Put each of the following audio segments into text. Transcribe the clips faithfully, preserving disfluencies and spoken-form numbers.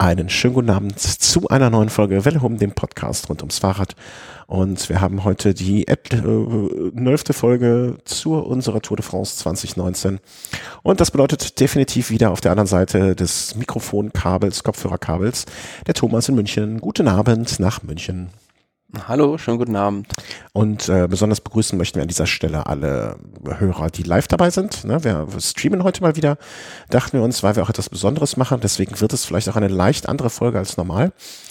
Einen schönen guten Abend zu einer neuen Folge Welle um, dem Podcast rund ums Fahrrad. Und wir haben heute die zwölfte Folge zu unserer Tour de France zwanzig neunzehn. Und das bedeutet definitiv wieder auf der anderen Seite des Mikrofonkabels, Kopfhörerkabels, der Thomas in München. Guten Abend nach München. Hallo, schönen guten Abend. Und äh, besonders begrüßen möchten wir an dieser Stelle alle Hörer, die live dabei sind. Ne, wir streamen heute mal wieder, dachten wir uns, weil wir auch etwas Besonderes machen. Deswegen wird es vielleicht auch eine leicht andere Folge als normal.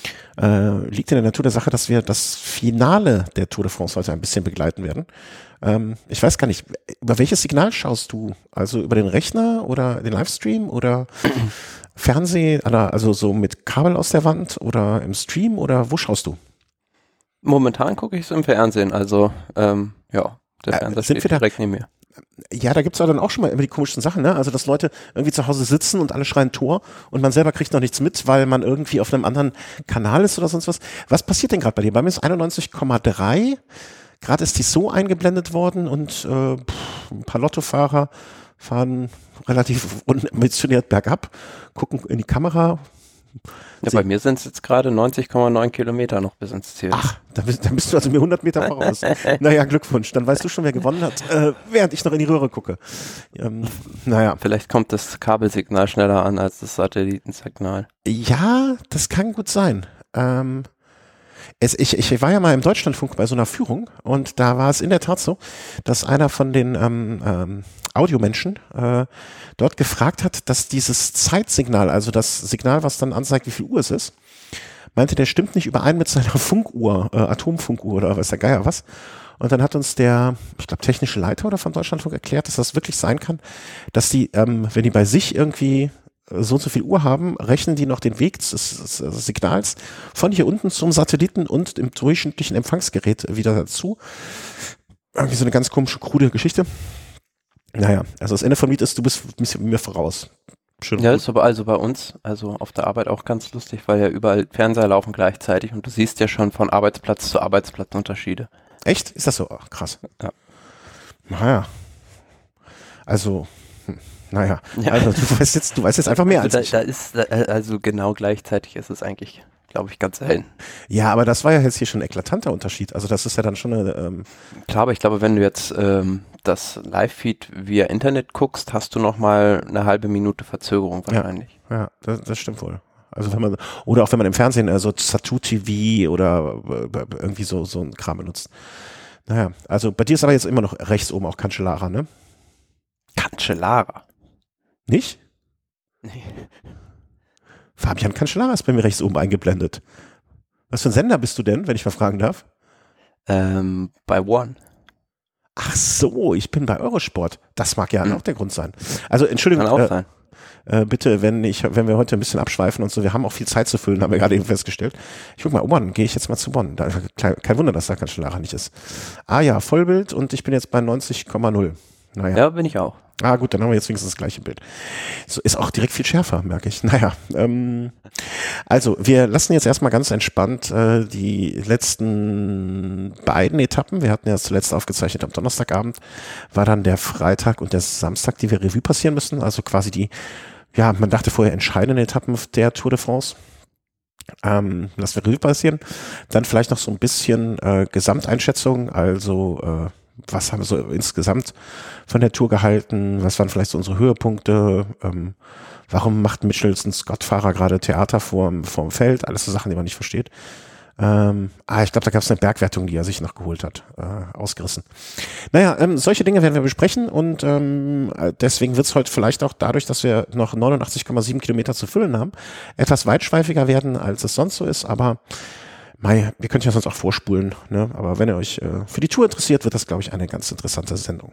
Äh, liegt in der Natur der Sache, dass wir das Finale der Tour de France heute ein bisschen begleiten werden. Ähm, ich weiß gar nicht, über welches Signal schaust du? Also über den Rechner oder den Livestream oder Fernseh, also so mit Kabel aus der Wand oder im Stream oder wo schaust du? Momentan gucke ich es im Fernsehen, also ähm, ja, der Fernseher äh, sind steht wir da, direkt neben mir. Ja, da gibt's ja dann auch schon mal immer die komischen Sachen, ne? Also dass Leute irgendwie zu Hause sitzen und alle schreien Tor und man selber kriegt noch nichts mit, weil man irgendwie auf einem anderen Kanal ist oder sonst was. Was passiert denn gerade bei dir? Bei mir ist einundneunzig Komma drei, gerade ist die so eingeblendet worden und äh, pff, ein paar Lottofahrer fahren relativ unambitioniert bergab, gucken in die Kamera. Ja, bei mir sind es jetzt gerade neunzig Komma neun Kilometer noch bis ins Ziel. Ach, da bist, da bist du also mir hundert Meter voraus. Naja, Glückwunsch. Dann weißt du schon, wer gewonnen hat, äh, während ich noch in die Röhre gucke. Ähm, naja. Vielleicht kommt das Kabelsignal schneller an als das Satellitensignal. Ja, das kann gut sein. Ähm, es, ich, ich war ja mal im Deutschlandfunk bei so einer Führung und da war es in der Tat so, dass einer von den ähm, ähm, Audiomenschen äh, dort gefragt hat, dass dieses Zeitsignal, also das Signal, was dann anzeigt, wie viel Uhr es ist, meinte, der stimmt nicht überein mit seiner Funkuhr, äh, Atomfunkuhr oder weiß der Geier was. Und dann hat uns der, ich glaube, technische Leiter oder von Deutschlandfunk erklärt, dass das wirklich sein kann, dass die, ähm, wenn die bei sich irgendwie so und so viel Uhr haben, rechnen die noch den Weg des, des, des Signals von hier unten zum Satelliten und im durchschnittlichen Empfangsgerät wieder dazu. Irgendwie so eine ganz komische, krude Geschichte. Naja, also das Ende vom Lied ist, du bist ein bisschen mir voraus. Schön ja, ist aber also bei uns, also auf der Arbeit auch ganz lustig, weil ja überall Fernseher laufen gleichzeitig und du siehst ja schon von Arbeitsplatz zu Arbeitsplatz Unterschiede. Echt? Ist das so? Ach, krass. Ja. Naja. Also, hm, naja. Ja. Also du weißt jetzt, du weißt jetzt einfach mehr also als da, ich. da ist, also genau gleichzeitig ist es eigentlich, glaube ich, ganz selten. Ja, aber das war ja jetzt hier schon ein eklatanter Unterschied. Also das ist ja dann schon eine... Ähm Klar, aber ich glaube, wenn du jetzt ähm, das Live-Feed via Internet guckst, hast du nochmal eine halbe Minute Verzögerung wahrscheinlich. Ja, ja das, das stimmt wohl. Also wenn man, oder auch wenn man im Fernsehen also Satu T V oder äh, irgendwie so, so ein Kram benutzt. Naja, also bei dir ist aber jetzt immer noch rechts oben auch Cancellara, ne? Cancellara? Nicht? Nee. Fabian Cancellara ist bei mir rechts oben eingeblendet. Was für ein Sender bist du denn, wenn ich mal fragen darf? Ähm, bei One. Ach so, ich bin bei Eurosport. Das mag ja hm. auch der Grund sein. Also Entschuldigung. Kann auch äh, sein. Äh, bitte, wenn ich, wenn wir heute ein bisschen abschweifen und so, wir haben auch viel Zeit zu füllen, haben wir gerade eben festgestellt. Ich guck mal, oh Mann, gehe ich jetzt mal zu Bonn. Da, kein, kein Wunder, dass da Cancellara nicht ist. Ah ja, Vollbild und ich bin jetzt bei neunzig Komma null. Naja. Ja, bin ich auch. Ah gut, dann haben wir jetzt wenigstens das gleiche Bild. So ist auch direkt viel schärfer, merke ich. Naja, ähm, also wir lassen jetzt erstmal ganz entspannt äh, die letzten beiden Etappen. Wir hatten ja zuletzt aufgezeichnet am Donnerstagabend, war dann der Freitag und der Samstag, die wir Revue passieren müssen. Also quasi die, ja, man dachte vorher entscheidende Etappen der Tour de France. Ähm, lassen wir Revue passieren. Dann vielleicht noch so ein bisschen äh, Gesamteinschätzung, also äh, was haben wir so insgesamt von der Tour gehalten? Was waren vielleicht so unsere Höhepunkte? Ähm, warum macht Mitchelson Scott-Fahrer gerade Theater vorm, vorm Feld? Alles so Sachen, die man nicht versteht. Ähm, ah, ich glaube, da gab es eine Bergwertung, die er sich noch geholt hat, äh, ausgerissen. Naja, ähm, solche Dinge werden wir besprechen und ähm, deswegen wird es heute vielleicht auch dadurch, dass wir noch neunundachtzig Komma sieben Kilometer zu füllen haben, etwas weitschweifiger werden, als es sonst so ist, aber Mei, wir könnten ja sonst auch vorspulen, ne? Aber wenn ihr euch äh, für die Tour interessiert, wird das, glaube ich, eine ganz interessante Sendung.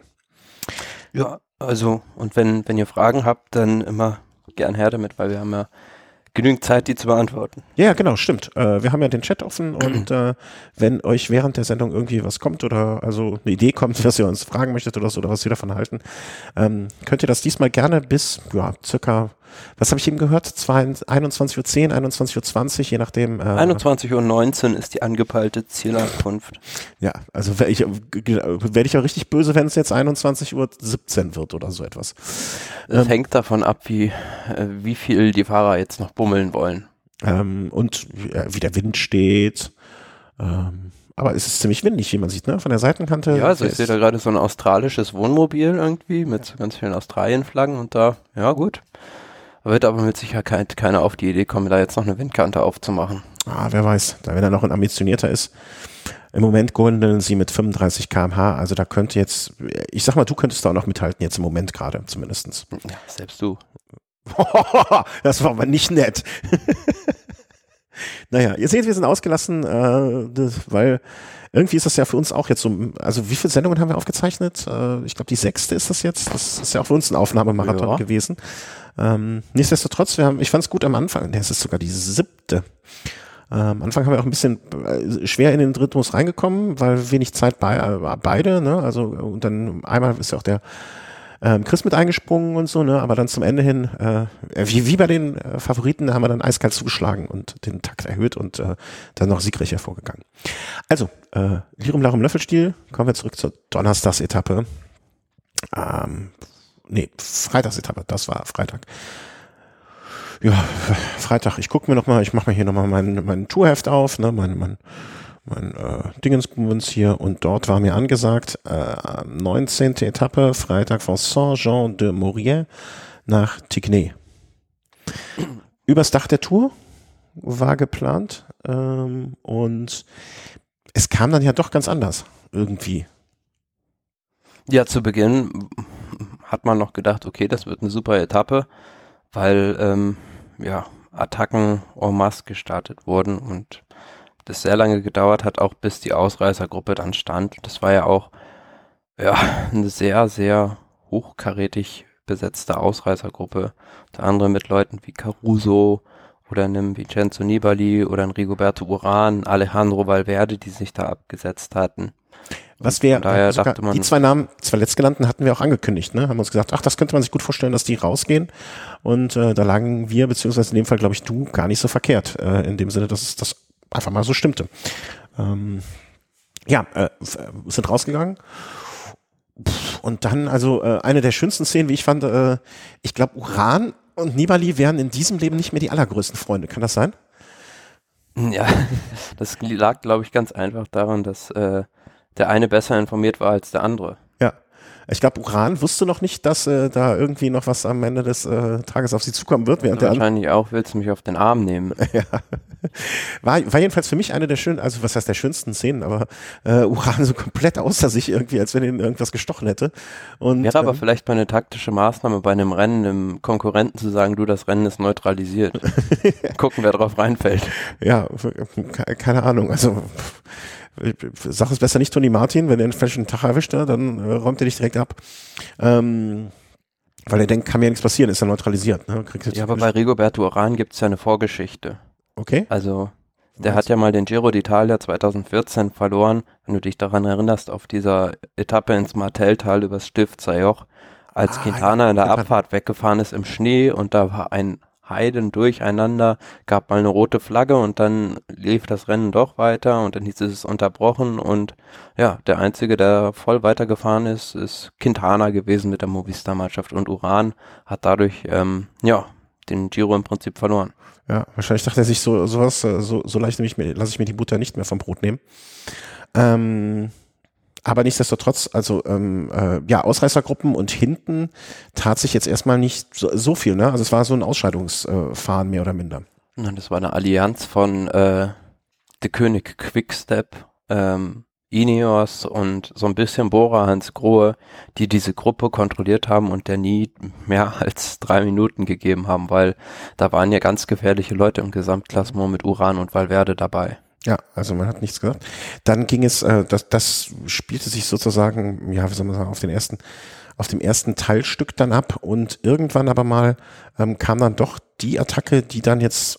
Ja, also, und wenn, wenn ihr Fragen habt, dann immer gern her damit, weil wir haben ja genügend Zeit, die zu beantworten. Ja, genau, stimmt. Äh, wir haben ja den Chat offen und äh, wenn euch während der Sendung irgendwie was kommt oder also eine Idee kommt, was ihr uns fragen möchtet oder so, oder was wir davon halten, ähm, könnt ihr das diesmal gerne bis, ja, circa, was habe ich eben gehört? einundzwanzig Uhr zehn, einundzwanzig Uhr zwanzig, je nachdem. Äh, einundzwanzig Uhr neunzehn ist die angepeilte Zielankunft. Ja, also werde ich, werd ich auch richtig böse, wenn es jetzt einundzwanzig Uhr siebzehn wird oder so etwas. Das Ähm, hängt davon ab, wie, äh, wie viel die Fahrer jetzt noch bummeln wollen. Ähm, und wie der Wind steht. Ähm, aber es ist ziemlich windig, wie man sieht, ne? Von der Seitenkante. Ja, also ich sehe da gerade so ein australisches Wohnmobil irgendwie mit so ganz vielen Australien-Flaggen und da, ja gut. Wird aber mit Sicherheit keiner auf die Idee kommen, da jetzt noch eine Windkante aufzumachen. Ah, wer weiß, da wenn er noch ein ambitionierter ist. Im Moment gondeln sie mit fünfunddreißig Kilometer pro Stunde, also da könnte jetzt, ich sag mal, du könntest da auch noch mithalten, jetzt im Moment gerade zumindestens. Ja, selbst du. Das war aber nicht nett. Naja, ihr seht, wir sind ausgelassen, äh, das, weil irgendwie ist das ja für uns auch jetzt so, also wie viele Sendungen haben wir aufgezeichnet? Äh, ich glaube, die sechste ist das jetzt. Das ist ja auch für uns ein Aufnahmemarathon ja. gewesen. Ähm, nichtsdestotrotz, wir haben, ich fand es gut am Anfang, es ist sogar die siebte. Ähm, am Anfang haben wir auch ein bisschen äh, schwer in den Rhythmus reingekommen, weil wenig Zeit bei, äh, beide, ne? Also und dann einmal ist ja auch der ähm, Chris mit eingesprungen und so, ne? Aber dann zum Ende hin, äh, wie, wie bei den äh, Favoriten, haben wir dann eiskalt zugeschlagen und den Takt erhöht und äh, dann noch siegreich hervorgegangen. Also, äh, Lirum Larum Löffelstiel, kommen wir zurück zur Donnerstagsetappe. Ähm, nee, Freitagsetappe, das war Freitag. Ja, Freitag, ich gucke mir nochmal, ich mache mir hier nochmal mein, mein Tourheft auf, ne, mein, mein, mein äh, Dingensbums hier und dort war mir angesagt, äh, neunzehnte Etappe, Freitag von Saint-Jean-de-Maurienne nach Tignes. Übers Dach der Tour war geplant ähm, und es kam dann ja doch ganz anders, irgendwie. Ja, zu Beginn hat man noch gedacht, okay, das wird eine super Etappe, weil ähm, ja, Attacken en masse gestartet wurden und das sehr lange gedauert hat, auch bis die Ausreißergruppe dann stand. Das war ja auch ja, eine sehr, sehr hochkarätig besetzte Ausreißergruppe, unter anderem mit Leuten wie Caruso oder einem Vincenzo Nibali oder einem Rigoberto Urán, Alejandro Valverde, die sich da abgesetzt hatten. Was wir, äh, sogar, die zwei Namen, zwei letztgenannten hatten wir auch angekündigt, ne? Haben uns gesagt, ach, das könnte man sich gut vorstellen, dass die rausgehen. Und äh, da lagen wir, beziehungsweise in dem Fall, glaube ich, du, gar nicht so verkehrt. Äh, in dem Sinne, dass es das einfach mal so stimmte. Ähm, ja, äh, sind rausgegangen. Und dann, also äh, eine der schönsten Szenen, wie ich fand, äh, ich glaube, Urán und Nibali wären in diesem Leben nicht mehr die allergrößten Freunde. Kann das sein? Ja, das lag, glaube ich, ganz einfach daran, dass äh, der eine besser informiert war als der andere. Ja, ich glaube, Urán wusste noch nicht, dass äh, da irgendwie noch was am Ende des äh, Tages auf sie zukommen wird. Während ja, der wahrscheinlich auch, willst du mich auf den Arm nehmen. Ja, war, war jedenfalls für mich eine der schönen, also was heißt der schönsten Szenen, aber äh, Urán so komplett außer sich irgendwie, als wenn ihn irgendwas gestochen hätte. Und, Wäre aber ähm, vielleicht mal eine taktische Maßnahme bei einem Rennen, einem Konkurrenten zu sagen, du, das Rennen ist neutralisiert. Gucken, wer drauf reinfällt. Ja, keine Ahnung, also sag es besser nicht Toni Martin, wenn er einen falschen Tag erwischt, dann äh, räumt er dich direkt ab. Ähm, weil er denkt, kann mir ja nichts passieren, ist er neutralisiert. Ne? Ja, aber bei Rigoberto Urán gibt es ja eine Vorgeschichte. Okay. Also, der Was? hat ja mal den Giro d'Italia zweitausendvierzehn verloren, wenn du dich daran erinnerst, auf dieser Etappe ins Martelltal übers Stiftsser Joch, als ah, Quintana ja, in der Abfahrt weggefahren ist im Schnee und da war ein Heiden durcheinander, gab mal eine rote Flagge und dann lief das Rennen doch weiter und dann hieß es unterbrochen und ja, der Einzige, der voll weitergefahren ist, ist Quintana gewesen mit der Movistar-Mannschaft und Urán hat dadurch, ähm, ja, den Giro im Prinzip verloren. Ja, wahrscheinlich dachte er sich so, sowas, so, so leicht lasse ich mir die Butter nicht mehr vom Brot nehmen. Ähm, aber nichtsdestotrotz, also ähm, äh, ja, Ausreißergruppen und hinten tat sich jetzt erstmal nicht so, so viel, ne? Also es war so ein Ausscheidungsfahren mehr oder minder. Und das war eine Allianz von äh, De König Quickstep, ähm, Ineos und so ein bisschen Bora Hansgrohe, die diese Gruppe kontrolliert haben und der nie mehr als drei Minuten gegeben haben, weil da waren ja ganz gefährliche Leute im Gesamtklassement mit Urán und Valverde dabei. Ja, also man hat nichts gesagt. Dann ging es, äh, das, das spielte sich sozusagen, ja, wie soll man sagen, auf den ersten, auf dem ersten Teilstück dann ab und irgendwann aber mal ähm, kam dann doch die Attacke, die dann jetzt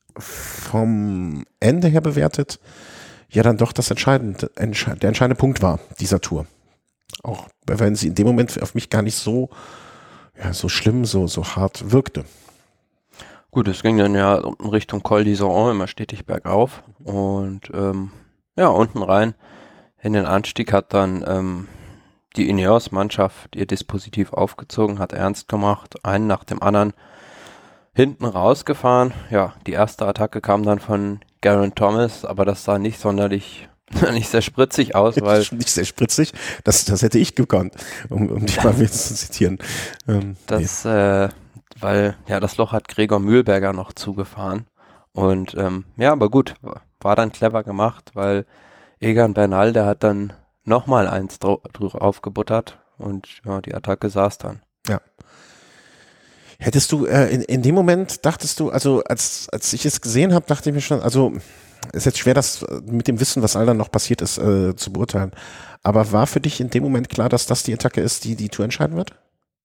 vom Ende her bewertet, ja dann doch das entscheidende, entsche- der entscheidende Punkt war dieser Tour. Auch wenn sie in dem Moment auf mich gar nicht so, ja, so schlimm, so, so hart wirkte. Gut, es ging dann ja in Richtung Col d'Iseran immer stetig bergauf und ähm, ja, unten rein in den Anstieg hat dann ähm, die Ineos-Mannschaft ihr Dispositiv aufgezogen, hat ernst gemacht, einen nach dem anderen hinten rausgefahren. Ja, die erste Attacke kam dann von Geraint Thomas, aber das sah nicht sonderlich, nicht sehr spritzig aus, weil... Nicht sehr spritzig, das, das hätte ich gekonnt, um, um dich mal wieder zu zitieren. Ähm, das, nee. äh, weil, ja, das Loch hat Gregor Mühlberger noch zugefahren. Und ähm, ja, aber gut, war dann clever gemacht, weil Egan Bernal, der hat dann nochmal eins drauf aufgebuttert und ja, die Attacke saß dann. Ja. Hättest du äh, in, in dem Moment, dachtest du, also als, als ich es gesehen habe, dachte ich mir schon, also ist jetzt schwer, das mit dem Wissen, was all dann noch passiert ist, äh, zu beurteilen. Aber war für dich in dem Moment klar, dass das die Attacke ist, die die Tour entscheiden wird?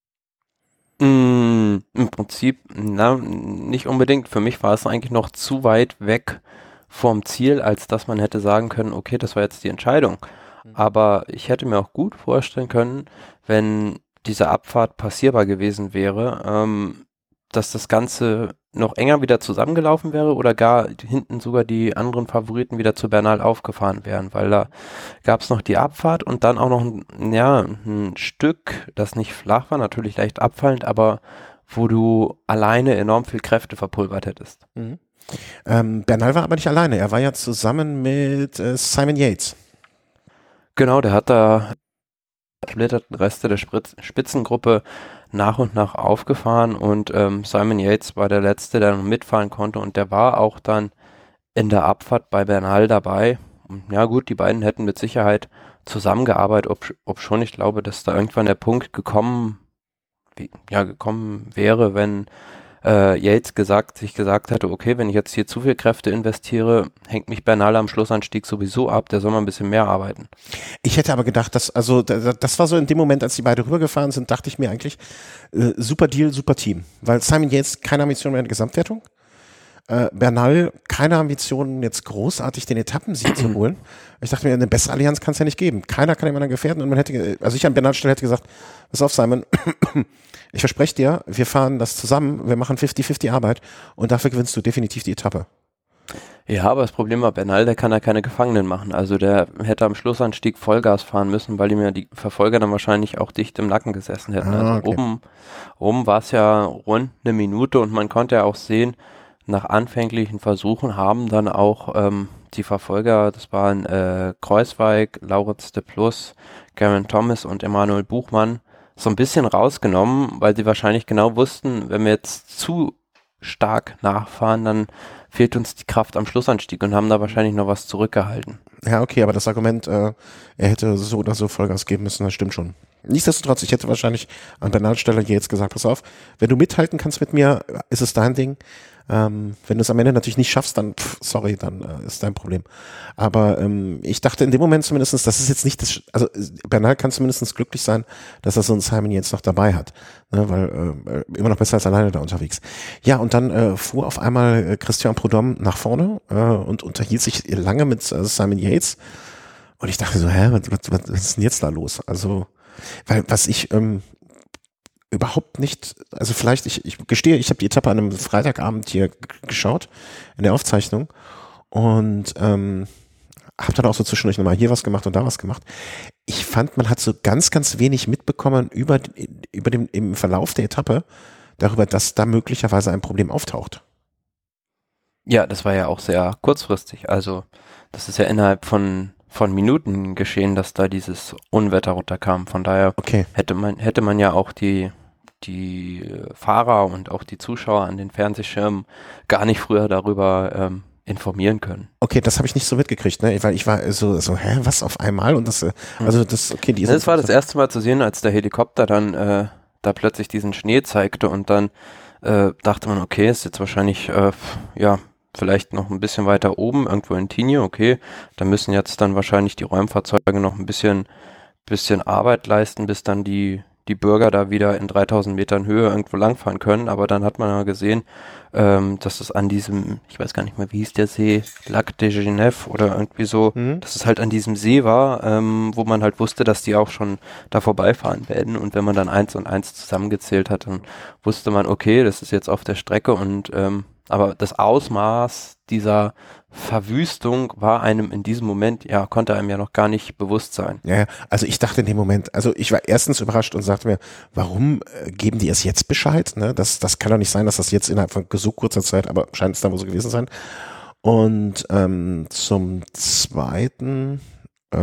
Mm, im Prinzip, na, nicht unbedingt. Für mich war es eigentlich noch zu weit weg vom Ziel, als dass man hätte sagen können, okay, das war jetzt die Entscheidung. Mhm. Aber ich hätte mir auch gut vorstellen können, wenn diese Abfahrt passierbar gewesen wäre, ähm, dass das Ganze noch enger wieder zusammengelaufen wäre oder gar hinten sogar die anderen Favoriten wieder zu Bernal aufgefahren wären, weil da gab es noch die Abfahrt und dann auch noch ein, ja, ein Stück, das nicht flach war, natürlich leicht abfallend, aber wo du alleine enorm viel Kräfte verpulvert hättest. Mhm. Ähm, Bernal war aber nicht alleine, er war ja zusammen mit äh, Simon Yates. Genau, der hat da splitterten Reste der Spritz Spitzengruppe nach und nach aufgefahren und ähm, Simon Yates war der Letzte, der noch mitfahren konnte und der war auch dann in der Abfahrt bei Bernal dabei. Und ja gut, die beiden hätten mit Sicherheit zusammengearbeitet, ob, ob schon ich glaube, dass da irgendwann der Punkt gekommen, wie, ja, gekommen wäre, wenn äh, Yates gesagt, sich gesagt hatte, okay, wenn ich jetzt hier zu viel Kräfte investiere, hängt mich Bernal am Schlussanstieg sowieso ab, der soll mal ein bisschen mehr arbeiten. Ich hätte aber gedacht, dass, also das war so in dem Moment, als die beiden rübergefahren sind, dachte ich mir eigentlich, äh, super Deal, super Team. Weil Simon Yates keine Ambition mehr in der Gesamtwertung. Äh, Bernal keine Ambitionen, jetzt großartig den Etappensieg zu holen. Ich dachte mir, eine bessere Allianz kann es ja nicht geben. Keiner kann jemanden gefährden und man hätte, also ich an Bernals Stelle hätte gesagt, pass auf Simon, ich verspreche dir, wir fahren das zusammen, wir machen fünfzig fünfzig Arbeit und dafür gewinnst du definitiv die Etappe. Ja, aber das Problem war, Bernal, der kann ja keine Gefangenen machen. Also der hätte am Schlussanstieg Vollgas fahren müssen, weil ihm ja die Verfolger dann wahrscheinlich auch dicht im Nacken gesessen hätten. Ah, also okay. oben, oben war es ja rund eine Minute und man konnte ja auch sehen, nach anfänglichen Versuchen haben dann auch ähm, die Verfolger, das waren äh, Kreuzweig, Lauritz de Plus, Geraint Thomas und Emanuel Buchmann, so ein bisschen rausgenommen, weil sie wahrscheinlich genau wussten, wenn wir jetzt zu stark nachfahren, dann fehlt uns die Kraft am Schlussanstieg und haben da wahrscheinlich noch was zurückgehalten. Ja, okay, aber das Argument, äh, er hätte so oder so Vollgas geben müssen, das stimmt schon. Nichtsdestotrotz, ich hätte wahrscheinlich an Bernals Stelle jetzt gesagt, pass auf, wenn du mithalten kannst mit mir, ist es dein Ding. Ähm, wenn du es am Ende natürlich nicht schaffst, dann, pff, sorry, dann äh, ist dein Problem. Aber ähm, ich dachte in dem Moment zumindestens, das ist jetzt nicht das, also Bernal kann zumindest glücklich sein, dass er so einen Simon jetzt noch dabei hat, ne, weil äh, immer noch besser als alleine da unterwegs. Ja, und dann äh, fuhr auf einmal äh, Christian Prudhomme nach vorne äh, und unterhielt sich lange mit äh, Simon Yates und ich dachte so, hä, was, was, was ist denn jetzt da los? Also, weil was ich ähm, überhaupt nicht, also vielleicht, ich, ich gestehe, ich habe die Etappe an einem Freitagabend hier g- geschaut, in der Aufzeichnung und ähm, habe dann auch so zwischendurch nochmal hier was gemacht und da was gemacht. Ich fand, man hat so ganz, ganz wenig mitbekommen über, über den, im Verlauf der Etappe, darüber, dass da möglicherweise ein Problem auftaucht. Ja, das war ja auch sehr kurzfristig, also das ist ja innerhalb von von Minuten geschehen, dass da dieses Unwetter runterkam. Von daher Okay. hätte man hätte man ja auch die die Fahrer und auch die Zuschauer an den Fernsehschirmen gar nicht früher darüber ähm, informieren können. Okay, das habe ich nicht so mitgekriegt, ne? Weil ich war so, so, hä, was auf einmal? Und das, äh, also das, okay, die Das war das erste Mal zu sehen, als der Helikopter dann äh, da plötzlich diesen Schnee zeigte und dann äh, dachte man, okay, ist jetzt wahrscheinlich, äh, ja, vielleicht noch ein bisschen weiter oben, irgendwo in Tignes, okay, da müssen jetzt dann wahrscheinlich die Räumfahrzeuge noch ein bisschen, bisschen Arbeit leisten, bis dann die, die Bürger da wieder in dreitausend Metern Höhe irgendwo langfahren können, aber dann hat man ja gesehen, ähm, dass es an diesem, ich weiß gar nicht mehr, wie hieß der See, Lac de Genève oder irgendwie so, mhm. dass es halt an diesem See war, ähm, wo man halt wusste, dass die auch schon da vorbeifahren werden. Und wenn man dann eins und eins zusammengezählt hat, dann wusste man, okay, das ist jetzt auf der Strecke und ähm, aber das Ausmaß dieser Verwüstung war einem in diesem Moment, ja, konnte einem ja noch gar nicht bewusst sein. Ja, also ich dachte in dem Moment, also ich war erstens überrascht und sagte mir, warum äh, geben die erst jetzt Bescheid? Ne? Das, das kann doch nicht sein, dass das jetzt innerhalb von so kurzer Zeit, aber scheint es da wohl so gewesen sein. Und ähm, zum Zweiten, äh,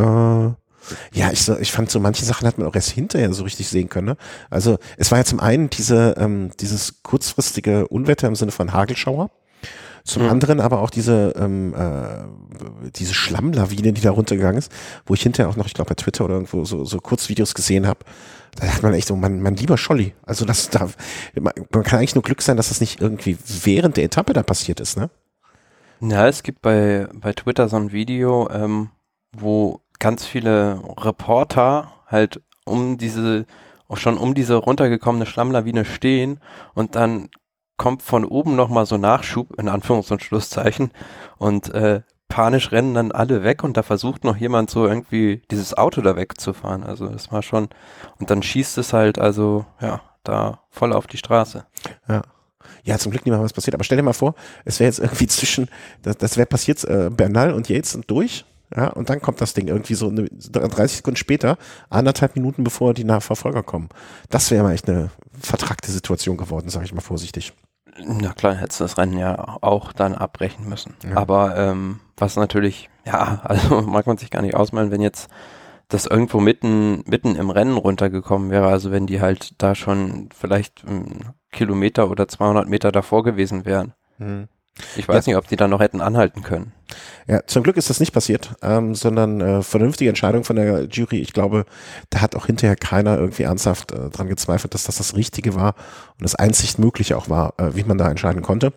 ja, ich, ich fand so manche Sachen hat man auch erst hinterher so richtig sehen können. Ne? Also es war ja zum einen diese, ähm, dieses kurzfristige Unwetter im Sinne von Hagelschauer. Zum mhm. anderen aber auch diese ähm, äh, diese Schlammlawine, die da runtergegangen ist, wo ich hinterher auch noch, ich glaube bei Twitter oder irgendwo so, so Kurzvideos gesehen habe. Da hat man echt so, mein, mein lieber Scholli, also das da, man kann eigentlich nur Glück sein, dass das nicht irgendwie während der Etappe da passiert ist, ne? Ja, es gibt bei bei Twitter so ein Video, ähm, wo ganz viele Reporter halt um diese, auch schon um diese runtergekommene Schlammlawine stehen und dann kommt von oben nochmal so Nachschub, in Anführungs- und Schlusszeichen, und äh, panisch rennen dann alle weg und da versucht noch jemand so irgendwie dieses Auto da wegzufahren. Also das war schon, und dann schießt es halt also, ja, da voll auf die Straße. Ja. Ja, zum Glück nicht mehr was passiert. Aber stell dir mal vor, es wäre jetzt irgendwie zwischen, das, das wäre passiert, äh, Bernal und Yates sind durch. Ja, und dann kommt das Ding irgendwie so eine, dreißig Sekunden später, anderthalb Minuten bevor die Nachverfolger kommen. Das wäre mal echt eine vertrackte Situation geworden, sage ich mal vorsichtig. Na klar, hättest du das Rennen ja auch dann abbrechen müssen. Ja. Aber ähm, was natürlich, ja, also mag man sich gar nicht ausmalen, wenn jetzt das irgendwo mitten mitten im Rennen runtergekommen wäre, also wenn die halt da schon vielleicht einen Kilometer oder zweihundert Meter davor gewesen wären. Mhm. Ich weiß ja. nicht, ob die da noch hätten anhalten können. Ja, zum Glück ist das nicht passiert, ähm, sondern äh, vernünftige Entscheidung von der Jury. Ich glaube, da hat auch hinterher keiner irgendwie ernsthaft äh, dran gezweifelt, dass das das Richtige war und das einzig Mögliche auch war, äh, wie man da entscheiden konnte.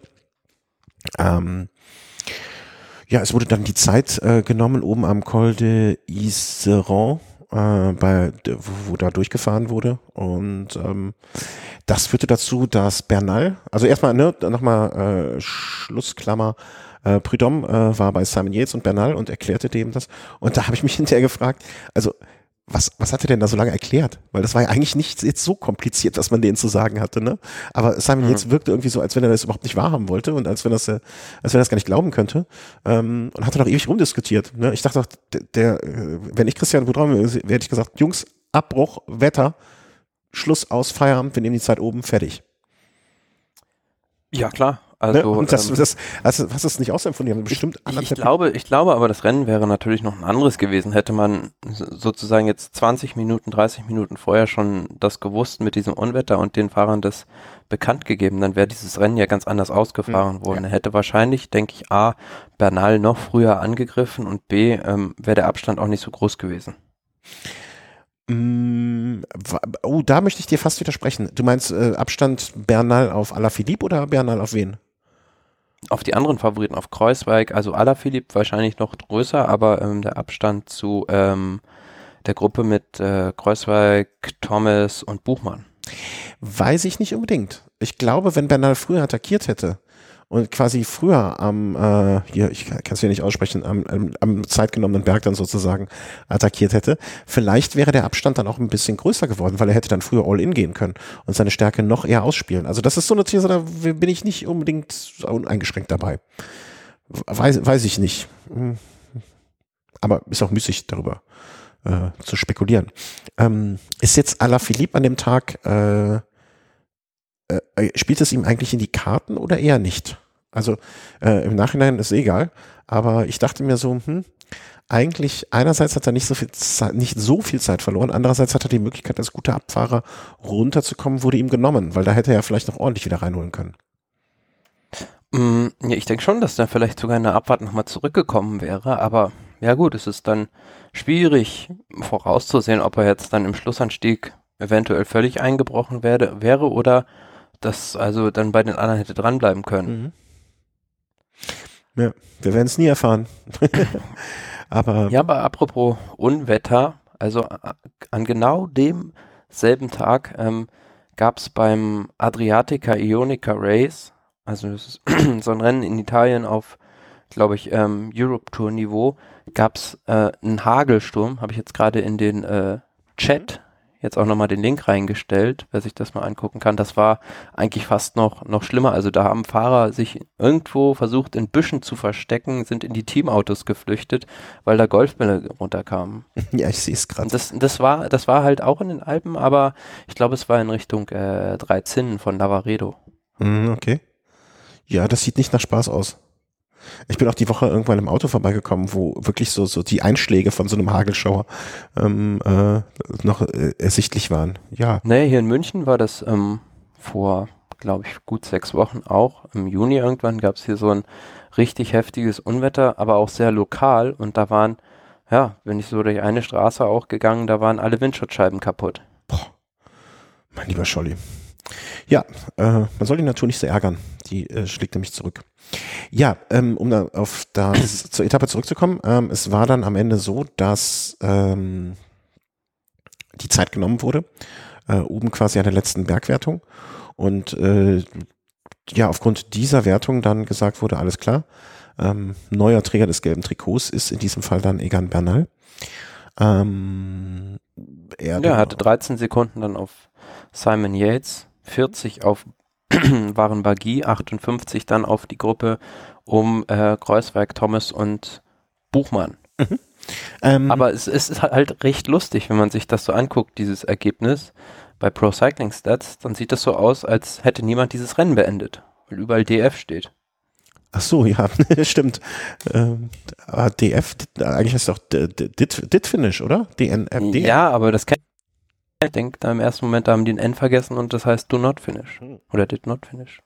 Ähm, ja, es wurde dann die Zeit äh, genommen oben am Col de Iseran, äh, bei, wo, wo da durchgefahren wurde, und ähm, das führte dazu, dass Bernal, also erstmal, ne, nochmal äh, Schlussklammer, äh, Prudhomme äh, war bei Simon Yates und Bernal und erklärte dem das, und da habe ich mich hinterher gefragt, also was was hat er denn da so lange erklärt? Weil das war ja eigentlich nicht jetzt so kompliziert, was man denen zu sagen hatte, ne? Aber Simon mhm. Yates wirkte irgendwie so, als wenn er das überhaupt nicht wahrhaben wollte und als wenn das, äh, als wenn er das gar nicht glauben könnte, ähm, und hat dann auch ewig rumdiskutiert, ne? Ich dachte doch, der, der äh, wenn ich Christian Prudhomme wäre, hätte ich gesagt, Jungs, Abbruch, Wetter, Schluss aus, Feierabend, wir nehmen die Zeit oben, fertig. Ja, klar. Also, ne? Und das, ähm, das, also, hast du es nicht ausempfunden? Die haben bestimmt ich, ich, glaube, ich glaube aber, das Rennen wäre natürlich noch ein anderes gewesen. Hätte man sozusagen jetzt zwanzig Minuten, dreißig Minuten vorher schon das gewusst mit diesem Unwetter und den Fahrern das bekannt gegeben, dann wäre dieses Rennen ja ganz anders ausgefahren hm, worden. Ja. Er hätte wahrscheinlich, denke ich, A, Bernal noch früher angegriffen und B, ähm, wäre der Abstand auch nicht so groß gewesen. Oh, da möchte ich dir fast widersprechen. Du meinst äh, Abstand Bernal auf Alaphilippe oder Bernal auf wen? Auf die anderen Favoriten, auf Kruijswijk, also Alaphilippe wahrscheinlich noch größer, aber ähm, der Abstand zu ähm, der Gruppe mit äh, Kruijswijk, Thomas und Buchmann. Weiß ich nicht unbedingt. Ich glaube, wenn Bernal früher attackiert hätte und quasi früher am, äh, hier, ich kann es hier nicht aussprechen, am, am, am zeitgenommenen Berg dann sozusagen attackiert hätte, vielleicht wäre der Abstand dann auch ein bisschen größer geworden, weil er hätte dann früher All-In gehen können und seine Stärke noch eher ausspielen. Also das ist so eine These, da bin ich nicht unbedingt uneingeschränkt dabei. Weiß, weiß ich nicht. Aber ist auch müßig darüber äh, zu spekulieren. Ähm, ist jetzt Alaphilippe an dem Tag äh, Äh, spielt es ihm eigentlich in die Karten oder eher nicht? Also äh, im Nachhinein ist es egal, aber ich dachte mir so, hm, eigentlich einerseits hat er nicht so viel Zeit, nicht so viel Zeit verloren, andererseits hat er die Möglichkeit, als guter Abfahrer runterzukommen, wurde ihm genommen, weil da hätte er vielleicht noch ordentlich wieder reinholen können. Mm, ja, ich denke schon, dass der vielleicht sogar in der Abfahrt nochmal zurückgekommen wäre, aber ja gut, es ist dann schwierig vorauszusehen, ob er jetzt dann im Schlussanstieg eventuell völlig eingebrochen werde, wäre oder das also dann bei den anderen hätte dranbleiben können. Mhm. Ja, wir werden es nie erfahren. aber ja, aber apropos Unwetter, also an genau demselben Tag ähm, gab es beim Adriatica Ionica Race also das ist so ein Rennen in Italien auf, glaube ich, ähm, Europe-Tour-Niveau, gab es äh, einen Hagelsturm, habe ich jetzt gerade in den äh, Chat jetzt auch nochmal den Link reingestellt, wer sich das mal angucken kann. Das war eigentlich fast noch, noch schlimmer. Also da haben Fahrer sich irgendwo versucht, in Büschen zu verstecken, sind in die Teamautos geflüchtet, weil da Golfbälle runterkamen. Ja, ich sehe es gerade. Das, das war, das war halt auch in den Alpen, aber ich glaube, es war in Richtung äh, Drei Zinnen von Lavaredo. Mm, okay. Ja, das sieht nicht nach Spaß aus. Ich bin auch die Woche irgendwann im Auto vorbeigekommen, wo wirklich so, so die Einschläge von so einem Hagelschauer ähm, äh, noch äh, ersichtlich waren. Ja. Nee, hier in München war das ähm, vor, glaube ich, gut sechs Wochen auch. Im Juni irgendwann gab es hier so ein richtig heftiges Unwetter, aber auch sehr lokal. Und da waren, ja, bin ich so durch eine Straße auch gegangen, da waren alle Windschutzscheiben kaputt. Boah, mein lieber Scholli. Ja, äh, man soll die Natur nicht so ärgern. Die äh, schlägt nämlich zurück. Ja, ähm, um da auf das zur Etappe zurückzukommen, ähm, es war dann am Ende so, dass ähm, die Zeit genommen wurde, äh, oben quasi an der letzten Bergwertung und äh, ja, aufgrund dieser Wertung dann gesagt wurde, alles klar, ähm, neuer Träger des gelben Trikots ist in diesem Fall dann Egan Bernal. Ähm, er ja, er hatte dreizehn Sekunden dann auf Simon Yates, vierzig auf waren Bagui, achtundfünfzig dann auf die Gruppe um äh, Kreuzweig, Thomas und Buchmann. Mhm. Ähm, Aber es, es ist halt recht lustig, wenn man sich das so anguckt, dieses Ergebnis bei Pro Cycling Stats, dann sieht das so aus, als hätte niemand dieses Rennen beendet, weil überall D F steht. Ach so, ja, stimmt. Ähm, aber D F, eigentlich heißt es doch Dit, Dit Finish, oder? D N F. D N F. Ja, aber das kennt ich denke, da im ersten Moment, da haben die ein N vergessen und das heißt Do Not Finish. Oder Did Not Finish.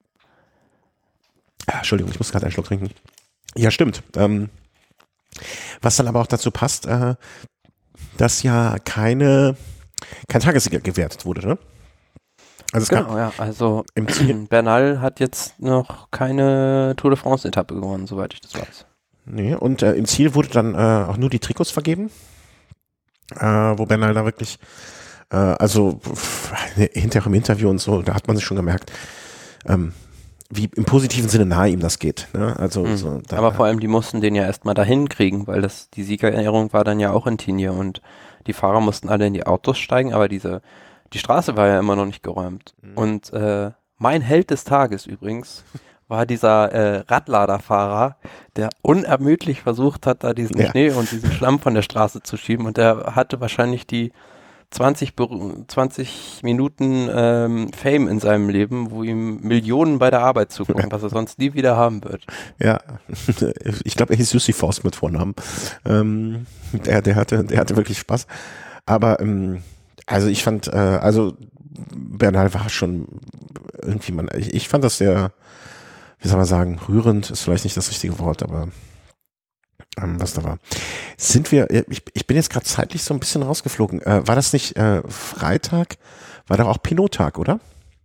Ja, Entschuldigung, ich muss gerade einen Schluck trinken. Ja, stimmt. Ähm, was dann aber auch dazu passt, äh, dass ja keine, kein Tagessieger gewertet wurde, ne? Also es genau, gab ja, also im Ziel, Bernal hat jetzt noch keine Tour de France-Etappe gewonnen, soweit ich das weiß. nee, und äh, im Ziel wurde dann äh, auch nur die Trikots vergeben, äh, wo Bernal da wirklich also hinterher im Interview und so, da hat man sich schon gemerkt, ähm, wie im positiven Sinne nahe ihm das geht. Ne? Also, mhm. so, da, aber vor allem, die mussten den ja erstmal dahin kriegen, weil das die Siegerehrung war dann ja auch in Tignes und die Fahrer mussten alle in die Autos steigen, aber diese die Straße war ja immer noch nicht geräumt. Mhm. Und äh, mein Held des Tages übrigens war dieser äh, Radladerfahrer, der unermüdlich versucht hat, da diesen ja. Schnee und diesen Schlamm von der Straße zu schieben und der hatte wahrscheinlich die zwanzig, zwanzig Minuten ähm, Fame in seinem Leben, wo ihm Millionen bei der Arbeit zugucken, ja. was er sonst nie wieder haben wird. Ja, ich glaube, er hieß Sisyphos mit Vornamen. Ähm, der, der, hatte, der hatte wirklich Spaß. Aber ähm, also ich fand, äh, also Bernal war schon irgendwie, man, ich, ich fand das sehr, wie soll man sagen, rührend ist vielleicht nicht das richtige Wort, aber Ähm, was da war. Sind wir, ich, ich bin jetzt gerade zeitlich so ein bisschen rausgeflogen. Äh, war das nicht äh, Freitag? War doch auch Pinot-Tag, oder?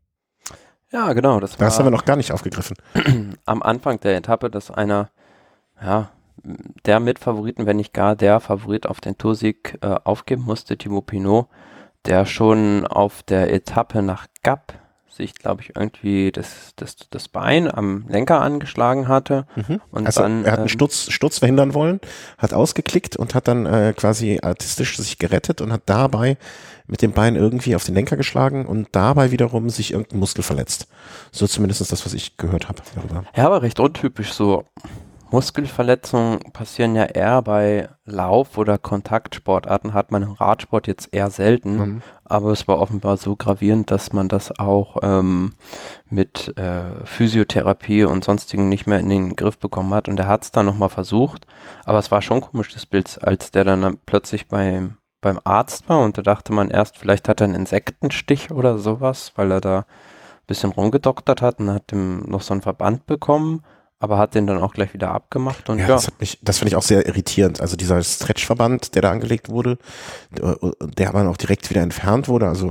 Ja, genau. Das, das war haben wir noch gar nicht aufgegriffen. Am Anfang der Etappe, dass einer, ja, der Mitfavoriten, wenn nicht gar der Favorit auf den Toursieg äh, aufgeben musste, Thibaut Pinot, der schon auf der Etappe nach Gap sich, glaube ich, irgendwie das, das, das Bein am Lenker angeschlagen hatte. Mhm. Und also dann, er hat einen ähm, Sturz, Sturz verhindern wollen, hat ausgeklickt und hat dann äh, quasi artistisch sich gerettet und hat dabei mit dem Bein irgendwie auf den Lenker geschlagen und dabei wiederum sich irgendein Muskel verletzt. So zumindest das, was ich gehört habe darüber. Ja, aber recht untypisch so. Muskelverletzungen passieren ja eher bei Lauf- oder Kontaktsportarten, hat man im Radsport jetzt eher selten, mhm. aber es war offenbar so gravierend, dass man das auch ähm, mit äh, Physiotherapie und sonstigen nicht mehr in den Griff bekommen hat und er hat es dann nochmal versucht, aber es war schon komisch, das Bild, als der dann plötzlich beim, beim Arzt war und da dachte man erst, vielleicht hat er einen Insektenstich oder sowas, weil er da ein bisschen rumgedoktert hat und hat ihm noch so einen Verband bekommen, aber hat den dann auch gleich wieder abgemacht und ja. ja. Das hat mich, das finde ich auch sehr irritierend. Also dieser Stretchverband, der da angelegt wurde, der aber auch direkt wieder entfernt wurde, also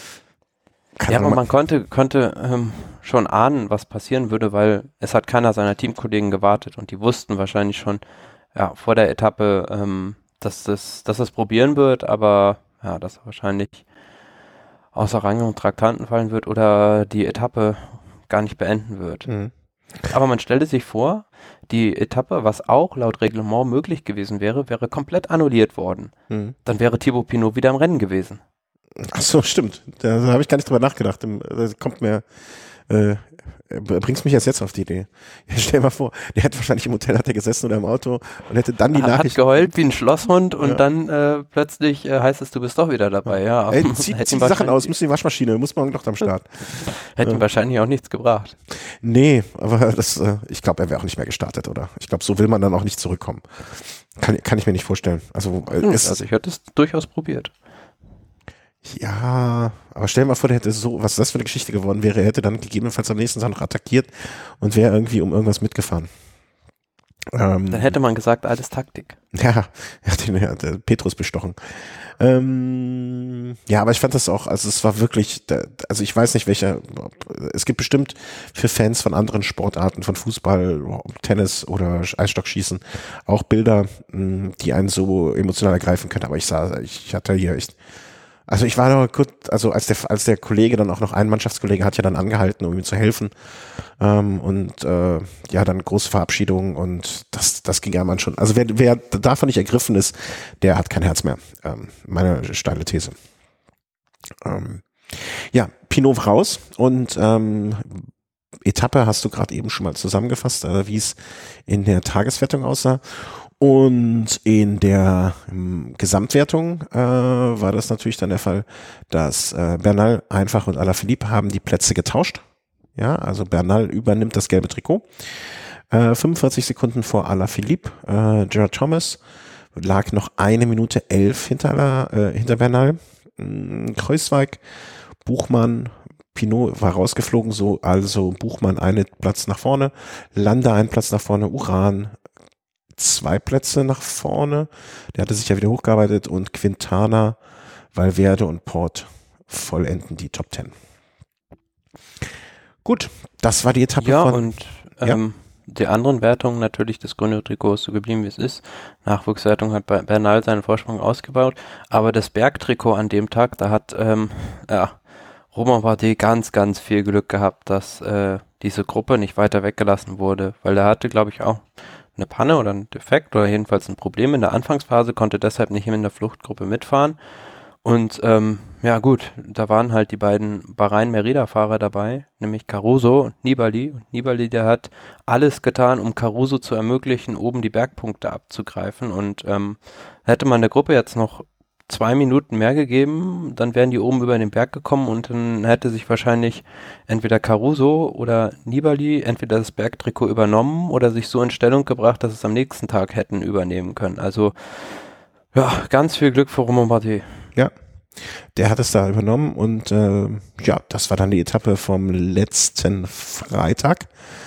ja, aber man konnte, konnte ähm, schon ahnen, was passieren würde, weil es hat keiner seiner Teamkollegen gewartet und die wussten wahrscheinlich schon ja, vor der Etappe, ähm, dass das, dass es probieren wird, aber ja, dass er wahrscheinlich außer Rang und Traktanten fallen wird oder die Etappe gar nicht beenden wird. Mhm. Aber man stellte sich vor, die Etappe, was auch laut Reglement möglich gewesen wäre, wäre komplett annulliert worden. Hm. Dann wäre Thibaut Pinot wieder im Rennen gewesen. Ach so, stimmt. Da, da habe ich gar nicht drüber nachgedacht. Das kommt mir, äh, bringst mich jetzt jetzt auf die Idee. Ja, stell dir mal vor, der hätte wahrscheinlich im Hotel, hat er gesessen oder im Auto und hätte dann die Hat Nachricht... Hat geheult wie ein Schlosshund und ja. dann äh, plötzlich äh, heißt es, du bist doch wieder dabei. Ja, Ey, zieh, zieh die Sachen aus, muss in die Waschmaschine, muss morgen noch am Start. Hätten ja. wahrscheinlich auch nichts gebracht. Nee, aber das, äh, ich glaube, er wäre auch nicht mehr gestartet, oder? Ich glaube, so will man dann auch nicht zurückkommen. Kann, kann ich mir nicht vorstellen. Also, äh, Hm, es, also ich hätte es durchaus probiert. Ja, aber stell dir mal vor, der hätte so, was das für eine Geschichte geworden wäre, er hätte dann gegebenenfalls am nächsten Tag noch attackiert und wäre irgendwie um irgendwas mitgefahren. Ähm, Dann hätte man gesagt, alles Taktik. Ja, er hat den, ja, der Petrus bestochen. Ähm, ja, aber ich fand das auch, also es war wirklich, also ich weiß nicht welcher, es gibt bestimmt für Fans von anderen Sportarten, von Fußball, Tennis oder Eisstockschießen auch Bilder, die einen so emotional ergreifen können, aber ich sah, ich hatte hier echt, also ich war noch kurz, also als der, als der Kollege dann auch noch ein Mannschaftskollege hat ja dann angehalten, um ihm zu helfen, ähm, und äh, ja, dann große Verabschiedung und das, das ging ja man schon. Also wer, wer davon nicht ergriffen ist, der hat kein Herz mehr. Ähm, meine steile These. Ähm, ja, Pinot raus und ähm, Etappe hast du gerade eben schon mal zusammengefasst, äh, wie es in der Tageswertung aussah. Und in der ähm, Gesamtwertung äh, war das natürlich dann der Fall, dass äh, Bernal, Einfach und Alaphilippe haben die Plätze getauscht. Ja, also Bernal übernimmt das gelbe Trikot. Äh, fünfundvierzig Sekunden vor Alaphilippe. Äh, Gerard Thomas lag noch eine Minute elf hinter, äh, hinter Bernal. Ähm, Kreuzweig, Buchmann, Pinot war rausgeflogen, so also Buchmann einen Platz nach vorne, Landa einen Platz nach vorne, Uran zwei Plätze nach vorne. Der hatte sich ja wieder hochgearbeitet und Quintana, Valverde und Port vollenden die Top Ten. Gut, das war die Etappe ja, von... Und, ähm, ja, die anderen Wertungen natürlich, das grüne Trikot ist so geblieben, wie es ist. Nachwuchswertung hat Bernal seinen Vorsprung ausgebaut, aber das Bergtrikot an dem Tag, da hat ähm, ja, Romain Bardet ganz, ganz viel Glück gehabt, dass äh, diese Gruppe nicht weiter weggelassen wurde, weil er hatte, glaube ich, auch eine Panne oder ein Defekt oder jedenfalls ein Problem in der Anfangsphase, konnte deshalb nicht in der Fluchtgruppe mitfahren. Und ähm, ja gut, da waren halt die beiden Bahrain-Merida-Fahrer dabei, nämlich Caruso und Nibali. Und Nibali, der hat alles getan, um Caruso zu ermöglichen, oben die Bergpunkte abzugreifen. Und ähm, hätte man der Gruppe jetzt noch zwei Minuten mehr gegeben, dann wären die oben über den Berg gekommen und dann hätte sich wahrscheinlich entweder Caruso oder Nibali entweder das Bergtrikot übernommen oder sich so in Stellung gebracht, dass es am nächsten Tag hätten übernehmen können. Also ja, ganz viel Glück für Romain Bardet. Ja, der hat es da übernommen und äh, ja, das war dann die Etappe vom letzten Freitag.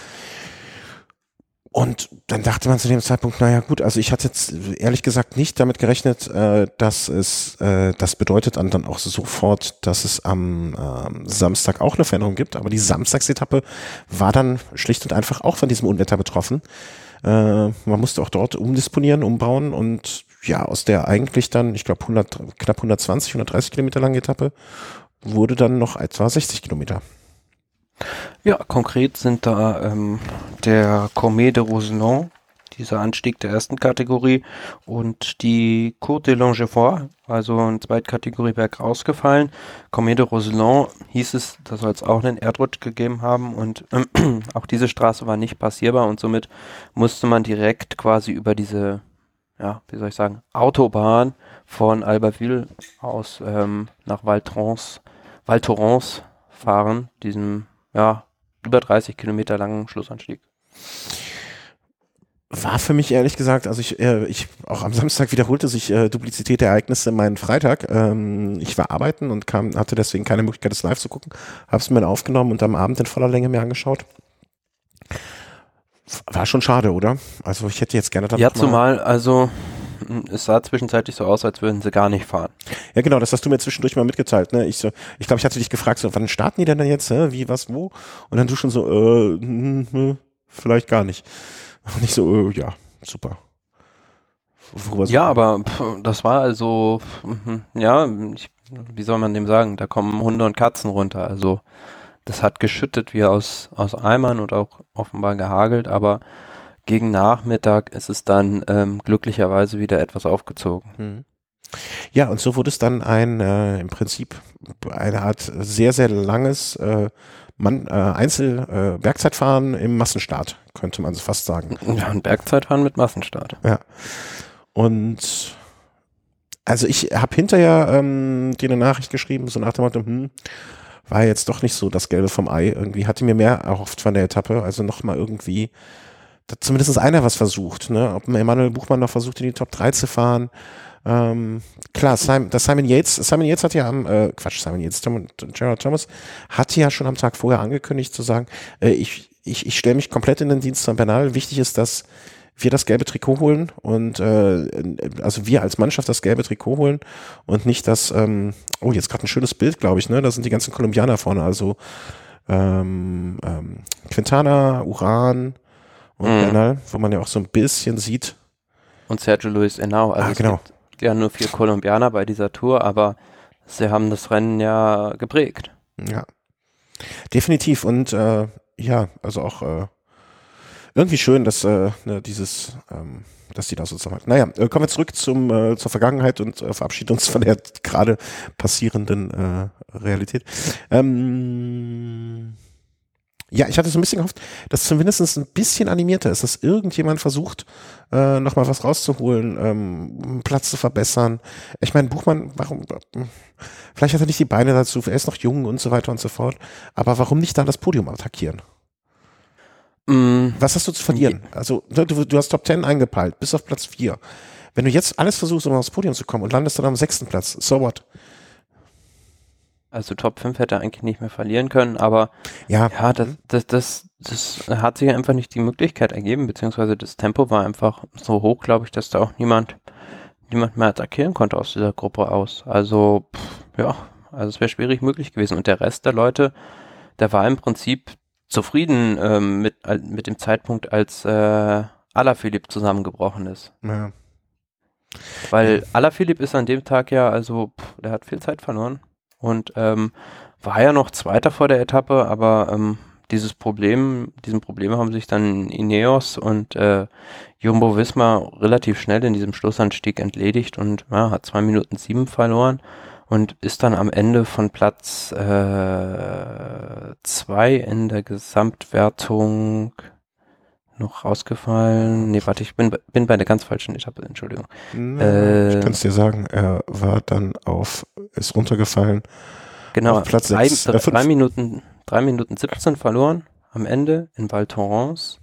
Und dann dachte man zu dem Zeitpunkt, naja gut, also ich hatte jetzt ehrlich gesagt nicht damit gerechnet, äh, dass es, äh, das bedeutet dann, dann auch sofort, dass es am äh, Samstag auch eine Veränderung gibt. Aber die Samstagsetappe war dann schlicht und einfach auch von diesem Unwetter betroffen. Äh, man musste auch dort umdisponieren, umbauen und ja, aus der eigentlich dann, ich glaube, knapp hundertzwanzig, hundertdreißig Kilometer lange Etappe wurde dann noch etwa sechzig Kilometer. Ja, konkret sind da ähm, der Comet de Roseland, dieser Anstieg der ersten Kategorie, und die Côte de Longevois, also in Zweitkategorie Berg rausgefallen. Comet de Roseland hieß es, da soll es auch einen Erdrutsch gegeben haben und äh, auch diese Straße war nicht passierbar und somit musste man direkt quasi über diese, ja, wie soll ich sagen, Autobahn von Albertville aus ähm, nach Val Thorens, Val Thorens fahren, diesem, ja, über dreißig Kilometer langen Schlussanstieg. War für mich ehrlich gesagt, also ich, äh, ich auch am Samstag wiederholte sich äh, Duplizität der Ereignisse meinen Freitag. Ähm, ich war arbeiten und kam, hatte deswegen keine Möglichkeit, das live zu gucken. Hab's mir dann aufgenommen und am Abend in voller Länge mir angeschaut. War schon schade, oder? Also ich hätte jetzt gerne dann Ja, noch mal zumal, also es sah zwischenzeitlich so aus, als würden sie gar nicht fahren. Ja, genau, das hast du mir zwischendurch mal mitgeteilt, ne? Ich so, ich glaube, ich hatte dich gefragt, so, wann starten die denn dann jetzt, hä? Wie, was, wo? Und dann du schon so, äh, hm, hm, vielleicht gar nicht. Und ich so, äh, ja, super. Worüber so- Ja, aber pff, das war also, mhm, ja, ich, wie soll man dem sagen, da kommen Hunde und Katzen runter, also das hat geschüttet wie aus, aus Eimern und auch offenbar gehagelt, aber gegen Nachmittag ist es dann ähm, glücklicherweise wieder etwas aufgezogen. Mhm. Ja, und so wurde es dann ein, äh, im Prinzip eine Art sehr, sehr langes äh, Man, äh, Einzel-, äh, Bergzeitfahren im Massenstart, könnte man fast sagen. Ja, ein Bergzeitfahren mit Massenstart. Ja. Und also ich habe hinterher ähm, dir eine Nachricht geschrieben, so nach dem Motto, hm, war jetzt doch nicht so das Gelbe vom Ei. Irgendwie hatte mir mehr erhofft von der Etappe, also nochmal irgendwie, da hat zumindest einer was versucht, ne? Ob Emanuel Buchmann noch versucht, in die Top drei zu fahren. Ähm, klar, Simon, das Simon Yates, Simon Yates hat ja am, äh, Quatsch, Simon Yates, Tom, Gerard Thomas hat ja schon am Tag vorher angekündigt zu sagen, äh, ich, ich, ich stelle mich komplett in den Dienst von Bernal. Wichtig ist, dass wir das gelbe Trikot holen und äh, also wir als Mannschaft das gelbe Trikot holen und nicht das, ähm, oh, jetzt gerade ein schönes Bild, glaube ich, ne? Da sind die ganzen Kolumbianer vorne, also ähm, ähm, Quintana, Uran und Mhm. Bernal, wo man ja auch so ein bisschen sieht. Und Sergio Luis Henao. Also Ah, genau. Es gibt ja nur vier Kolumbianer bei dieser Tour, aber sie haben das Rennen ja geprägt. Ja, definitiv und äh, ja, also auch äh, irgendwie schön, dass äh, ne, dieses, ähm, dass die da so zusammen. Naja, äh, kommen wir zurück zum äh, zur Vergangenheit und äh, verabschieden uns von der gerade passierenden äh, Realität. Ähm, ja, ich hatte so ein bisschen gehofft, dass zumindest ein bisschen animierter ist, dass irgendjemand versucht, äh, nochmal was rauszuholen, ähm, einen Platz zu verbessern. Ich meine, Buchmann, warum, vielleicht hat er nicht die Beine dazu, er ist noch jung und so weiter und so fort, aber warum nicht dann das Podium attackieren? Mm, Was hast du zu verlieren? Also, du, du hast Top Ten eingepeilt, bis auf Platz vier. Wenn du jetzt alles versuchst, um aufs Podium zu kommen und landest dann am sechsten Platz, so what? Also Top fünf hätte er eigentlich nicht mehr verlieren können, aber Ja, ja, das, das, das, das hat sich einfach nicht die Möglichkeit ergeben, beziehungsweise das Tempo war einfach so hoch, glaube ich, dass da auch niemand, niemand mehr attackieren konnte aus dieser Gruppe aus. Also, pff, ja, also es wäre schwierig möglich gewesen. Und der Rest der Leute, der war im Prinzip zufrieden ähm, mit, äh, mit dem Zeitpunkt, als äh, Alaphilippe zusammengebrochen ist. ja. Weil Alaphilippe ist an dem Tag ja, also, pff, der hat viel Zeit verloren. Und ähm, war ja noch Zweiter vor der Etappe, aber ähm, dieses Problem, diesem Problem haben sich dann Ineos und äh, Jumbo-Visma relativ schnell in diesem Schlussanstieg entledigt und ja, hat zwei Minuten sieben verloren und ist dann am Ende von Platz äh, zwei in der Gesamtwertung noch rausgefallen. Nee, warte, ich bin, bei- bin bei der ganz falschen Etappe, Entschuldigung. Na, Äh, ich kann es dir sagen, er war dann auf, ist runtergefallen. Genau, Auf Platz drei, sechs, drei, äh, fünf. drei Minuten, drei Minuten siebzehn verloren am Ende in Val Thorens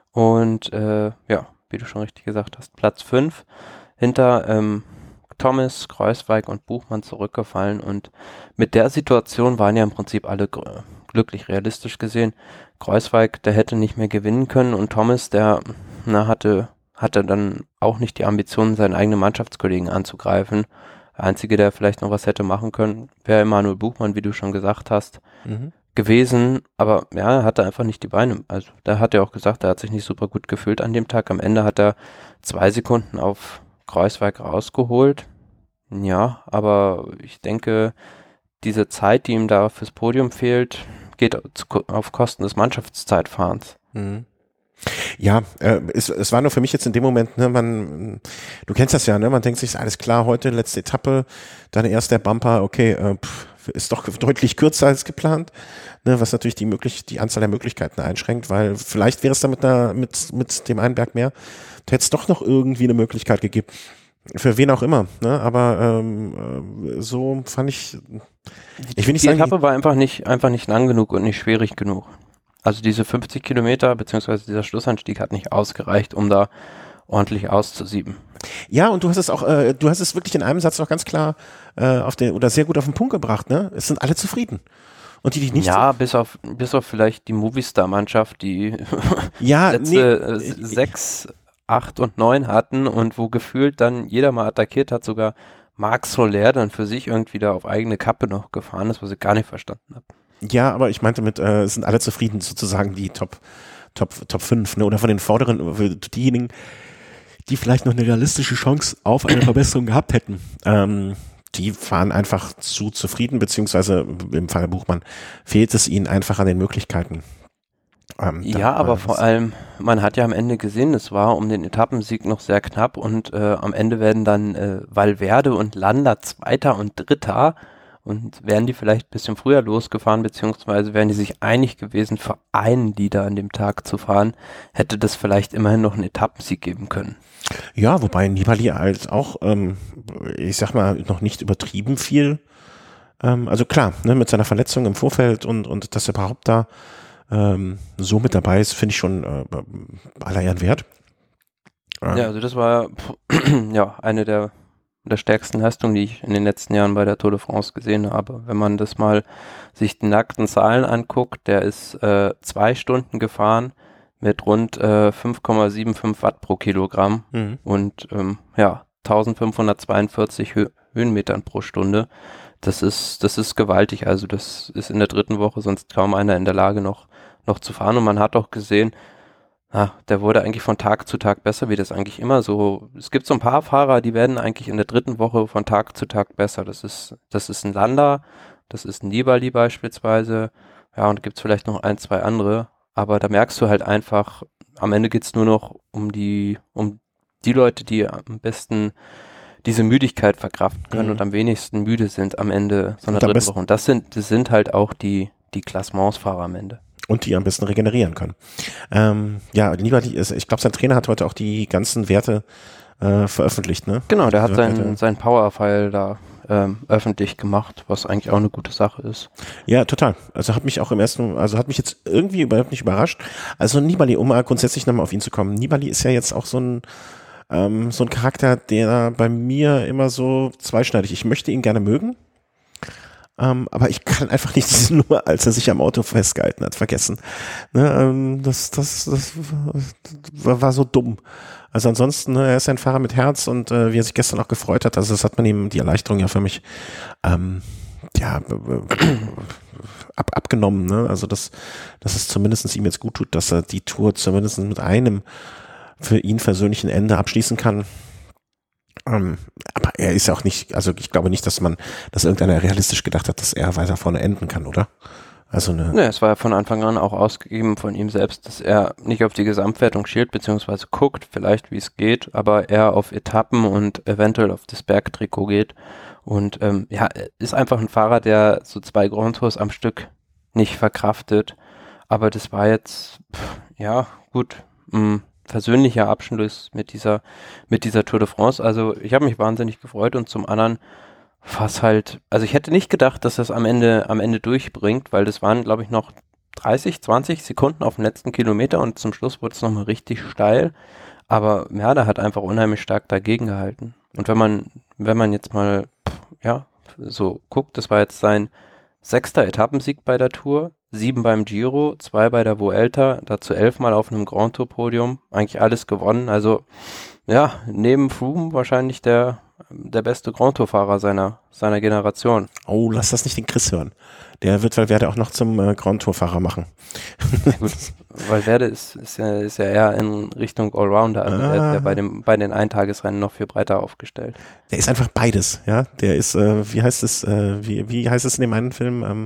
und äh, ja, wie du schon richtig gesagt hast, Platz fünf hinter ähm, Thomas, Kreuzweig und Buchmann zurückgefallen und mit der Situation waren ja im Prinzip alle gr- glücklich realistisch gesehen. Kreuzweig, der hätte nicht mehr gewinnen können und Thomas, der na, hatte, hatte dann auch nicht die Ambitionen, seinen eigenen Mannschaftskollegen anzugreifen. Der Einzige, der vielleicht noch was hätte machen können, wäre Emanuel Buchmann, wie du schon gesagt hast, Mhm. gewesen. Aber ja, er hatte einfach nicht die Beine. Also da hat er auch gesagt, er hat sich nicht super gut gefühlt an dem Tag. Am Ende hat er zwei Sekunden auf Kreuzweig rausgeholt. Ja, aber ich denke, diese Zeit, die ihm da fürs Podium fehlt, geht zu, auf Kosten des Mannschaftszeitfahrens. Mhm. Ja, äh, es, es war nur für mich jetzt in dem Moment, ne, man, du kennst das ja, ne, man denkt sich, alles klar, heute letzte Etappe, dann erst der Bumper, okay, äh, pff, ist doch deutlich kürzer als geplant, ne, was natürlich die möglich, die Anzahl der Möglichkeiten einschränkt, weil vielleicht wäre es da mit einer, mit, mit dem einen Berg mehr, da hätte es doch noch irgendwie eine Möglichkeit gegeben. Für wen auch immer, ne, aber ähm, äh, so fand ich, ich will nicht Die sagen, Etappe war einfach nicht, einfach nicht lang genug und nicht schwierig genug. Also diese fünfzig Kilometer, beziehungsweise dieser Schlussanstieg hat nicht ausgereicht, um da ordentlich auszusieben. ja, und du hast es auch, äh, du hast es wirklich in einem Satz noch ganz klar äh, auf den, oder sehr gut auf den Punkt gebracht, ne? Es sind alle zufrieden. Und die, die nicht Ja, bis auf, bis auf vielleicht die Movistar-Mannschaft, die ja, letzte nee, äh, sechs, acht und neun hatten und wo gefühlt dann jeder mal attackiert hat, sogar Marc Soler dann für sich irgendwie da auf eigene Kappe noch gefahren ist, was ich gar nicht verstanden habe. ja, aber ich meinte mit, äh, es sind alle zufrieden, sozusagen die Top, Top, Top fünf, ne? Oder von den vorderen, für diejenigen, die vielleicht noch eine realistische Chance auf eine Verbesserung gehabt hätten. Ähm, die waren einfach zu zufrieden, beziehungsweise im Fall Buchmann fehlt es ihnen einfach an den Möglichkeiten. Ähm, ja, aber vor allem, man hat ja am Ende gesehen, es war um den Etappensieg noch sehr knapp und äh, am Ende werden dann äh, Valverde und Landa Zweiter und Dritter und wären die vielleicht ein bisschen früher losgefahren, beziehungsweise wären die sich einig gewesen, für einen Leader an dem Tag zu fahren, hätte das vielleicht immerhin noch einen Etappensieg geben können. Ja, wobei Nibali halt auch, ähm, ich sag mal, noch nicht übertrieben viel, ähm, also klar, ne, mit seiner Verletzung im Vorfeld und, und dass er überhaupt da ähm, so mit dabei ist, finde ich schon äh, aller Ehren wert. Ähm. Ja, also das war ja eine der, der stärksten Leistungen, die ich in den letzten Jahren bei der Tour de France gesehen habe. Wenn man das mal sich die nackten Zahlen anguckt, der ist äh, zwei Stunden gefahren mit rund äh, fünf Komma fünfundsiebzig Watt pro Kilogramm mhm. und ähm, ja, eintausendfünfhundertzweiundvierzig Hö- Höhenmetern pro Stunde. Das ist, das ist gewaltig. Also das ist in der dritten Woche sonst kaum einer in der Lage noch, noch zu fahren. Und man hat auch gesehen, ah, der wurde eigentlich von Tag zu Tag besser, wie das eigentlich immer so. Es gibt so ein paar Fahrer, die werden eigentlich in der dritten Woche von Tag zu Tag besser. Das ist, das ist ein Landa, das ist ein Nibali beispielsweise. Ja, und gibt es vielleicht noch ein, zwei andere. Aber da merkst du halt einfach, am Ende geht's nur noch um die, um die Leute, die am besten diese Müdigkeit verkraften können mhm. und am wenigsten müde sind am Ende so einer dritten Woche. Und das sind, das sind halt auch die, die Klassementsfahrer am Ende. Und die am besten regenerieren können. Ähm, ja, lieber die, ich glaube, sein Trainer hat heute auch die ganzen Werte äh, veröffentlicht, ne? Genau, der hat seinen, seinen Power-File da ähm, öffentlich gemacht, was eigentlich auch eine gute Sache ist. Ja, total. Also hat mich auch im ersten, also hat mich jetzt irgendwie überhaupt nicht überrascht. Also Nibali, um mal grundsätzlich nochmal auf ihn zu kommen. Nibali ist ja jetzt auch so ein ähm, so ein Charakter, der bei mir immer so zweischneidig. Ich möchte ihn gerne mögen. Um, aber ich kann einfach nicht diese Nummer, als er sich am Auto festgehalten hat, vergessen. Ne, ähm, das, das, das war, war so dumm. Also ansonsten, ne, er ist ein Fahrer mit Herz und äh, wie er sich gestern auch gefreut hat, also das hat man ihm, die Erleichterung ja für mich ähm, ja, ab, abgenommen. Ne? Also dass, dass es zumindest ihm jetzt gut tut, dass er die Tour zumindest mit einem für ihn persönlichen Ende abschließen kann. Um, aber er ist ja auch nicht, also ich glaube nicht, dass man, dass irgendeiner realistisch gedacht hat, dass er weiter vorne enden kann, oder? Also eine. Ne, es war ja von Anfang an auch ausgegeben von ihm selbst, dass er nicht auf die Gesamtwertung schielt, beziehungsweise guckt, vielleicht wie es geht, aber er auf Etappen und eventuell auf das Bergtrikot geht. Und ähm, ja, ist einfach ein Fahrer, der so zwei Grand Tours am Stück nicht verkraftet. Aber das war jetzt, pff, ja, gut, mh. persönlicher Abschluss mit dieser mit dieser Tour de France. Also ich habe mich wahnsinnig gefreut und zum anderen was halt, also ich hätte nicht gedacht, dass das am Ende am Ende durchbringt, weil das waren, glaube ich, noch dreißig, zwanzig Sekunden auf dem letzten Kilometer und zum Schluss wurde es nochmal richtig steil. Aber Merda hat einfach unheimlich stark dagegen gehalten. Und wenn man wenn man jetzt mal ja so guckt, das war jetzt sein sechster Etappensieg bei der Tour. Sieben beim Giro, zwei bei der Vuelta, dazu elfmal auf einem Grand Tour Podium, eigentlich alles gewonnen. Also ja, neben Froome wahrscheinlich der der beste Grand Tour Fahrer seiner seiner Generation. Oh, lass das nicht den Chris hören. Der wird Valverde auch noch zum äh, Grand Tour Fahrer machen. Ja, gut, Valverde ist ist ja, ist ja eher in Richtung Allrounder, also ah. der ist ja bei dem bei den Eintagesrennen noch viel breiter aufgestellt. Der ist einfach beides, ja. Der ist, äh, wie heißt es, äh, wie wie heißt es in dem einen Film? Ähm,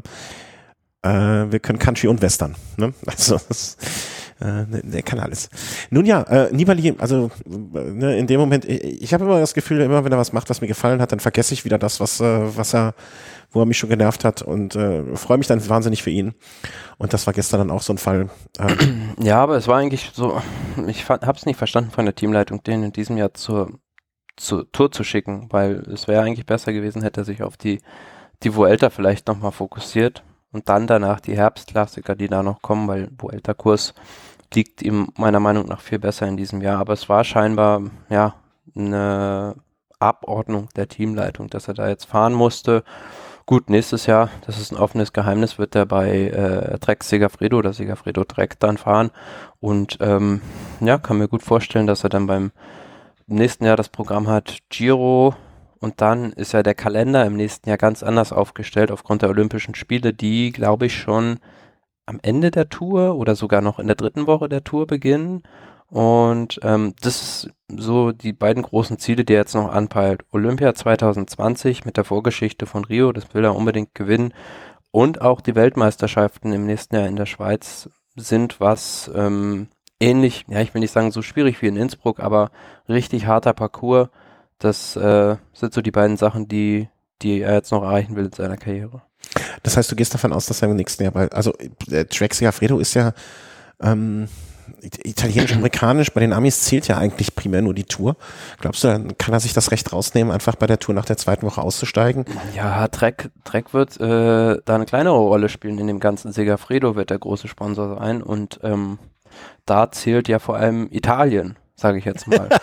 Äh, wir können Country und Western, ne? Also das, äh, der kann alles. Nun ja, äh, Nibali, also ne, in dem Moment, ich, ich habe immer das Gefühl, immer wenn er was macht, was mir gefallen hat, dann vergesse ich wieder das, was äh, was er, wo er mich schon genervt hat und äh, freue mich dann wahnsinnig für ihn. Und das war gestern dann auch so ein Fall. Ähm. Ja, aber es war eigentlich so, ich habe es nicht verstanden von der Teamleitung, den in diesem Jahr zur zur Tour zu schicken, weil es wäre eigentlich besser gewesen, hätte er sich auf die die Vuelta vielleicht nochmal fokussiert. Und dann danach die Herbstklassiker, die da noch kommen, weil Vuelta-Kurs liegt ihm meiner Meinung nach viel besser in diesem Jahr. Aber es war scheinbar, ja, eine Abordnung der Teamleitung, dass er da jetzt fahren musste. Gut, nächstes Jahr, das ist ein offenes Geheimnis, wird er bei äh, Trek Segafredo oder Segafredo Trek dann fahren. Und ähm, ja, kann mir gut vorstellen, dass er dann beim nächsten Jahr das Programm hat, Giro. Und dann ist ja der Kalender im nächsten Jahr ganz anders aufgestellt aufgrund der Olympischen Spiele, die, glaube ich, schon am Ende der Tour oder sogar noch in der dritten Woche der Tour beginnen. Und ähm, das ist so die beiden großen Ziele, die er jetzt noch anpeilt. Olympia zwanzig zwanzig mit der Vorgeschichte von Rio, das will er unbedingt gewinnen. Und auch die Weltmeisterschaften im nächsten Jahr in der Schweiz sind was ähm, ähnlich, ja, ich will nicht sagen so schwierig wie in Innsbruck, aber richtig harter Parcours. Das äh, sind so die beiden Sachen, die, die er jetzt noch erreichen will in seiner Karriere. Das heißt, du gehst davon aus, dass er im nächsten Jahr, weil, also der Trek Segafredo ist ja ähm, italienisch-amerikanisch, bei den Amis zählt ja eigentlich primär nur die Tour. Glaubst du, dann kann er sich das Recht rausnehmen, einfach bei der Tour nach der zweiten Woche auszusteigen? Ja, Trek, Trek wird äh, da eine kleinere Rolle spielen in dem ganzen. Segafredo wird der große Sponsor sein und ähm, da zählt ja vor allem Italien, sage ich jetzt mal.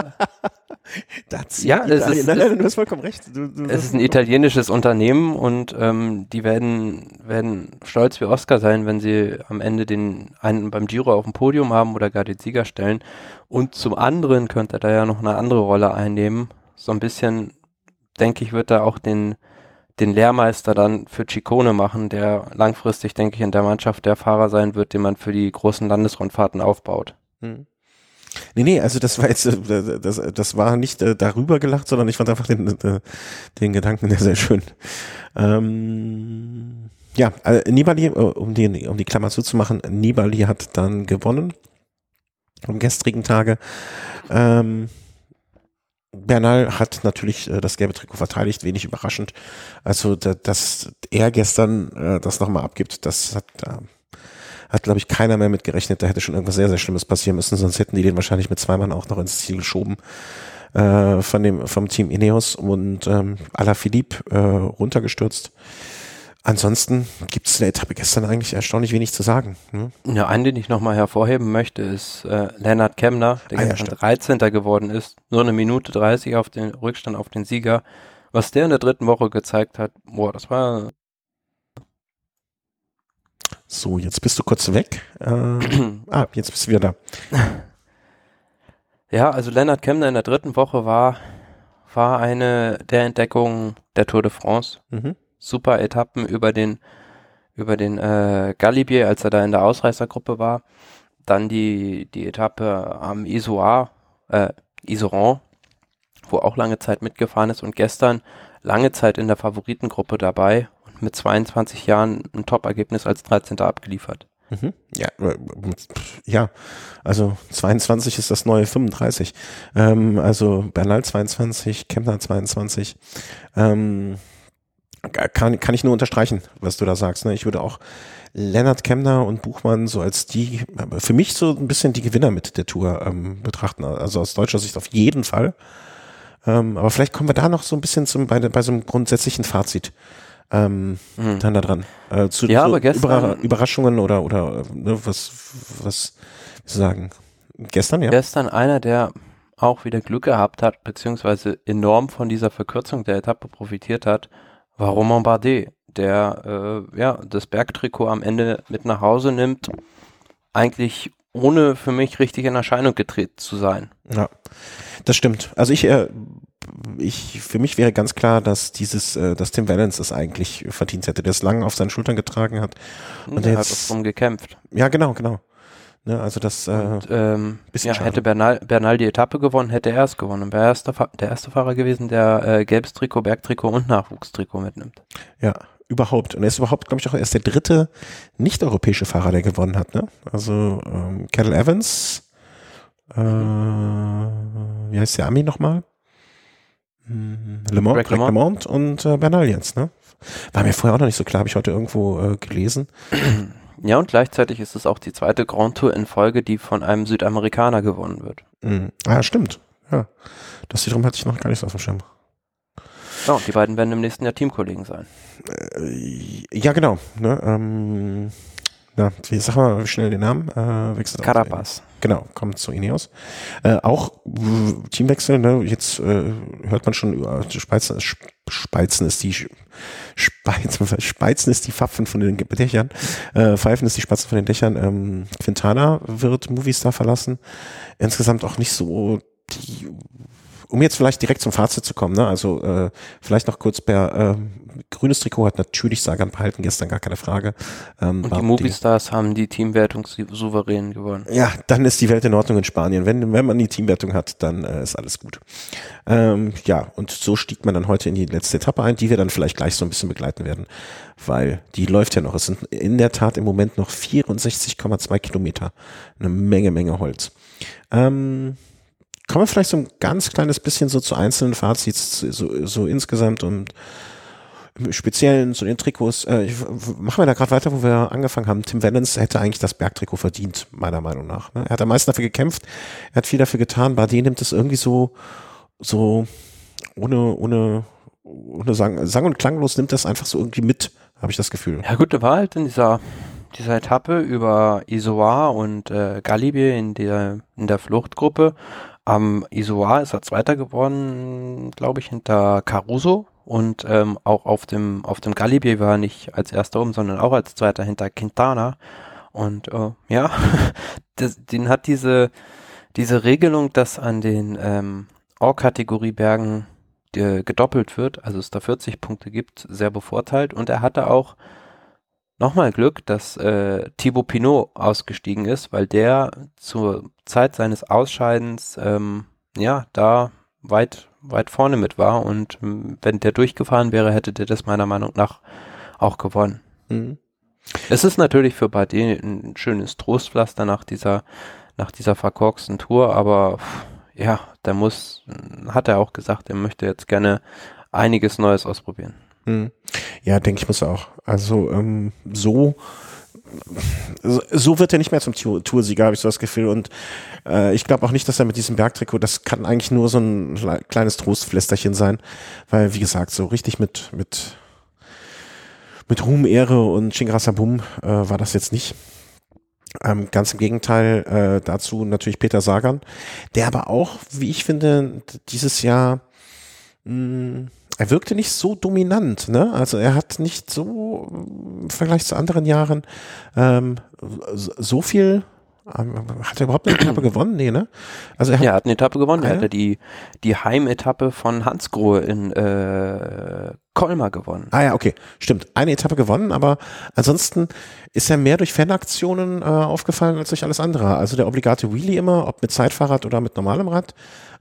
Das ja, es ist, nein, nein, du hast vollkommen recht. Du, du es ist ein italienisches Unternehmen und ähm, die werden, werden stolz wie Oscar sein, wenn sie am Ende den einen beim Giro auf dem Podium haben oder gar den Sieger stellen. Und zum anderen könnte er da ja noch eine andere Rolle einnehmen. So ein bisschen, denke ich, wird er auch den, den Lehrmeister dann für Ciccone machen, der langfristig, denke ich, in der Mannschaft der Fahrer sein wird, den man für die großen Landesrundfahrten aufbaut. Hm. Nee, nee, also das war jetzt, das, das war nicht äh, darüber gelacht, sondern ich fand einfach den, den, den Gedanken sehr, sehr schön. Ähm, ja, äh, Nibali, um die, um die Klammer zuzumachen, Nibali hat dann gewonnen am gestrigen Tage. Ähm, Bernal hat natürlich äh, das gelbe Trikot verteidigt, wenig überraschend. Also, da, dass er gestern äh, das nochmal abgibt, das hat äh, Hat, glaube ich, keiner mehr mit gerechnet. Da hätte schon irgendwas sehr, sehr Schlimmes passieren müssen, sonst hätten die den wahrscheinlich mit zwei Mann auch noch ins Ziel geschoben äh, von dem vom Team Ineos und ähm, Alaphilippe äh, runtergestürzt. Ansonsten gibt es in der Etappe gestern eigentlich erstaunlich wenig zu sagen. Ne? Ja, einen, den ich nochmal hervorheben möchte, ist äh, Lennart Kemner, der Ah, ja, gestern stimmt. dreizehnter geworden ist. Nur eine Minute dreißig auf den Rückstand auf den Sieger. Was der in der dritten Woche gezeigt hat, boah, das war... So, jetzt bist du kurz weg. Äh, ah, jetzt bist du wieder da. Ja, also Lennart Kemner in der dritten Woche war, war eine der Entdeckungen der Tour de France. Mhm. Super Etappen über den, über den äh, Galibier, als er da in der Ausreißergruppe war. Dann die, die Etappe am Isoar, äh, Iseran, wo auch lange Zeit mitgefahren ist und gestern lange Zeit in der Favoritengruppe dabei und mit zweiundzwanzig Jahren ein Top-Ergebnis als dreizehnter abgeliefert. Mhm. Ja, äh, ja, also zweiundzwanzig ist das neue fünfunddreißig. Ähm, also Bernal zweiundzwanzig, Kemner zweiundzwanzig. Ähm, kann, kann ich nur unterstreichen, was du da sagst. Ne? Ich würde auch Lennart Kemner und Buchmann so als die, für mich so ein bisschen die Gewinner mit der Tour ähm, betrachten. Also aus deutscher Sicht auf jeden Fall. Ähm, aber vielleicht kommen wir da noch so ein bisschen zum, bei, bei so einem grundsätzlichen Fazit. Ähm, mhm. Dann da dran. Äh, zu ja, so aber gestern, Über, Überraschungen oder, oder ne, was, was wie sagen. Gestern, ja? Gestern einer, der auch wieder Glück gehabt hat, beziehungsweise enorm von dieser Verkürzung der Etappe profitiert hat, war Romain Bardet, der äh, ja das Bergtrikot am Ende mit nach Hause nimmt, eigentlich ohne für mich richtig in Erscheinung getreten zu sein. Ja, das stimmt. Also ich, äh, ich, für mich wäre ganz klar, dass dieses, äh, dass Tim Wellens es eigentlich verdient hätte, der es lange auf seinen Schultern getragen hat. Und, und er hat auch drum gekämpft. Ja, genau, genau. Ne, also das, äh, und, ähm, bisschen ja, hätte Bernal, Bernal die Etappe gewonnen, hätte er es gewonnen. Und wäre er der, der erste Fahrer gewesen, der äh, gelbes Trikot, Bergtrikot und Nachwuchstrikot mitnimmt. Ja, überhaupt. Und er ist überhaupt, glaube ich, auch erst der dritte nicht-europäische Fahrer, der gewonnen hat. Ne? Also ähm, Cadel Evans, äh, wie heißt der Ami nochmal? Hm, Le Mans, Le Mans und äh, Bernal jetzt. Ne? War mir vorher auch noch nicht so klar, habe ich heute irgendwo äh, gelesen. Ja, und gleichzeitig ist es auch die zweite Grand Tour in Folge, die von einem Südamerikaner gewonnen wird. Mhm. Ah, stimmt. Ja, das wiederum hatte ich noch gar nicht so auf dem Schirm. Ja, und die beiden werden im nächsten Jahr Teamkollegen sein. Äh, ja, genau. Ne, ähm, na, wie, sag mal schnell den Namen. Äh, wechselt Carapaz. Genau, kommt zu Ineos. Äh, auch äh, Teamwechsel, ne? Jetzt äh, hört man schon über Speizen, Speizen ist die Speizen, Speizen ist die Pfapfen von den Dächern. Äh, Pfeifen ist die Spatzen von den Dächern. Ähm, Quintana wird Movistar verlassen. Insgesamt auch nicht so die um jetzt vielleicht direkt zum Fazit zu kommen, ne? Also äh, vielleicht noch kurz per äh, grünes Trikot hat natürlich Sagan behalten, gestern gar keine Frage. Ähm, und die Movistars die, haben die Teamwertung souverän gewonnen. Ja, dann ist die Welt in Ordnung in Spanien. Wenn, wenn man die Teamwertung hat, dann äh, ist alles gut. Ähm, ja, und so stieg man dann heute in die letzte Etappe ein, die wir dann vielleicht gleich so ein bisschen begleiten werden, weil die läuft ja noch. Es sind in der Tat im Moment noch vierundsechzig Komma zwei Kilometer. Eine Menge, Menge Holz. Ähm, Kommen wir vielleicht so ein ganz kleines bisschen so zu einzelnen Fazits, so, so insgesamt und im Speziellen zu den Trikots. Äh, machen wir da gerade weiter, wo wir angefangen haben. Tim Wellens hätte eigentlich das Bergtrikot verdient, meiner Meinung nach. Ne? Er hat am meisten dafür gekämpft, er hat viel dafür getan. Bardet nimmt es irgendwie so, so ohne, ohne, ohne sang, sang und klanglos nimmt das einfach so irgendwie mit, habe ich das Gefühl. Ja gut, der war halt in dieser dieser Etappe über Izoard und äh, Galibier in der in der Fluchtgruppe. Am Izoard ist er Zweiter geworden, glaube ich, hinter Caruso und ähm, auch auf dem auf dem Galibier war er nicht als Erster um, sondern auch als Zweiter hinter Quintana und äh, ja, das, den hat diese diese Regelung, dass an den ähm, Or-Kategorie-Bergen äh, gedoppelt wird, also es da vierzig Punkte gibt, sehr bevorteilt und er hatte auch nochmal Glück, dass äh, Thibaut Pinot ausgestiegen ist, weil der zur Zeit seines Ausscheidens ähm, ja da weit weit vorne mit war und ähm, wenn der durchgefahren wäre, hätte der das meiner Meinung nach auch gewonnen. Mhm. Es ist natürlich für Bardet ein schönes Trostpflaster nach dieser nach dieser verkorksten Tour, aber ja, der muss, hat er auch gesagt, er möchte jetzt gerne einiges Neues ausprobieren. Ja, denke ich, muss er auch. Also ähm, so so wird er nicht mehr zum Toursieger, habe ich so das Gefühl. Und äh, ich glaube auch nicht, dass er mit diesem Bergtrikot, das kann eigentlich nur so ein kleines Trostflästerchen sein, weil, wie gesagt, so richtig mit mit mit Ruhm, Ehre und Chingrasabum äh, war das jetzt nicht. Ähm, ganz im Gegenteil, äh, dazu natürlich Peter Sagan, der aber auch, wie ich finde, dieses Jahr mh, er wirkte nicht so dominant, ne? Also er hat nicht so im Vergleich zu anderen Jahren ähm, so viel. Ähm, hat er überhaupt eine Etappe gewonnen? Nee, ne? Also er hat, ja, er hat eine Etappe gewonnen. Er hatte die die Heimetappe von Hansgrohe in äh, Colmar gewonnen. Ah ja, okay, stimmt. Eine Etappe gewonnen, aber ansonsten ist er mehr durch Fanaktionen äh, aufgefallen als durch alles andere. Also der obligate Wheelie immer, ob mit Zeitfahrrad oder mit normalem Rad.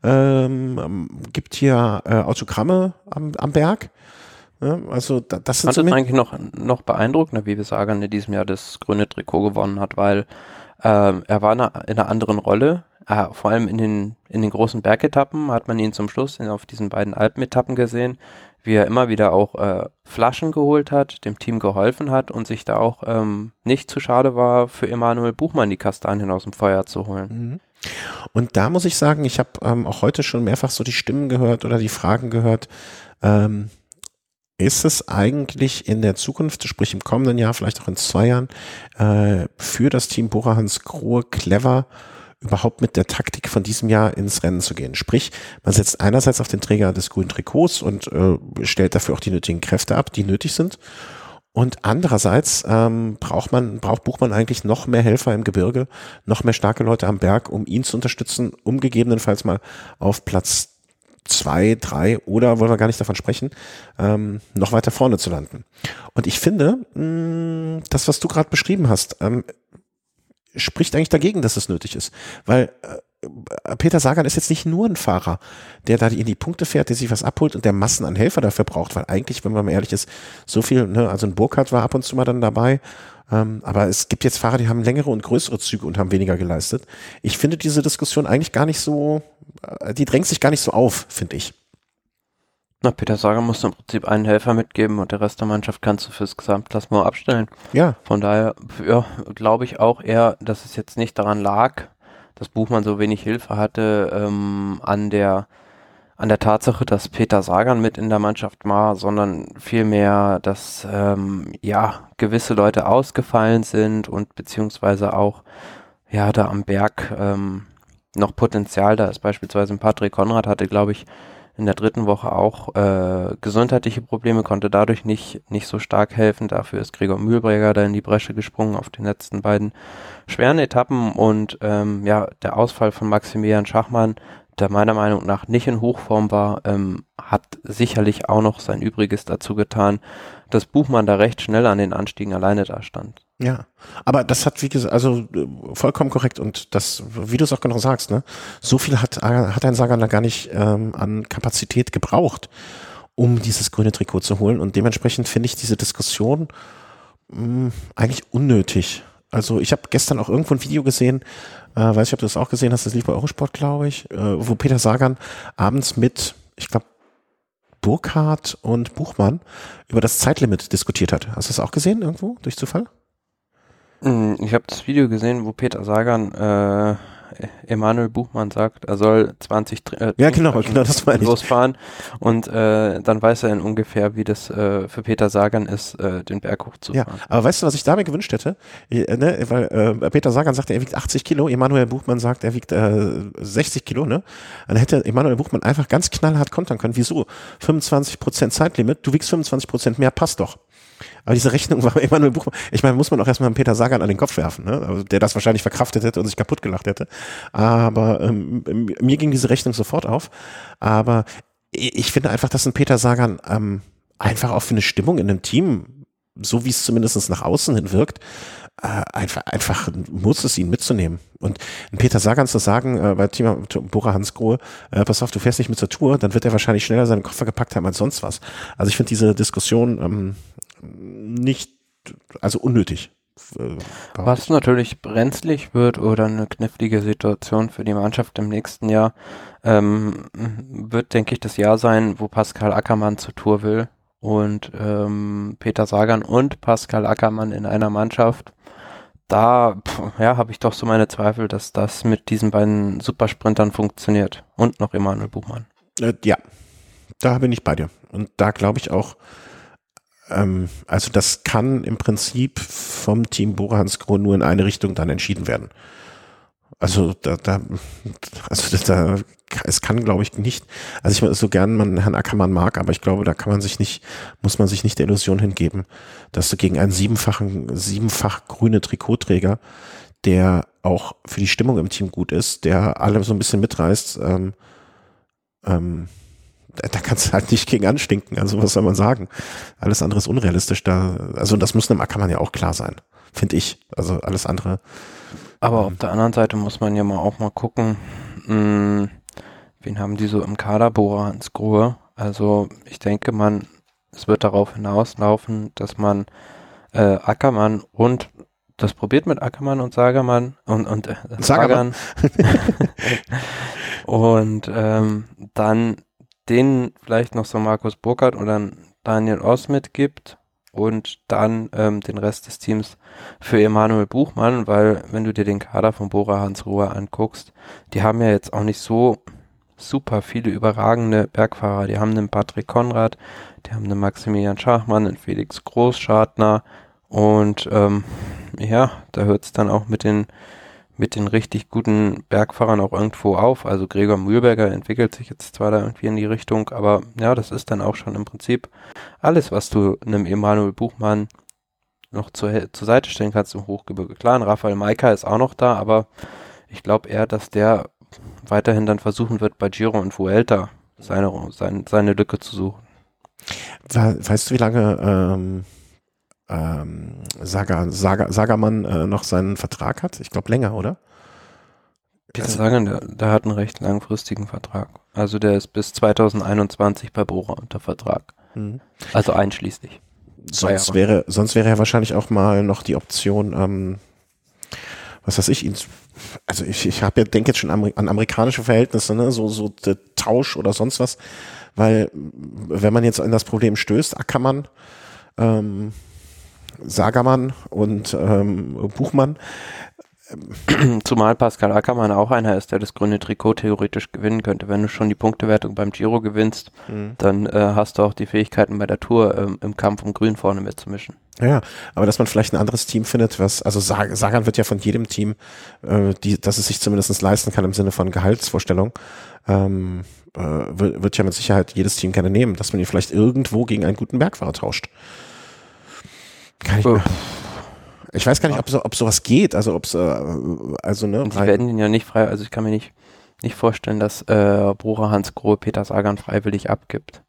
Ähm, gibt hier äh, Autogramme am, am Berg. Ja, also da, das sind so. Ich fand es eigentlich noch, noch beeindruckender, wie wir sagen, in diesem Jahr das grüne Trikot gewonnen hat, weil ähm, er war in einer, in einer anderen Rolle. Äh, vor allem in den, in den großen Bergetappen hat man ihn zum Schluss in, auf diesen beiden Alpenetappen gesehen, wie er immer wieder auch äh, Flaschen geholt hat, dem Team geholfen hat und sich da auch ähm, nicht zu schade war, für Emanuel Buchmann die Kastanien aus dem Feuer zu holen. Mhm. Und da muss ich sagen, ich habe ähm, auch heute schon mehrfach so die Stimmen gehört oder die Fragen gehört, ähm, ist es eigentlich in der Zukunft, sprich im kommenden Jahr, vielleicht auch in zwei Jahren, äh, für das Team Bora Hansgrohe clever, überhaupt mit der Taktik von diesem Jahr ins Rennen zu gehen? Sprich, man setzt einerseits auf den Träger des grünen Trikots und äh, stellt dafür auch die nötigen Kräfte ab, die nötig sind. Und andererseits ähm, braucht man, braucht Buchmann eigentlich noch mehr Helfer im Gebirge, noch mehr starke Leute am Berg, um ihn zu unterstützen, um gegebenenfalls mal auf Platz zwei, drei oder, wollen wir gar nicht davon sprechen, ähm, noch weiter vorne zu landen. Und ich finde, mh, das, was du gerade beschrieben hast, ähm, spricht eigentlich dagegen, dass es nötig ist. Weil äh, Peter Sagan ist jetzt nicht nur ein Fahrer, der da in die Punkte fährt, der sich was abholt und der Massen an Helfer dafür braucht, weil eigentlich, wenn man mal ehrlich ist, so viel, ne, also ein Burkhardt war ab und zu mal dann dabei, ähm, aber es gibt jetzt Fahrer, die haben längere und größere Züge und haben weniger geleistet. Ich finde diese Diskussion eigentlich gar nicht so, äh, die drängt sich gar nicht so auf, finde ich. Na, Peter Sagan muss im Prinzip einen Helfer mitgeben und der Rest der Mannschaft kannst du fürs Gesamtklassement abstellen. Ja. Von daher, ja, glaube ich auch eher, dass es jetzt nicht daran lag, dass Buchmann so wenig Hilfe hatte, ähm, an der an der Tatsache, dass Peter Sagan mit in der Mannschaft war, sondern vielmehr, dass ähm, ja gewisse Leute ausgefallen sind und beziehungsweise auch ja da am Berg ähm, noch Potenzial da ist. Beispielsweise Patrick Konrad hatte, glaube ich, in der dritten Woche auch äh, gesundheitliche Probleme, konnte dadurch nicht nicht so stark helfen. Dafür ist Gregor Mühlbreger da in die Bresche gesprungen auf den letzten beiden schweren Etappen und ähm, ja, der Ausfall von Maximilian Schachmann, der meiner Meinung nach nicht in Hochform war, ähm, hat sicherlich auch noch sein Übriges dazu getan, dass Buchmann da recht schnell an den Anstiegen alleine da stand. Ja, aber das hat, wie gesagt, also äh, vollkommen korrekt und das, wie du es auch genau sagst, ne, so viel hat, hat ein Sagan da gar nicht ähm, an Kapazität gebraucht, um dieses grüne Trikot zu holen und dementsprechend finde ich diese Diskussion mh, eigentlich unnötig. Also ich habe gestern auch irgendwo ein Video gesehen, äh, weiß nicht, ob du das auch gesehen hast, das lief bei Eurosport, glaube ich, äh, wo Peter Sagan abends mit, ich glaube, Burkhardt und Buchmann über das Zeitlimit diskutiert hat. Hast du das auch gesehen irgendwo, durch Zufall? Ich habe das Video gesehen, wo Peter Sagan äh, Emanuel Buchmann sagt, er soll zwanzig äh, ja, genau, genau, das meine ich. losfahren und äh, dann weiß er in ungefähr, wie das äh, für Peter Sagan ist, äh, den Berg hochzufahren. Ja, aber weißt du, was ich damit gewünscht hätte? Äh, ne, weil äh, Peter Sagan sagt, er wiegt achtzig Kilo, Emanuel Buchmann sagt, er wiegt äh, sechzig Kilo, ne? Dann hätte Emanuel Buchmann einfach ganz knallhart kontern können. Wieso? fünfundzwanzig Prozent Zeitlimit, du wiegst fünfundzwanzig Prozent mehr, passt doch. Aber diese Rechnung war Emanuel Buchmann, ich meine, muss man auch erstmal Peter Sagan an den Kopf werfen, ne? Also, der das wahrscheinlich verkraftet hätte und sich kaputt gelacht hätte. Aber ähm, mir ging diese Rechnung sofort auf. Aber ich finde einfach, dass ein Peter Sagan ähm, einfach auch für eine Stimmung in einem Team, so wie es zumindest nach außen hin wirkt, äh, einfach, einfach muss es ihn mitzunehmen. Und ein Peter Sagan zu sagen, äh, bei Thema Bora Hansgrohe, äh, pass auf, du fährst nicht mit zur Tour, dann wird er wahrscheinlich schneller seinen Koffer gepackt haben als sonst was. Also ich finde diese Diskussion ähm, nicht, also unnötig. Was natürlich brenzlig wird oder eine knifflige Situation für die Mannschaft im nächsten Jahr, ähm, wird, denke ich, das Jahr sein, wo Pascal Ackermann zur Tour will und ähm, Peter Sagan und Pascal Ackermann in einer Mannschaft. Da pff, ja, habe ich doch so meine Zweifel, dass das mit diesen beiden Supersprintern funktioniert und noch Emanuel Buchmann. Äh, ja, da bin ich bei dir. Und da glaube ich auch, ähm, also das kann im Prinzip vom Team Bora Hansgrohe nur in eine Richtung dann entschieden werden. Also da, da also da, es kann, glaube ich, nicht, also ich so gern man Herrn Ackermann mag, aber ich glaube, da kann man sich nicht, muss man sich nicht der Illusion hingeben, dass du gegen einen siebenfachen, siebenfach grüne Trikotträger, der auch für die Stimmung im Team gut ist, der alle so ein bisschen mitreißt, ähm, ähm, da kannst du halt nicht gegen anstinken. Also was soll man sagen? Alles andere ist unrealistisch. Da, also das muss einem Ackermann ja auch klar sein, finde ich. Also alles andere. Aber ähm, auf der anderen Seite muss man ja mal auch mal gucken, mh, wen haben die so im Kader? Bora Hansgrohe. Also ich denke, man, es wird darauf hinauslaufen, dass man äh, Ackermann und das probiert mit Ackermann und Sagermann und, und äh, Sagan und ähm, dann den vielleicht noch so Markus Burkhardt oder Daniel Oss mitgibt und dann ähm, den Rest des Teams für Emanuel Buchmann, weil wenn du dir den Kader von Bora Hansgrohe anguckst, die haben ja jetzt auch nicht so super viele überragende Bergfahrer. Die haben einen Patrick Konrad, die haben einen Maximilian Schachmann, einen Felix Großschartner und ähm, ja, da hört es dann auch mit den mit den richtig guten Bergfahrern auch irgendwo auf. Also Gregor Mühlberger entwickelt sich jetzt zwar da irgendwie in die Richtung, aber ja, das ist dann auch schon im Prinzip alles, was du einem Emanuel Buchmann noch zur, zur Seite stellen kannst im Hochgebirge. Klar, ein Raphael Maika ist auch noch da, aber ich glaube eher, dass der weiterhin dann versuchen wird, bei Giro und Vuelta seine, seine, seine Lücke zu suchen. Weißt du, wie lange ähm Ähm, Saga, Saga, Sagermann äh, noch seinen Vertrag hat? Ich glaube länger, oder? Peter Sagan, der, der hat einen recht langfristigen Vertrag. Also der ist bis zweitausendeinundzwanzig bei Bora unter Vertrag. Mhm. Also einschließlich. Sonst wäre, sonst wäre ja wahrscheinlich auch mal noch die Option, ähm, was weiß ich, ihn, also ich, ich habe ja, denke jetzt schon an, an amerikanische Verhältnisse, ne, so, so der Tausch oder sonst was, weil wenn man jetzt an das Problem stößt, Ackermann, ähm, Sagermann und ähm, Buchmann. Zumal Pascal Ackermann auch einer ist, der das grüne Trikot theoretisch gewinnen könnte. Wenn du schon die Punktewertung beim Giro gewinnst, mhm. dann äh, hast du auch die Fähigkeiten bei der Tour ähm, im Kampf um Grün vorne mitzumischen. Ja, aber dass man vielleicht ein anderes Team findet, was, also Sag, Sagan wird ja von jedem Team, äh, die, dass es sich zumindest leisten kann im Sinne von Gehaltsvorstellung, ähm, äh, wird, wird ja mit Sicherheit jedes Team gerne nehmen, dass man ihn vielleicht irgendwo gegen einen guten Bergfahrer tauscht. Kann ich, oh. ich weiß gar nicht, ob, so, ob sowas geht, also ob es, äh, also ne. Die werden ihn ja nicht frei, also ich kann mir nicht, nicht vorstellen, dass äh, Bora Hansgrohe Peter Sagan freiwillig abgibt.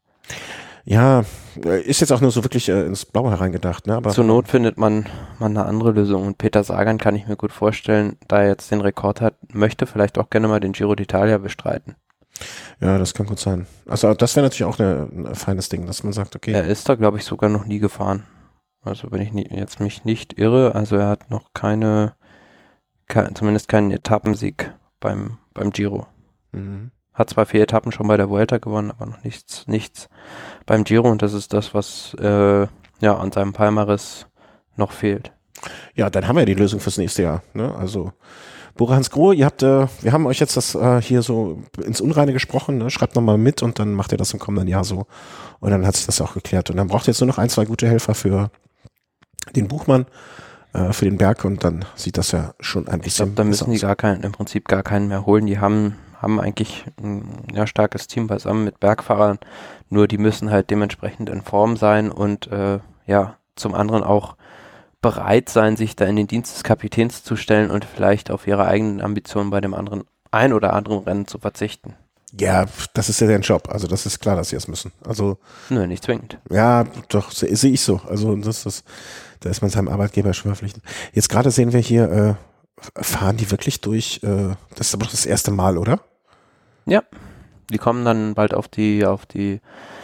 Ja, ist jetzt auch nur so wirklich äh, ins Blaue hereingedacht, ne? Aber zur Not findet man, man eine andere Lösung. Und Peter Sagan kann ich mir gut vorstellen, da er jetzt den Rekord hat, möchte vielleicht auch gerne mal den Giro d'Italia bestreiten. Ja, das kann gut sein. Also das wäre natürlich auch eine, ein feines Ding, dass man sagt, okay. Er ist da, glaube ich, sogar noch nie gefahren. Also wenn ich nie, jetzt mich nicht irre, also er hat noch keine, kein, zumindest keinen Etappensieg beim, beim Giro. Mhm. Hat zwar vier Etappen schon bei der Vuelta gewonnen, aber noch nichts, nichts beim Giro, und das ist das, was äh, ja an seinem Palmares noch fehlt. Ja, dann haben wir ja die Lösung fürs nächste Jahr. Ne? Also Bora Hansgrohe, ihr habt, äh, wir haben euch jetzt das äh, hier so ins Unreine gesprochen, ne? Schreibt nochmal mit und dann macht ihr das im kommenden Jahr so. Und dann hat sich das auch geklärt. Und dann braucht ihr jetzt nur noch ein, zwei gute Helfer für den Buchmann, äh, für den Berg, und dann sieht das ja schon ein bisschen Ich glaube, da müssen die aus. gar keinen, im Prinzip gar keinen mehr holen. Die haben, haben eigentlich ein ja, starkes Team beisammen mit Bergfahrern, nur die müssen halt dementsprechend in Form sein und äh, ja, zum anderen auch bereit sein, sich da in den Dienst des Kapitäns zu stellen und vielleicht auf ihre eigenen Ambitionen bei dem anderen ein oder anderen Rennen zu verzichten. Ja, das ist ja deren Job. Also das ist klar, dass sie es müssen. Also Nö, nicht zwingend. ja, doch, sehe seh ich so. Also das ist, da ist man seinem Arbeitgeber schon verpflichtet. Jetzt gerade sehen wir hier, äh, fahren die wirklich durch, äh, das ist aber doch das erste Mal, oder? Ja, die kommen dann bald auf die auf die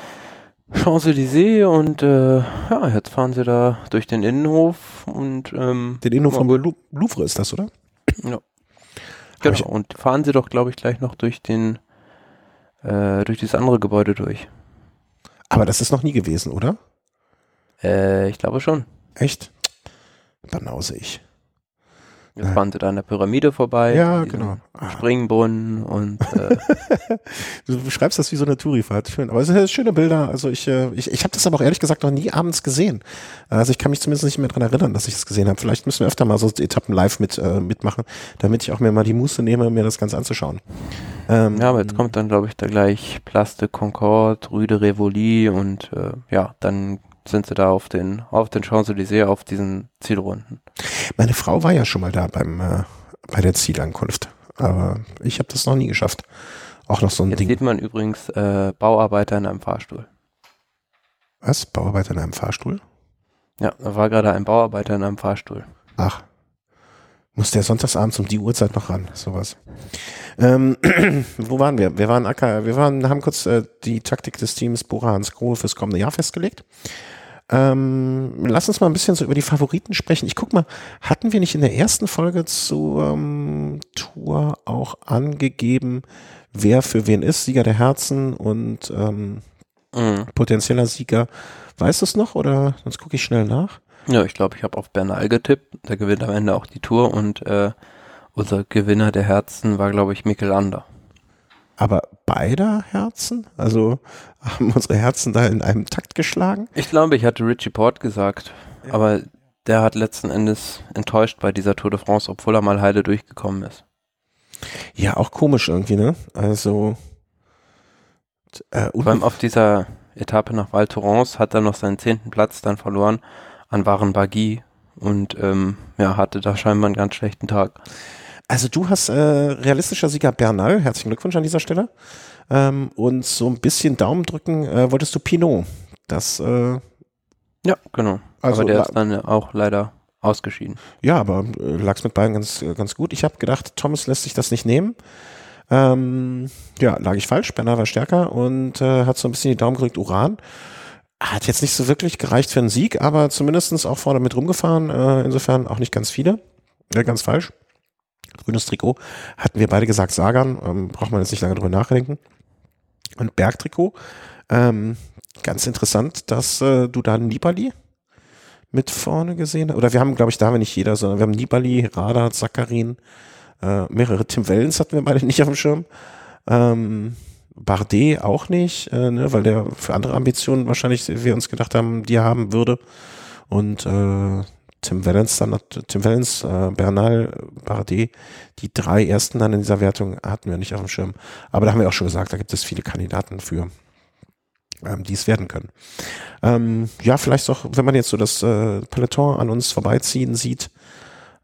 Champs-Élysées und äh, ja, jetzt fahren sie da durch den Innenhof und ähm, Den Innenhof vom Lou- Louvre ist das, oder? ja. Hab Genau, ich- und fahren sie doch, glaube ich, gleich noch durch den äh, durch dieses andere Gebäude durch. Aber das ist noch nie gewesen, oder? Äh, ich glaube schon. Echt? Banause ich. Jetzt Ja. fahren sie da an der Pyramide vorbei. Ja, diesem genau. Ah. Springbrunnen und äh, Du beschreibst das wie so eine Tourifahrt. Schön. Aber es sind schöne Bilder. Also ich, äh, ich, ich habe das aber auch ehrlich gesagt noch nie abends gesehen. Also ich kann mich zumindest nicht mehr daran erinnern, dass ich es gesehen habe. Vielleicht müssen wir öfter mal so Etappen live mit äh, mitmachen, damit ich auch mir mal die Muße nehme, mir das Ganze anzuschauen. Ähm, ja, aber jetzt kommt dann, glaube ich, da gleich Place de Concorde, Rue de Rivoli und äh, ja, dann sind sie da auf den auf den Champs-Élysées auf diesen Zielrunden. Meine Frau war ja schon mal da beim äh, bei der Zielankunft. Aber ich habe das noch nie geschafft. Auch noch so ein Jetzt Ding. sieht man übrigens äh, Bauarbeiter in einem Fahrstuhl. Was? Bauarbeiter in einem Fahrstuhl? Ja, da war gerade ein Bauarbeiter in einem Fahrstuhl. Ach. Muss der sonntagsabends um die Uhrzeit noch ran, sowas. Ähm, wo waren wir? Wir waren, Acker, wir waren, haben kurz äh, die Taktik des Teams Bora Hansgrohe fürs kommende Jahr festgelegt. Ähm, lass uns mal ein bisschen so über die Favoriten sprechen. Ich guck mal, hatten wir nicht in der ersten Folge zur ähm, Tour auch angegeben, wer für wen ist, Sieger der Herzen und ähm, Mhm. potenzieller Sieger? Weißt du es noch oder sonst gucke ich schnell nach? Ja, ich glaube, ich habe auf Bernal getippt. Der gewinnt am Ende auch die Tour und äh, unser Gewinner der Herzen war, glaube ich, Mikel Landa. Aber beider Herzen? Also haben unsere Herzen da in einem Takt geschlagen? Ich glaube, ich hatte Richie Port gesagt, Ja. aber der hat letzten Endes enttäuscht bei dieser Tour de France, obwohl er mal heile durchgekommen ist. Ja, auch komisch irgendwie, ne? Also äh, Vor allem auf dieser Etappe nach Val Thorens hat er noch seinen zehnten Platz dann verloren an Warren Barguil und ähm, ja, hatte da scheinbar einen ganz schlechten Tag. Also du hast äh, realistischer Sieger Bernal, herzlichen Glückwunsch an dieser Stelle. Ähm, und so ein bisschen Daumen drücken äh, wolltest du Pinot. Das, äh, Ja, genau. Also aber der la- ist dann auch leider ausgeschieden. ja, aber äh, lag's mit beiden ganz, äh, ganz gut. Ich habe gedacht, Thomas lässt sich das nicht nehmen. Ähm, ja, lag ich falsch. Bernal war stärker und äh, hat so ein bisschen die Daumen gerückt. Uran hat jetzt nicht so wirklich gereicht für einen Sieg, aber zumindestens auch vorne mit rumgefahren. Äh, insofern auch nicht ganz viele. Ja, ganz falsch. Grünes Trikot. Hatten wir beide gesagt, Sagan. Ähm, braucht man jetzt nicht lange drüber nachdenken. Und Bergtrikot. Ähm, ganz interessant, dass äh, du da Nibali mit vorne gesehen hast. Oder wir haben, glaube ich, da haben wir nicht jeder, sondern wir haben Nibali, Radar, Zakarin, äh, mehrere. Tim Wellens hatten wir beide nicht auf dem Schirm. Ähm, Bardet auch nicht, äh, ne, weil der für andere Ambitionen wahrscheinlich wir uns gedacht haben, die er haben würde. Und äh, Tim Wellens dann, noch- Tim Wellens, äh, Bernal, Bardet, die drei ersten dann in dieser Wertung hatten wir nicht auf dem Schirm. Aber da haben wir auch schon gesagt, da gibt es viele Kandidaten für, ähm, die es werden können. Ähm, ja, vielleicht auch, wenn man jetzt so das äh, Peloton an uns vorbeiziehen sieht,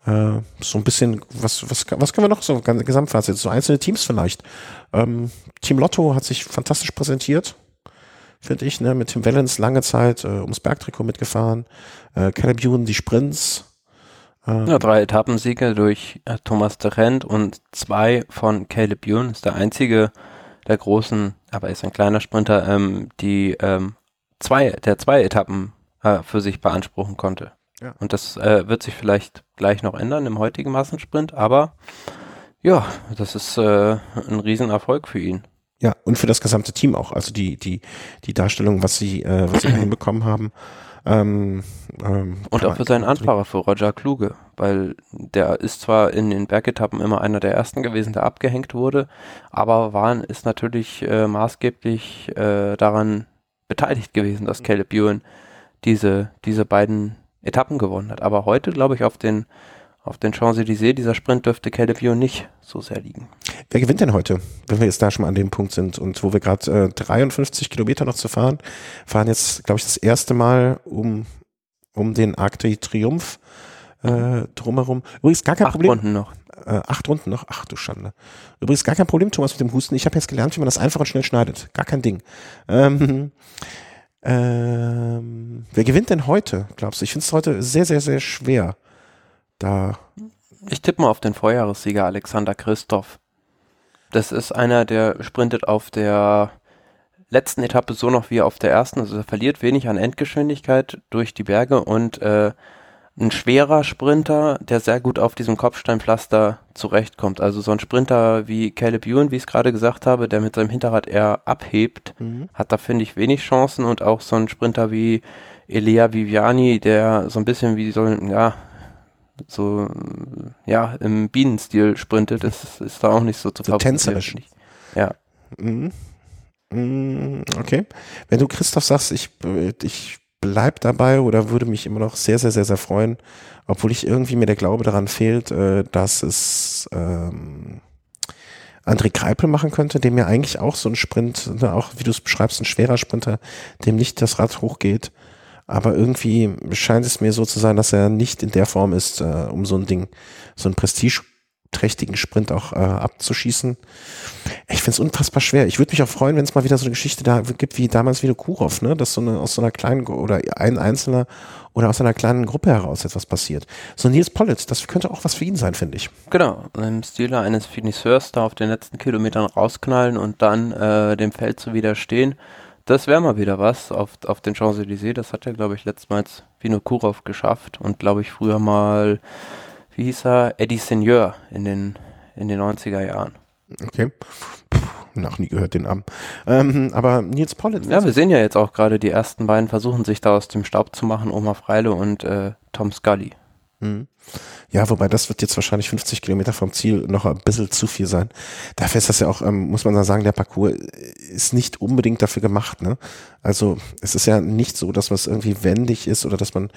Äh, so ein bisschen, was, was, was können wir noch so, Gesamtfazit, so einzelne Teams vielleicht. Ähm, Team Lotto hat sich fantastisch präsentiert, finde ich, ne, mit Tim Wellens lange Zeit äh, ums Bergtrikot mitgefahren, äh, Caleb Ewan die Sprints. Ähm, ja, drei Etappensiege durch äh, Thomas de Gendt und zwei von Caleb Ewan, ist der einzige der großen, aber ist ein kleiner Sprinter, ähm, die ähm, zwei, der zwei Etappen äh, für sich beanspruchen konnte. Ja. Und das äh, wird sich vielleicht gleich noch ändern im heutigen Massensprint, aber ja, das ist äh, ein Riesenerfolg für ihn. Ja, und für das gesamte Team auch, also die die die Darstellung, was sie äh, was sie hinbekommen haben. Ähm, ähm, und auch für seinen Anfahrer, für Roger Kluge, weil der ist zwar in den Bergetappen immer einer der ersten gewesen, der abgehängt wurde, aber Waren ist natürlich äh, maßgeblich äh, daran beteiligt gewesen, dass Caleb Ewan diese diese beiden Etappen gewonnen hat. Aber heute, glaube ich, auf den auf den Champs-Élysées, dieser Sprint dürfte Caleb Ewan nicht so sehr liegen. Wer gewinnt denn heute, wenn wir jetzt da schon mal an dem Punkt sind und wo wir gerade äh, dreiundfünfzig Kilometer noch zu fahren, fahren jetzt, glaube ich, das erste Mal um um den Arc de Triomphe äh, drumherum. Übrigens gar kein acht Problem. Acht Runden noch. Äh, acht Runden noch? Ach du Schande. Übrigens gar kein Problem, Thomas, mit dem Husten. Ich habe jetzt gelernt, wie man das einfach und schnell schneidet. Gar kein Ding. Ähm, Ähm, wer gewinnt denn heute, glaubst du? Ich finde es heute sehr, sehr, sehr schwer. Da. Ich tippe mal auf den Vorjahressieger Alexander Kristoff. Das ist einer, der sprintet auf der letzten Etappe so noch wie auf der ersten. Also er verliert wenig an Endgeschwindigkeit durch die Berge und äh, ein schwerer Sprinter, der sehr gut auf diesem Kopfsteinpflaster zurechtkommt. Also so ein Sprinter wie Caleb Ewan, wie ich es gerade gesagt habe, der mit seinem Hinterrad eher abhebt, mhm. hat da, finde ich, wenig Chancen. Und auch so ein Sprinter wie Elia Viviani, der so ein bisschen wie so, ja, so, ja, im Bienenstil sprintet, ist, ist da auch nicht so zu so tänzerisch. Ja. Mhm. Mhm. Okay. Wenn du Christoph sagst, ich, ich bleib dabei oder würde mich immer noch sehr, sehr, sehr, sehr freuen, obwohl ich irgendwie mir der Glaube daran fehlt, äh, dass es ähm, André Greipel machen könnte, dem ja eigentlich auch so ein Sprint, ne, auch wie du es beschreibst, ein schwerer Sprinter, dem nicht das Rad hochgeht, aber irgendwie scheint es mir so zu sein, dass er nicht in der Form ist, äh, um so ein Ding, so ein prestigeträchtigen Sprint auch äh, abzuschießen. Ich finde es unfassbar schwer. Ich würde mich auch freuen, wenn es mal wieder so eine Geschichte da gibt, wie damals wie Kurov, ne, dass so eine, aus so einer kleinen, oder ein Einzelner oder aus einer kleinen Gruppe heraus etwas passiert. So Nils Pollitt, das könnte auch was für ihn sein, finde ich. Genau, im Stile eines Finisseurs da auf den letzten Kilometern rausknallen und dann äh, dem Feld zu widerstehen. Das wäre mal wieder was auf, auf den Champs-Élysées. Das hat er, glaube ich, letztmals Vinokurov geschafft und, glaube ich, früher mal, wie hieß er, Eddie Seigneur in den, in den neunziger Jahren. Okay. Puh, noch nie gehört den Namen. Ähm, aber Nils Pollitt. Ja, wir sehen ja jetzt auch gerade, die ersten beiden versuchen sich da aus dem Staub zu machen, Omar Freile und äh, Tom Scully. Mhm. Ja, wobei das wird jetzt wahrscheinlich fünfzig Kilometer vom Ziel noch ein bisschen zu viel sein. Dafür ist das ja auch, ähm, muss man da sagen, der Parcours ist nicht unbedingt dafür gemacht, ne? Also es ist ja nicht so, dass was irgendwie wendig ist oder dass man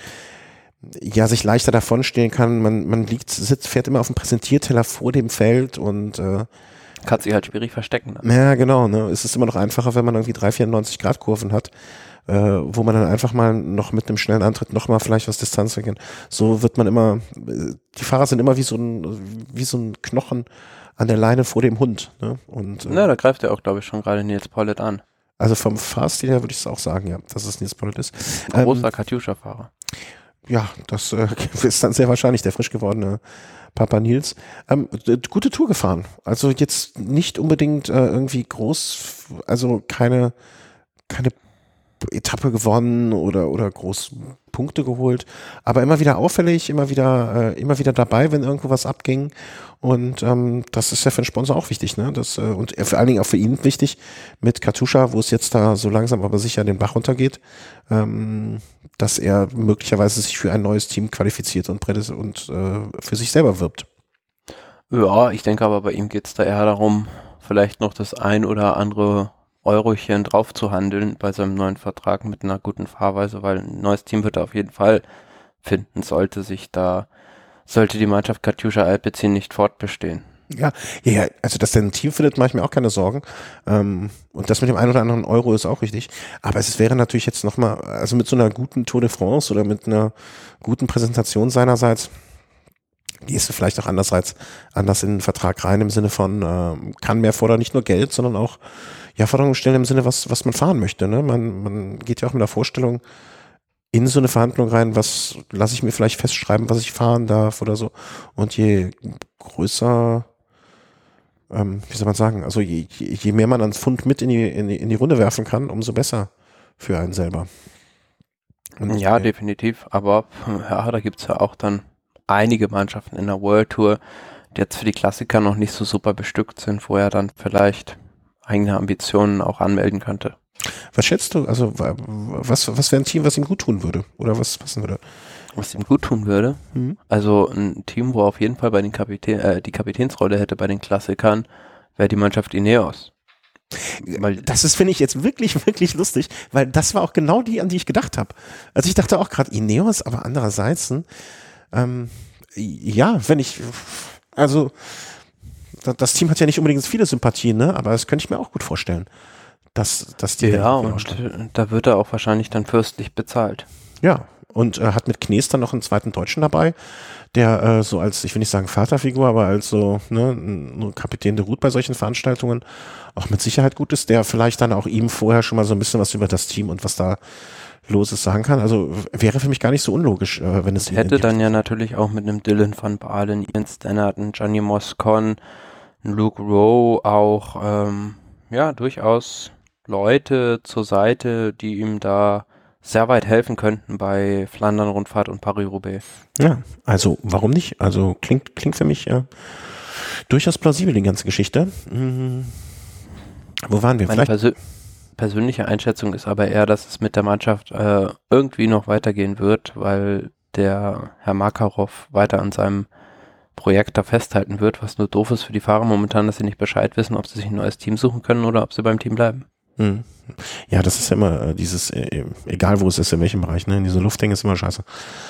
ja sich leichter davonstehen kann. Man, man liegt, sitzt, fährt immer auf dem Präsentierteller vor dem Feld und äh, kann sich halt schwierig verstecken. Ne? Ja, genau. Ne? Es ist immer noch einfacher, wenn man irgendwie drei vierundneunzig Grad Kurven hat, äh, wo man dann einfach mal noch mit einem schnellen Antritt noch mal vielleicht was Distanz regieren. So wird man immer, die Fahrer sind immer wie so ein, wie so ein Knochen an der Leine vor dem Hund. Ne? Und, äh, Na, da greift ja auch, glaube ich, schon gerade Nils Pollitt an. Also vom Fahrstil her würde ich es auch sagen, ja, dass es Nils Pollitt ist. Großer ähm, Katjuscha-Fahrer. Ja, das äh, ist dann sehr wahrscheinlich der frisch gewordene Papa Nils. Ähm, gute Tour gefahren. Also jetzt nicht unbedingt äh, irgendwie groß, also keine, keine Etappe gewonnen oder, oder groß Punkte geholt, aber immer wieder auffällig, immer wieder, äh, immer wieder dabei, wenn irgendwo was abging. Und ähm, das ist ja für den Sponsor auch wichtig, ne? Das, äh, und vor allen Dingen auch für ihn wichtig mit Katusha, wo es jetzt da so langsam aber sicher den Bach runtergeht, ähm, dass er möglicherweise sich für ein neues Team qualifiziert und, und äh, für sich selber wirbt. Ja, ich denke aber bei ihm geht es da eher darum, vielleicht noch das ein oder andere Eurochen drauf zu handeln bei seinem neuen Vertrag mit einer guten Fahrweise, weil ein neues Team wird er auf jeden Fall finden, sollte sich da, sollte die Mannschaft Katusha Alpecin nicht fortbestehen. Ja, ja, also dass der ein Team findet, mache ich mir auch keine Sorgen. Ähm, und das mit dem einen oder anderen Euro ist auch richtig. Aber es wäre natürlich jetzt nochmal, also mit so einer guten Tour de France oder mit einer guten Präsentation seinerseits, gehst du vielleicht auch andererseits anders in den Vertrag rein im Sinne von, äh, kann mehr fordern, nicht nur Geld, sondern auch ja, Forderungen stellen im Sinne, was, was man fahren möchte. Ne? Man, man geht ja auch mit der Vorstellung in so eine Verhandlung rein, was lasse ich mir vielleicht festschreiben, was ich fahren darf oder so. Und je größer, ähm, wie soll man sagen, also je, je mehr man ans Pfund mit in die, in die, in die Runde werfen kann, umso besser für einen selber. Und ja, äh, definitiv. Aber ja, da gibt's ja auch dann einige Mannschaften in der World Tour, die jetzt für die Klassiker noch nicht so super bestückt sind, wo er dann vielleicht eigene Ambitionen auch anmelden könnte. Was schätzt du? Also was, was wäre ein Team, was ihm gut tun würde? Oder was passen würde? Was ihm gut tun würde? Mhm. Also ein Team, wo auf jeden Fall bei den Kapitän, äh, die Kapitänsrolle hätte bei den Klassikern, wäre die Mannschaft Ineos. Weil das ist, finde ich, jetzt wirklich, wirklich lustig, weil das war auch genau die, an die ich gedacht habe. Also ich dachte auch gerade Ineos, aber andererseits, ähm, ja, wenn ich, also das Team hat ja nicht unbedingt viele Sympathien, ne? Aber das könnte ich mir auch gut vorstellen, dass, dass die ja, und da wird er auch wahrscheinlich dann fürstlich bezahlt. Ja, und äh, hat mit Knees dann noch einen zweiten Deutschen dabei, der äh, so als, ich will nicht sagen Vaterfigur, aber als so ne, ein Kapitän de Route bei solchen Veranstaltungen auch mit Sicherheit gut ist, der vielleicht dann auch ihm vorher schon mal so ein bisschen was über das Team und was da los ist sagen kann. Also wäre für mich gar nicht so unlogisch, äh, wenn es hätte dann ja natürlich auch mit einem Dylan van Baarle, Ian Stannard, einen Gianni Moscon, einen Luke Rowe auch ähm, ja durchaus Leute zur Seite, die ihm da sehr weit helfen könnten bei Flandern-Rundfahrt und Paris-Roubaix. Ja, also warum nicht? Also klingt klingt für mich äh, durchaus plausibel, die ganze Geschichte. Hm. Wo waren wir? Meine Vielleicht Persö- persönliche Einschätzung ist aber eher, dass es mit der Mannschaft äh, irgendwie noch weitergehen wird, weil der Herr Makarov weiter an seinem Projekt da festhalten wird, was nur doof ist für die Fahrer momentan, dass sie nicht Bescheid wissen, ob sie sich ein neues Team suchen können oder ob sie beim Team bleiben. Hm. Ja, das ist ja immer äh, dieses, äh, egal wo es ist, in welchem Bereich, ne, diese Luftding ist immer scheiße.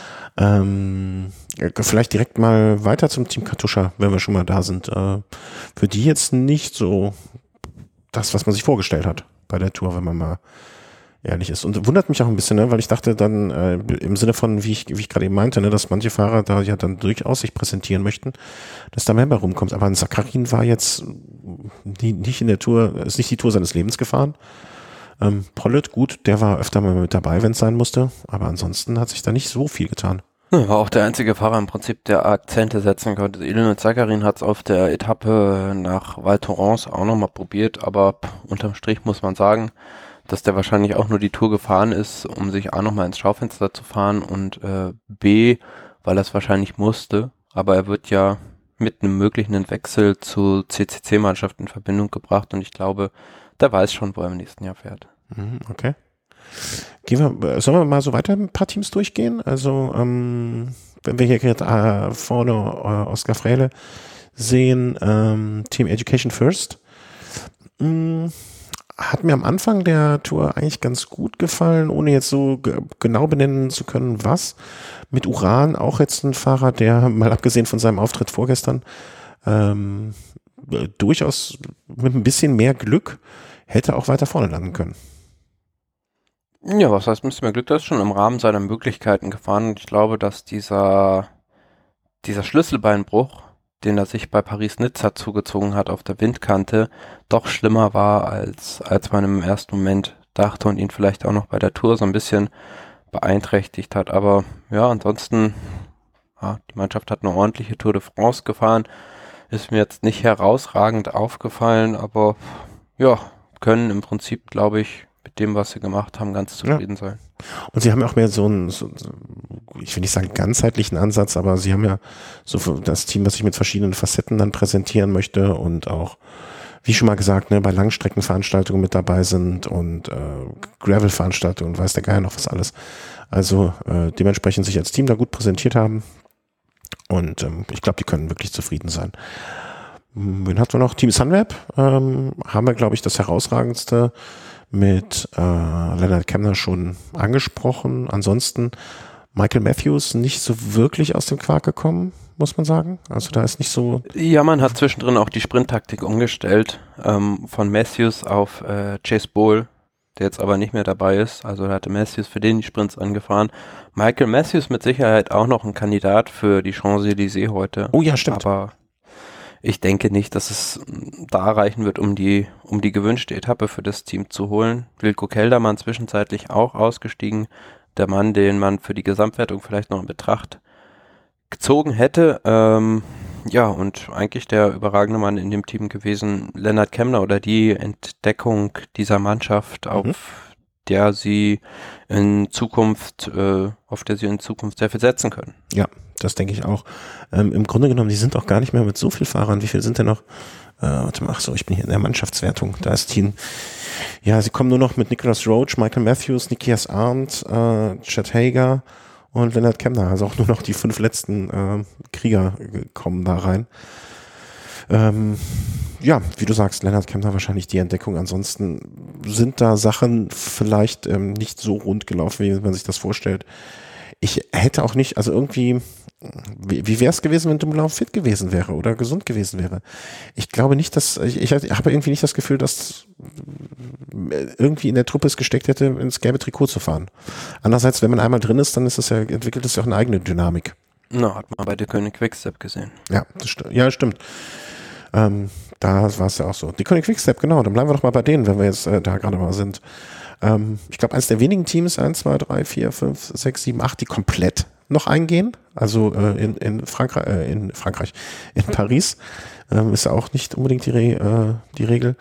Ähm, vielleicht direkt mal weiter zum Team Katusha, wenn wir schon mal da sind. Äh, für die jetzt nicht so das, was man sich vorgestellt hat bei der Tour, wenn man mal ehrlich ist. Und wundert mich auch ein bisschen, ne, weil ich dachte dann äh, im Sinne von, wie ich, wie ich gerade eben meinte, ne, dass manche Fahrer da ja dann durchaus sich präsentieren möchten, dass da mehr bei rumkommt. Aber ein Sakharin war jetzt nie, nicht in der Tour, ist nicht die Tour seines Lebens gefahren. Ähm, Pollitt, gut, der war öfter mal mit dabei, wenn es sein musste. Aber ansonsten hat sich da nicht so viel getan. Ja, war auch der einzige Fahrer im Prinzip, der Akzente setzen konnte. Ilona Sakharin hat es auf der Etappe nach Val Thorens auch nochmal probiert, aber pff, unterm Strich muss man sagen, dass der wahrscheinlich auch nur die Tour gefahren ist, um sich A nochmal ins Schaufenster zu fahren und äh, B, weil er es wahrscheinlich musste, aber er wird ja mit einem möglichen Wechsel zu C C C-Mannschaft in Verbindung gebracht und ich glaube, der weiß schon, wo er im nächsten Jahr fährt. Okay. Gehen wir, sollen wir mal so weiter ein paar Teams durchgehen? Also, ähm, wenn wir hier gerade äh, vorne äh, Oscar Freire sehen, ähm, Team Education First, mh, hat mir am Anfang der Tour eigentlich ganz gut gefallen, ohne jetzt so ge- genau benennen zu können, was. Mit Uran auch jetzt ein Fahrer, der, mal abgesehen von seinem Auftritt vorgestern, ähm, durchaus mit ein bisschen mehr Glück hätte auch weiter vorne landen können. Ja, was heißt, müsste mir Glück, das ist schon im Rahmen seiner Möglichkeiten gefahren und ich glaube, dass dieser, dieser Schlüsselbeinbruch, den er sich bei Paris-Nizza zugezogen hat auf der Windkante, doch schlimmer war, als, als man im ersten Moment dachte und ihn vielleicht auch noch bei der Tour so ein bisschen beeinträchtigt hat. Aber ja, ansonsten, ja, die Mannschaft hat eine ordentliche Tour de France gefahren, ist mir jetzt nicht herausragend aufgefallen, aber ja, können im Prinzip, glaube ich, mit dem, was sie gemacht haben, ganz zufrieden ja. sein. Und sie haben ja auch mehr so einen, so, ich will nicht sagen ganzheitlichen Ansatz, aber sie haben ja so das Team, was sich mit verschiedenen Facetten dann präsentieren möchte und auch, wie schon mal gesagt, ne, bei Langstreckenveranstaltungen mit dabei sind und äh, Gravel-Veranstaltungen und weiß der Geier noch was alles. Also äh, dementsprechend sich als Team da gut präsentiert haben und ähm, ich glaube, die können wirklich zufrieden sein. Wen hatten wir noch? Team Sunweb ähm, haben wir, glaube ich, das herausragendste mit äh, Leonard Kemner schon angesprochen. Ansonsten Michael Matthews nicht so wirklich aus dem Quark gekommen, muss man sagen. Also da ist nicht so... Ja, man hat zwischendrin auch die Sprinttaktik umgestellt ähm, von Matthews auf äh, Chase Bowl, der jetzt aber nicht mehr dabei ist. Also da hatte Matthews für den die Sprints angefahren. Michael Matthews mit Sicherheit auch noch ein Kandidat für die Champs-Élysées heute. Oh ja, stimmt. Aber ich denke nicht, dass es da reichen wird, um die, um die gewünschte Etappe für das Team zu holen. Wilco Kelderman zwischenzeitlich auch ausgestiegen. Der Mann, den man für die Gesamtwertung vielleicht noch in Betracht gezogen hätte. Ähm, ja, und eigentlich der überragende Mann in dem Team gewesen, Lennart Kämna, oder die Entdeckung dieser Mannschaft, auf mhm. der sie in Zukunft, äh, auf der sie in Zukunft sehr viel setzen können. Ja, das denke ich auch. Ähm, im Grunde genommen, die sind auch gar nicht mehr mit so viel Fahrern. Wie viel sind denn noch? Äh, warte mal, ach so, ich bin hier in der Mannschaftswertung. Da ist Team. Ja, sie kommen nur noch mit Nicholas Roach, Michael Matthews, Nikias Arndt, äh, Chad Hager und Lennart Kämna. Also auch nur noch die fünf letzten äh, Krieger kommen da rein. Ähm, ja, wie du sagst, Lennart Kämna wahrscheinlich die Entdeckung. Ansonsten sind da Sachen vielleicht ähm, nicht so rund gelaufen, wie man sich das vorstellt. Ich hätte auch nicht, also irgendwie, wie, wie wäre es gewesen, wenn Dumoulin fit gewesen wäre oder gesund gewesen wäre? Ich glaube nicht, dass, ich, ich habe irgendwie nicht das Gefühl, dass irgendwie in der Truppe es gesteckt hätte, ins gelbe Trikot zu fahren. Andererseits, wenn man einmal drin ist, dann ist das ja, entwickelt es ja auch eine eigene Dynamik. Na, hat man bei der König Quickstep gesehen. Ja, das st- ja, stimmt. Ähm, da war es ja auch so. Die König Quickstep, genau, dann bleiben wir doch mal bei denen, wenn wir jetzt äh, da gerade mal sind. Ähm, ich glaube, eines der wenigen Teams, eins, zwei, drei, vier, fünf, sechs, sieben, acht, die komplett noch eingehen. Also äh, in, in, Frankreich, äh, in Frankreich, in Paris ähm, ist ja auch nicht unbedingt die, Re- äh, die Regel.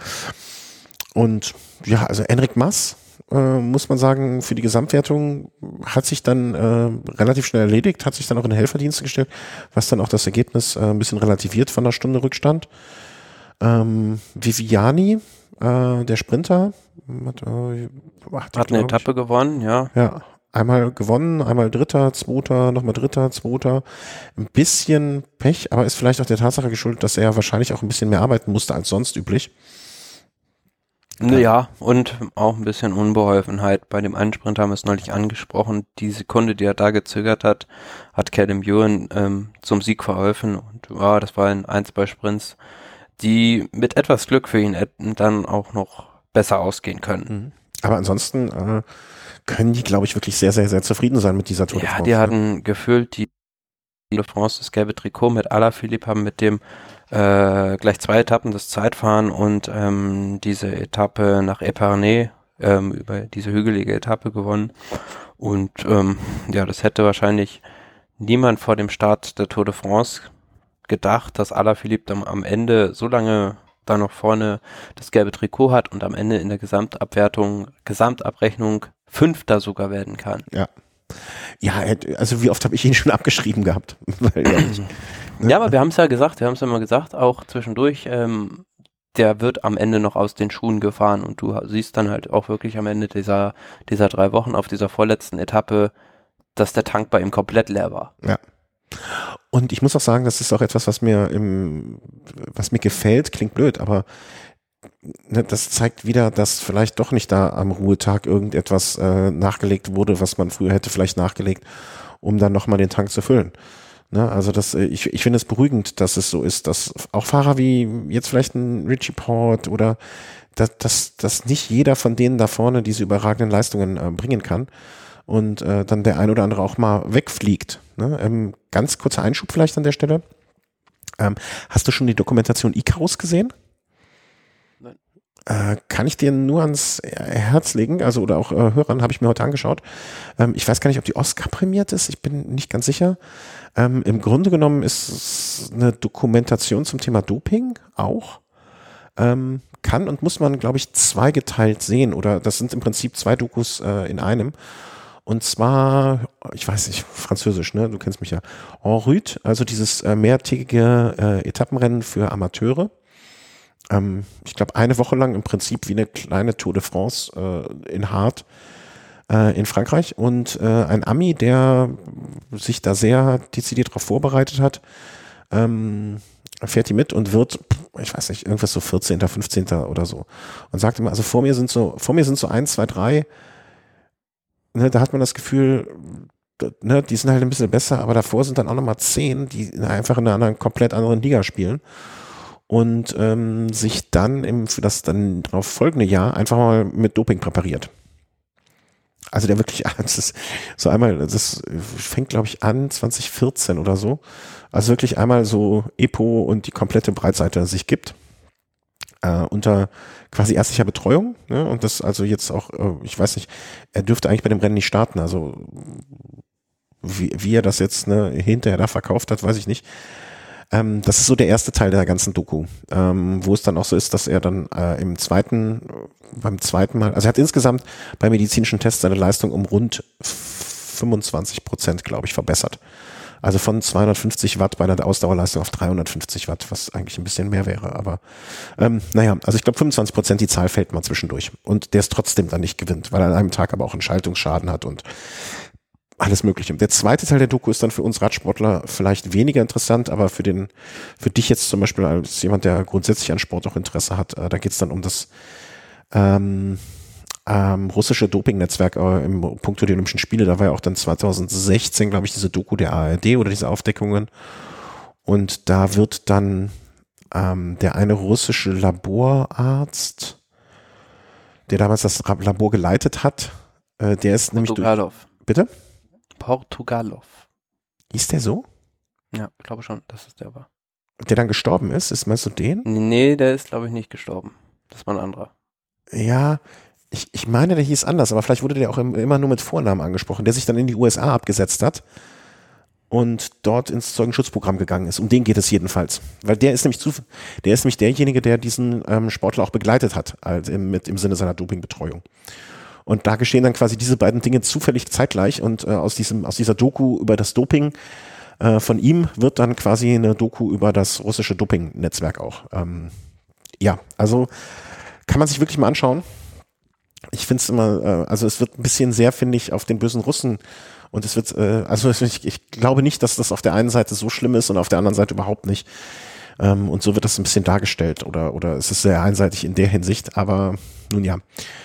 Und ja, also Enric Mas, äh, muss man sagen, für die Gesamtwertung hat sich dann äh, relativ schnell erledigt, hat sich dann auch in Helferdienste gestellt, was dann auch das Ergebnis äh, ein bisschen relativiert von einer Stunde Rückstand. Ähm, Viviani, äh, der Sprinter, hat, äh, hat, hat eine Etappe gewonnen, ja. Ja, einmal gewonnen, einmal Dritter, Zweiter, nochmal Dritter, Zweiter. Ein bisschen Pech, aber ist vielleicht auch der Tatsache geschuldet, dass er wahrscheinlich auch ein bisschen mehr arbeiten musste als sonst üblich. Ja, und auch ein bisschen Unbeholfenheit. Bei dem einen Sprint haben wir es neulich angesprochen. Die Sekunde, die er da gezögert hat, hat Callum Ewan ähm, zum Sieg verholfen. Und ja, das waren ein, zwei Sprints, die mit etwas Glück für ihn hätten dann auch noch besser ausgehen können. Aber ansonsten äh, können die, glaube ich, wirklich sehr, sehr, sehr zufrieden sein mit dieser Tour de Ja, France. die hatten gefühlt die Tour de France, das gelbe Trikot mit Alaphilippe, haben mit dem äh, gleich zwei Etappen das Zeitfahren und ähm, diese Etappe nach Epernay, ähm, über diese hügelige Etappe gewonnen. Und ähm, ja, das hätte wahrscheinlich niemand vor dem Start der Tour de France gedacht, dass Alaphilippe dann am Ende so lange da noch vorne das gelbe Trikot hat und am Ende in der Gesamtabwertung, Gesamtabrechnung Fünfter sogar werden kann. Ja. Ja, also wie oft habe ich ihn schon abgeschrieben gehabt? Weil, ja, ich, ne? Ja, aber wir haben es ja gesagt, wir haben es ja mal gesagt, auch zwischendurch, ähm, der wird am Ende noch aus den Schuhen gefahren und du siehst dann halt auch wirklich am Ende dieser, dieser drei Wochen auf dieser vorletzten Etappe, dass der Tank bei ihm komplett leer war. Ja. Und ich muss auch sagen, das ist auch etwas, was mir im, was mir gefällt, klingt blöd, aber ne, das zeigt wieder, dass vielleicht doch nicht da am Ruhetag irgendetwas äh, nachgelegt wurde, was man früher hätte vielleicht nachgelegt, um dann nochmal den Tank zu füllen. Ne, also das, ich, ich finde es beruhigend, dass es so ist, dass auch Fahrer wie jetzt vielleicht ein Richie Porte oder dass, dass, dass nicht jeder von denen da vorne diese überragenden Leistungen äh, bringen kann und äh, dann der ein oder andere auch mal wegfliegt. Ne? Ähm, ganz kurzer Einschub vielleicht an der Stelle. Ähm, hast du schon die Dokumentation Icarus gesehen? Nein. Äh, kann ich dir nur ans Herz legen, also oder auch äh, Hörern, habe ich mir heute angeschaut. Ähm, ich weiß gar nicht, ob die Oscar prämiert ist, ich bin nicht ganz sicher. Ähm, im Grunde genommen ist es eine Dokumentation zum Thema Doping auch. Ähm, kann und muss man, glaube ich, zweigeteilt sehen oder das sind im Prinzip zwei Dokus äh, in einem. Und zwar, ich weiß nicht, französisch, ne? Du kennst mich ja. En route, also dieses äh, mehrtägige äh, Etappenrennen für Amateure. Ähm, ich glaube, eine Woche lang im Prinzip wie eine kleine Tour de France äh, in Hart äh, in Frankreich. Und äh, ein Ami, der sich da sehr dezidiert darauf vorbereitet hat, ähm, fährt die mit und wird, ich weiß nicht, irgendwas so vierzehnter, fünfzehnter oder so. Und sagt immer, also vor mir sind so, vor mir sind so eins, zwei, drei, ne, da hat man das Gefühl, ne, die sind halt ein bisschen besser, aber davor sind dann auch nochmal zehn, die einfach in einer anderen, komplett anderen Liga spielen. und ähm, sich dann im, für das dann darauf folgende Jahr einfach mal mit Doping präpariert. Also der wirklich, das ist so einmal, das fängt glaube ich an zwanzig vierzehn oder so, also wirklich einmal so E P O und die komplette Breitseite sich gibt. Äh, unter quasi ärztlicher Betreuung, ne? Und das also jetzt auch, äh, ich weiß nicht, er dürfte eigentlich bei dem Rennen nicht starten, also wie, wie er das jetzt ne, hinterher da verkauft hat, weiß ich nicht. Ähm, das ist so der erste Teil der ganzen Doku, ähm, wo es dann auch so ist, dass er dann äh, im zweiten, beim zweiten Mal, also er hat insgesamt bei medizinischen Tests seine Leistung um rund fünfundzwanzig Prozent, glaube ich, verbessert. Also von zweihundertfünfzig Watt bei einer Ausdauerleistung auf dreihundertfünfzig Watt, was eigentlich ein bisschen mehr wäre. Aber ähm, naja, also ich glaube fünfundzwanzig Prozent, die Zahl fällt mal zwischendurch. Und der es trotzdem dann nicht gewinnt, weil er an einem Tag aber auch einen Schaltungsschaden hat und alles Mögliche. Der zweite Teil der Doku ist dann für uns Radsportler vielleicht weniger interessant, aber für den, für dich jetzt zum Beispiel als jemand, der grundsätzlich an Sport auch Interesse hat, äh, da geht es dann um das ähm, ähm, russische Dopingnetzwerk äh, im Punkto der Olympischen Spiele. Da war ja auch dann zweitausendsechzehn, glaube ich, diese Doku der A R D oder diese Aufdeckungen. Und da wird dann ähm, der eine russische Laborarzt, der damals das Labor geleitet hat, äh, der ist nämlich durch, bitte? Portugalov. Hieß der so? Ja, ich glaube schon, dass es der war. Der dann gestorben ist? Ist meinst du den? Nee, der ist, glaube ich, nicht gestorben. Das war ein anderer. Ja, ich, ich meine, der hieß anders, aber vielleicht wurde der auch im, immer nur mit Vornamen angesprochen, der sich dann in die U S A abgesetzt hat und dort ins Zeugenschutzprogramm gegangen ist. Um den geht es jedenfalls. Weil der ist nämlich zu, der ist nämlich derjenige, der diesen ähm, Sportler auch begleitet hat, also im, mit, im Sinne seiner Dopingbetreuung. Und da geschehen dann quasi diese beiden Dinge zufällig zeitgleich und äh, aus diesem, aus dieser Doku über das Doping äh, von ihm wird dann quasi eine Doku über das russische Doping-Netzwerk auch. Ähm, ja, also kann man sich wirklich mal anschauen. Ich finde es immer, äh, also es wird ein bisschen sehr, finde ich, auf den bösen Russen und es wird, äh, also ich, ich glaube nicht, dass das auf der einen Seite so schlimm ist und auf der anderen Seite überhaupt nicht. Ähm, und so wird das ein bisschen dargestellt oder, oder es ist sehr einseitig in der Hinsicht, aber nun ja.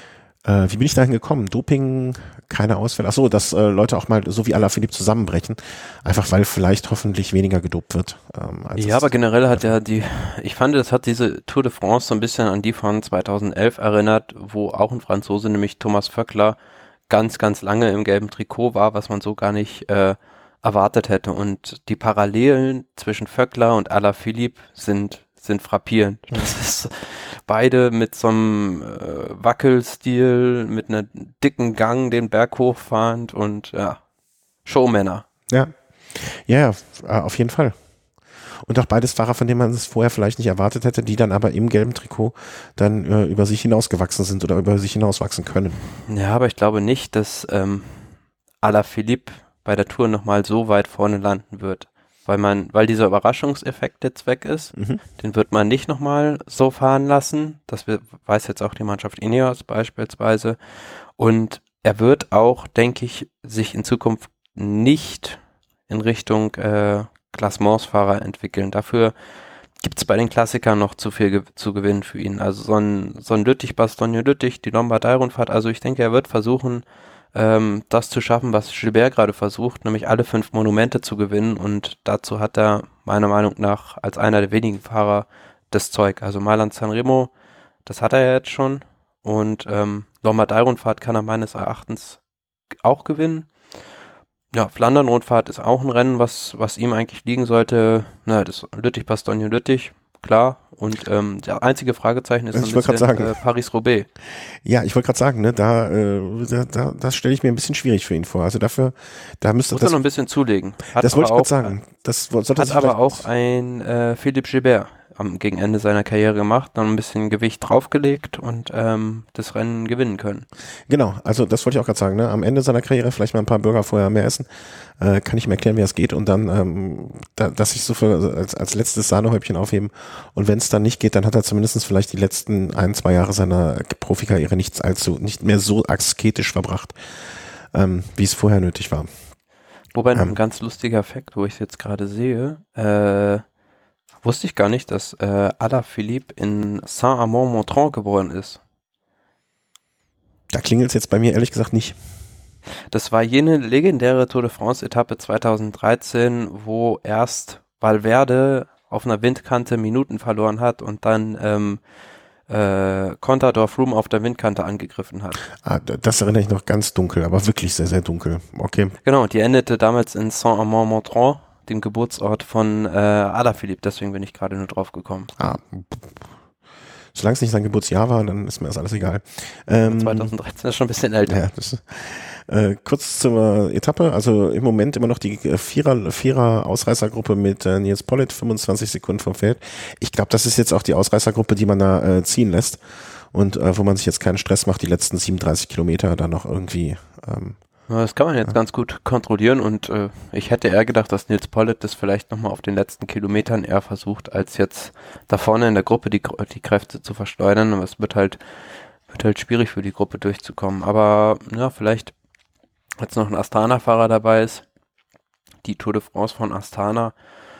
Äh, wie bin ich dahin gekommen? Doping, keine Ausfälle. Ach so, dass äh, Leute auch mal so wie Alaphilippe zusammenbrechen, einfach weil vielleicht hoffentlich weniger gedopt wird. Ähm, als ja, aber generell hat ja die, ich fand, das hat diese Tour de France so ein bisschen an die von zweitausendelf erinnert, wo auch ein Franzose, nämlich Thomas Voeckler, ganz, ganz lange im gelben Trikot war, was man so gar nicht äh, erwartet hätte. Und die Parallelen zwischen Voeckler und Alaphilippe sind sind frappierend. Das ist beide mit so einem äh, Wackelstil, mit einer dicken Gang den Berg hochfahrend und ja, Showmänner. Ja, ja, ja, auf jeden Fall. Und auch beides Fahrer, von denen man es vorher vielleicht nicht erwartet hätte, die dann aber im gelben Trikot dann äh, über sich hinausgewachsen sind oder über sich hinauswachsen können. Ja, aber ich glaube nicht, dass ähm, Alaphilippe bei der Tour nochmal so weit vorne landen wird. Weil man, weil dieser Überraschungseffekt jetzt weg ist, mhm. den wird man nicht nochmal so fahren lassen. Das weiß jetzt auch die Mannschaft Ineos beispielsweise. Und er wird auch, denke ich, sich in Zukunft nicht in Richtung äh, Klassementsfahrer entwickeln. Dafür gibt es bei den Klassikern noch zu viel ge- zu gewinnen für ihn. Also so ein, so ein Lüttich, Bastogne Lüttich, die Lombardei-Rundfahrt. Also ich denke, er wird versuchen, ähm, das zu schaffen, was Gilbert gerade versucht, nämlich alle fünf Monumente zu gewinnen. Und dazu hat er meiner Meinung nach als einer der wenigen Fahrer das Zeug. Also Mailand-San Remo, das hat er ja jetzt schon. Und ähm, Lombardei-Rundfahrt kann er meines Erachtens auch gewinnen. Ja, Flandern-Rundfahrt ist auch ein Rennen, was, was ihm eigentlich liegen sollte. Na, das Lüttich-Bastogne-Lüttich, klar. Und ähm, der einzige Fragezeichen ist ich ein bisschen sagen. äh, Paris-Roubaix. Ja, ich wollte gerade sagen, ne, da, äh, da, da das stelle ich mir ein bisschen schwierig für ihn vor. Also dafür, da müsste Muss das er noch ein bisschen zulegen. Hat das wollte ich auch, gerade sagen. Das sollte hat aber auch ein äh, Philippe Gilbert am gegen Ende seiner Karriere gemacht, dann ein bisschen Gewicht draufgelegt und ähm, das Rennen gewinnen können. Genau, also das wollte ich auch gerade sagen. Ne? Am Ende seiner Karriere vielleicht mal ein paar Burger vorher mehr essen, äh, kann ich ihm erklären, wie es geht und dann, ähm, da, dass ich so für, als, als letztes Sahnehäubchen aufheben und wenn es dann nicht geht, dann hat er zumindest vielleicht die letzten ein, zwei Jahre seiner Profikarriere nicht allzu, nicht mehr so asketisch verbracht, ähm, wie es vorher nötig war. Wobei noch ähm, ein ganz lustiger Effekt, wo ich es jetzt gerade sehe, äh, wusste ich gar nicht, dass äh, Alaphilippe in Saint-Amand-Montrand geboren ist. Da klingelt es jetzt bei mir ehrlich gesagt nicht. Das war jene legendäre Tour de France-Etappe zweitausenddreizehn, wo erst Valverde auf einer Windkante Minuten verloren hat und dann ähm, äh, Contador Froome auf der Windkante angegriffen hat. Ah, das erinnere ich noch ganz dunkel, aber wirklich sehr, sehr dunkel. Okay. Genau, die endete damals in Saint-Amand-Montrond, dem Geburtsort von äh, Alaphilippe, deswegen bin ich gerade nur drauf gekommen. Ah, solange es nicht sein Geburtsjahr war, dann ist mir das alles egal. Ähm, zwanzig dreizehn ist schon ein bisschen älter. Ja, das, äh, kurz zur Etappe, also im Moment immer noch die Vierer, Vierer Ausreißergruppe mit äh, Nils Pollitt, fünfundzwanzig Sekunden vom Feld. Ich glaube, das ist jetzt auch die Ausreißergruppe, die man da äh, ziehen lässt und äh, wo man sich jetzt keinen Stress macht, die letzten siebenunddreißig Kilometer dann noch irgendwie ähm, Das kann man jetzt ja. ganz gut kontrollieren und äh, ich hätte eher gedacht, dass Nils Pollitt das vielleicht nochmal auf den letzten Kilometern eher versucht, als jetzt da vorne in der Gruppe die, die Kräfte zu verschleudern, aber es wird halt, wird halt schwierig für die Gruppe durchzukommen. Aber ja, vielleicht jetzt noch ein Astana-Fahrer dabei ist. Die Tour de France von Astana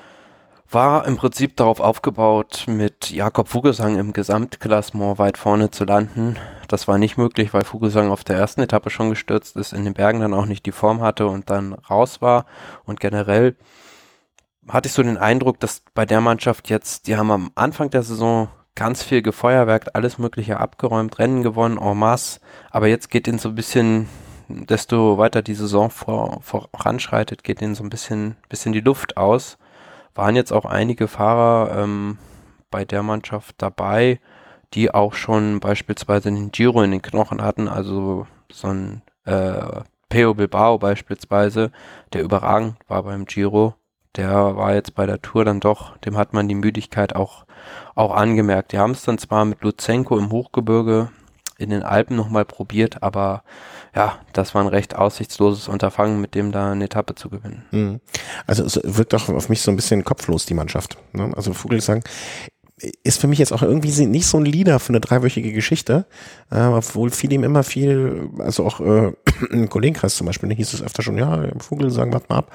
war im Prinzip darauf aufgebaut, mit Jakob Fuglsang im Gesamtklassement weit vorne zu landen. Das war nicht möglich, weil Fuglsang auf der ersten Etappe schon gestürzt ist, in den Bergen dann auch nicht die Form hatte und dann raus war. Und generell hatte ich so den Eindruck, dass bei der Mannschaft jetzt, die haben am Anfang der Saison ganz viel gefeuerwerkt, alles Mögliche abgeräumt, Rennen gewonnen, en masse. Aber jetzt geht ihnen so ein bisschen, desto weiter die Saison vor, voranschreitet, geht ihnen so ein bisschen, bisschen die Luft aus. Waren jetzt auch einige Fahrer ähm, bei der Mannschaft dabei, die auch schon beispielsweise den Giro in den Knochen hatten, also so ein äh, Pello Bilbao beispielsweise, der überragend war beim Giro, der war jetzt bei der Tour dann doch, dem hat man die Müdigkeit auch, auch angemerkt. Die haben es dann zwar mit Lutsenko im Hochgebirge in den Alpen nochmal probiert, aber ja, das war ein recht aussichtsloses Unterfangen, mit dem da eine Etappe zu gewinnen. Also es wirkt doch auf mich so ein bisschen kopflos, die Mannschaft. Ne? Also Fuglsang ist für mich jetzt auch irgendwie nicht so ein Leader für eine dreiwöchige Geschichte, äh, obwohl viele ihm immer viel, also auch äh, im Kollegenkreis zum Beispiel, da hieß es öfter schon, ja, Fuglsang, warte mal ab.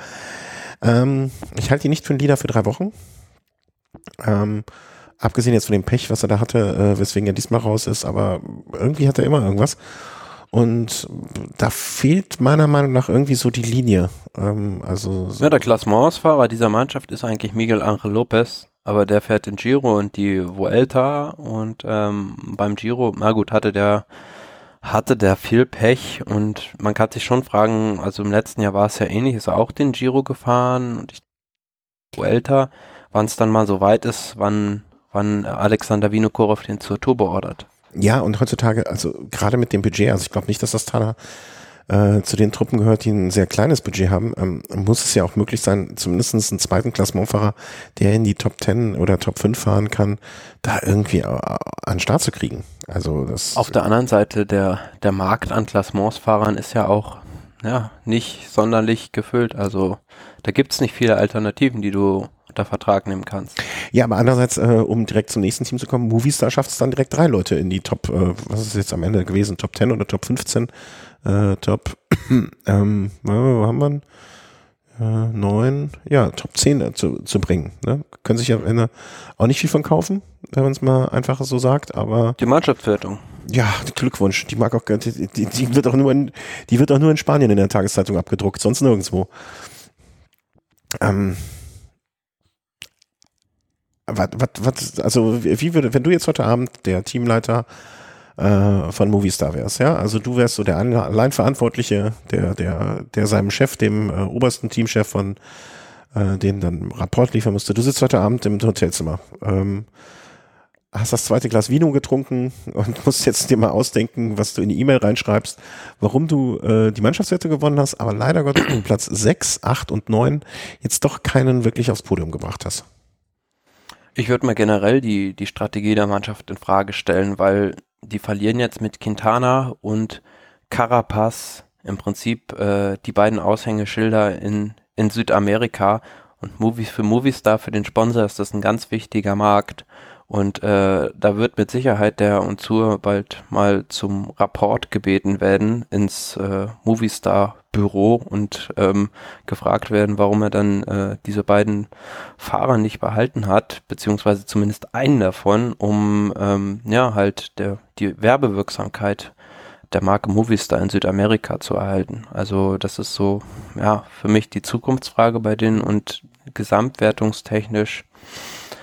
Ähm, ich halte ihn nicht für einen Leader für drei Wochen. Ähm, abgesehen jetzt von dem Pech, was er da hatte, äh, weswegen er diesmal raus ist, aber irgendwie hat er immer irgendwas. Und da fehlt meiner Meinung nach irgendwie so die Linie. Ähm, also so ja, der Klassementsfahrer dieser Mannschaft ist eigentlich Miguel Ángel López, aber der fährt den Giro und die Vuelta und ähm, beim Giro, na gut, hatte der hatte der viel Pech und man kann sich schon fragen, also im letzten Jahr war es ja ähnlich, ist er auch den Giro gefahren und ich Vuelta, wann es dann mal so weit ist, wann wann Alexander Vinokourov den zur Tour beordert. Ja, und heutzutage, also gerade mit dem Budget, also ich glaube nicht, dass das Astana äh, zu den Truppen gehört, die ein sehr kleines Budget haben, ähm, muss es ja auch möglich sein, zumindest einen zweiten Klassementfahrer, der in die Top zehn oder Top fünf fahren kann, da irgendwie äh, an den Start zu kriegen. Also das. Auf der anderen Seite, der, der Markt an Klassementsfahrern ist ja auch ja, nicht sonderlich gefüllt. Also da gibt es nicht viele Alternativen, die du unter Vertrag nehmen kannst. Ja, aber andererseits, äh, um direkt zum nächsten Team zu kommen, Movistar schafft es dann direkt drei Leute in die Top, äh, was ist jetzt am Ende gewesen, Top zehn oder Top fünfzehn, äh, Top, ähm, wo haben wir äh, neun, ja, Top zehn äh, zu, zu bringen. Ne? Können sich am Ende auch nicht viel von kaufen, wenn man es mal einfach so sagt, aber die Mannschaftswertung. Ja, Glückwunsch. Die mag auch, die, die, die wird auch nur in, die wird auch nur in Spanien in der Tageszeitung abgedruckt, sonst nirgendwo. Ähm, Was, was, was, also wie würde, wenn du jetzt heute Abend der Teamleiter äh, von Movistar wärst, ja, also du wärst so der Alleinverantwortliche, der, der, der seinem Chef, dem äh, obersten Teamchef von äh, denen dann einen Rapport liefern musste. Du sitzt heute Abend im Hotelzimmer, ähm, hast das zweite Glas Vino getrunken und musst jetzt dir mal ausdenken, was du in die E-Mail reinschreibst, warum du äh, die Mannschaftswerte gewonnen hast, aber leider Gottes Platz sechs, acht und neun jetzt doch keinen wirklich aufs Podium gebracht hast. Ich würde mal generell die, die Strategie der Mannschaft in Frage stellen, weil die verlieren jetzt mit Quintana und Carapaz im Prinzip äh, die beiden Aushängeschilder in, in Südamerika und Movi, für Movistar, für den Sponsor ist das ein ganz wichtiger Markt und äh, da wird mit Sicherheit der Unzur bald mal zum Rapport gebeten werden ins äh, Movistar-Büro und ähm, gefragt werden, warum er dann äh, diese beiden Fahrer nicht behalten hat, beziehungsweise zumindest einen davon, um ähm, ja halt der die Werbewirksamkeit der Marke Movistar in Südamerika zu erhalten. Also das ist so ja für mich die Zukunftsfrage bei denen und gesamtwertungstechnisch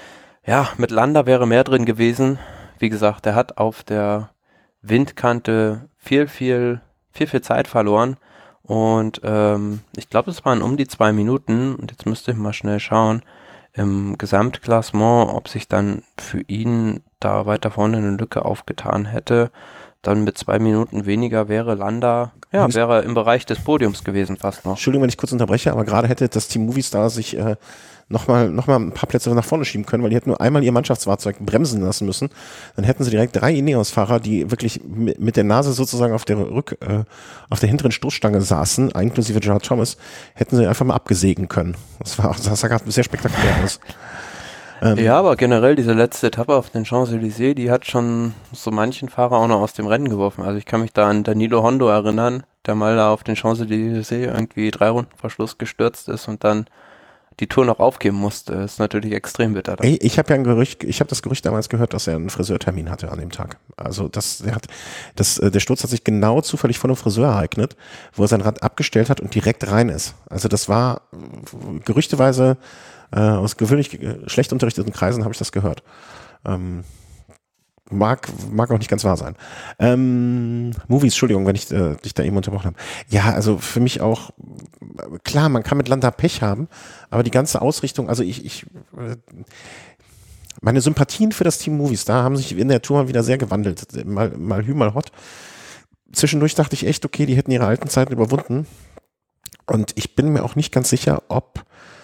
Ja, mit Landa wäre mehr drin gewesen. Wie gesagt, der hat auf der Windkante viel, viel, viel, viel Zeit verloren. Und ähm, ich glaube, es waren um die zwei Minuten. Und jetzt müsste ich mal schnell schauen im Gesamtklassement, ob sich dann für ihn da weiter vorne eine Lücke aufgetan hätte. Dann mit zwei Minuten weniger wäre Landa, ja, wäre im Bereich des Podiums gewesen fast noch. Entschuldigung, wenn ich kurz unterbreche, aber gerade hätte das Team Movistar sich äh, nochmal noch mal ein paar Plätze nach vorne schieben können, weil die hätten nur einmal ihr Mannschaftsfahrzeug bremsen lassen müssen. Dann hätten sie direkt drei Ineos-Fahrer, die wirklich mit der Nase sozusagen auf der Rück, äh, auf der hinteren Stoßstange saßen, inklusive Gerard Thomas, hätten sie einfach mal abgesägen können. Das war, das sah gerade sehr spektakulär aus. Ähm, ja, aber generell diese letzte Etappe auf den Champs-Élysées, die hat schon so manchen Fahrer auch noch aus dem Rennen geworfen. Also ich kann mich da an Danilo Hondo erinnern, der mal da auf den Champs-Élysées irgendwie drei Runden vor Schluss gestürzt ist und dann die Tour noch aufgeben musste. Das ist natürlich extrem bitter. Ey, ich habe ja ein Gerücht, ich habe das Gerücht damals gehört, dass er einen Friseurtermin hatte an dem Tag. Also das, der hat, das, der Sturz hat sich genau zufällig von einem Friseur ereignet, wo er sein Rad abgestellt hat und direkt rein ist. Also das war gerüchteweise äh, aus gewöhnlich schlecht unterrichteten Kreisen habe ich das gehört. Ähm, Mag, mag auch nicht ganz wahr sein. Ähm, Movies, Entschuldigung, wenn ich äh, dich da eben unterbrochen habe. Ja, also für mich auch, klar, man kann mit Landa Pech haben, aber die ganze Ausrichtung, also ich, ich äh, meine Sympathien für das Team Movies, da haben sich in der Tour mal wieder sehr gewandelt. Mal, mal Hü, mal Hot. Zwischendurch dachte ich echt, okay, die hätten ihre alten Zeiten überwunden. Und ich bin mir auch nicht ganz sicher, ob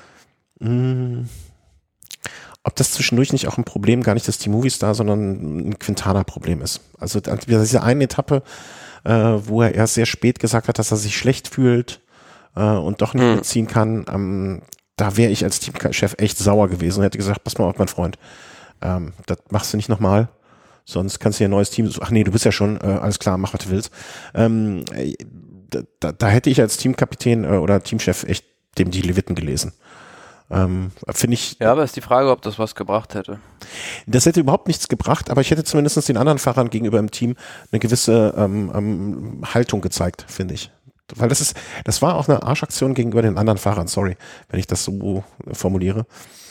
mh, ob das zwischendurch nicht auch ein Problem gar nicht des Team Movistar, sondern ein Quintana-Problem ist. Also diese eine Etappe, äh, wo er erst sehr spät gesagt hat, dass er sich schlecht fühlt äh, und doch nicht hm. mitziehen kann, ähm, da wäre ich als Teamchef echt sauer gewesen und hätte gesagt, pass mal auf, mein Freund, ähm, das machst du nicht nochmal, sonst kannst du ja ein neues Team, ach nee, du bist ja schon, äh, alles klar, mach, was du willst. Ähm, da, da hätte ich als Teamkapitän äh, oder Teamchef echt dem die Leviten gelesen. Ähm, finde ich. Ja, aber ist die Frage, ob das was gebracht hätte. Das hätte überhaupt nichts gebracht, aber ich hätte zumindest den anderen Fahrern gegenüber im Team eine gewisse ähm, ähm, Haltung gezeigt, finde ich. Weil das ist, das war auch eine Arschaktion gegenüber den anderen Fahrern, sorry, wenn ich das so formuliere.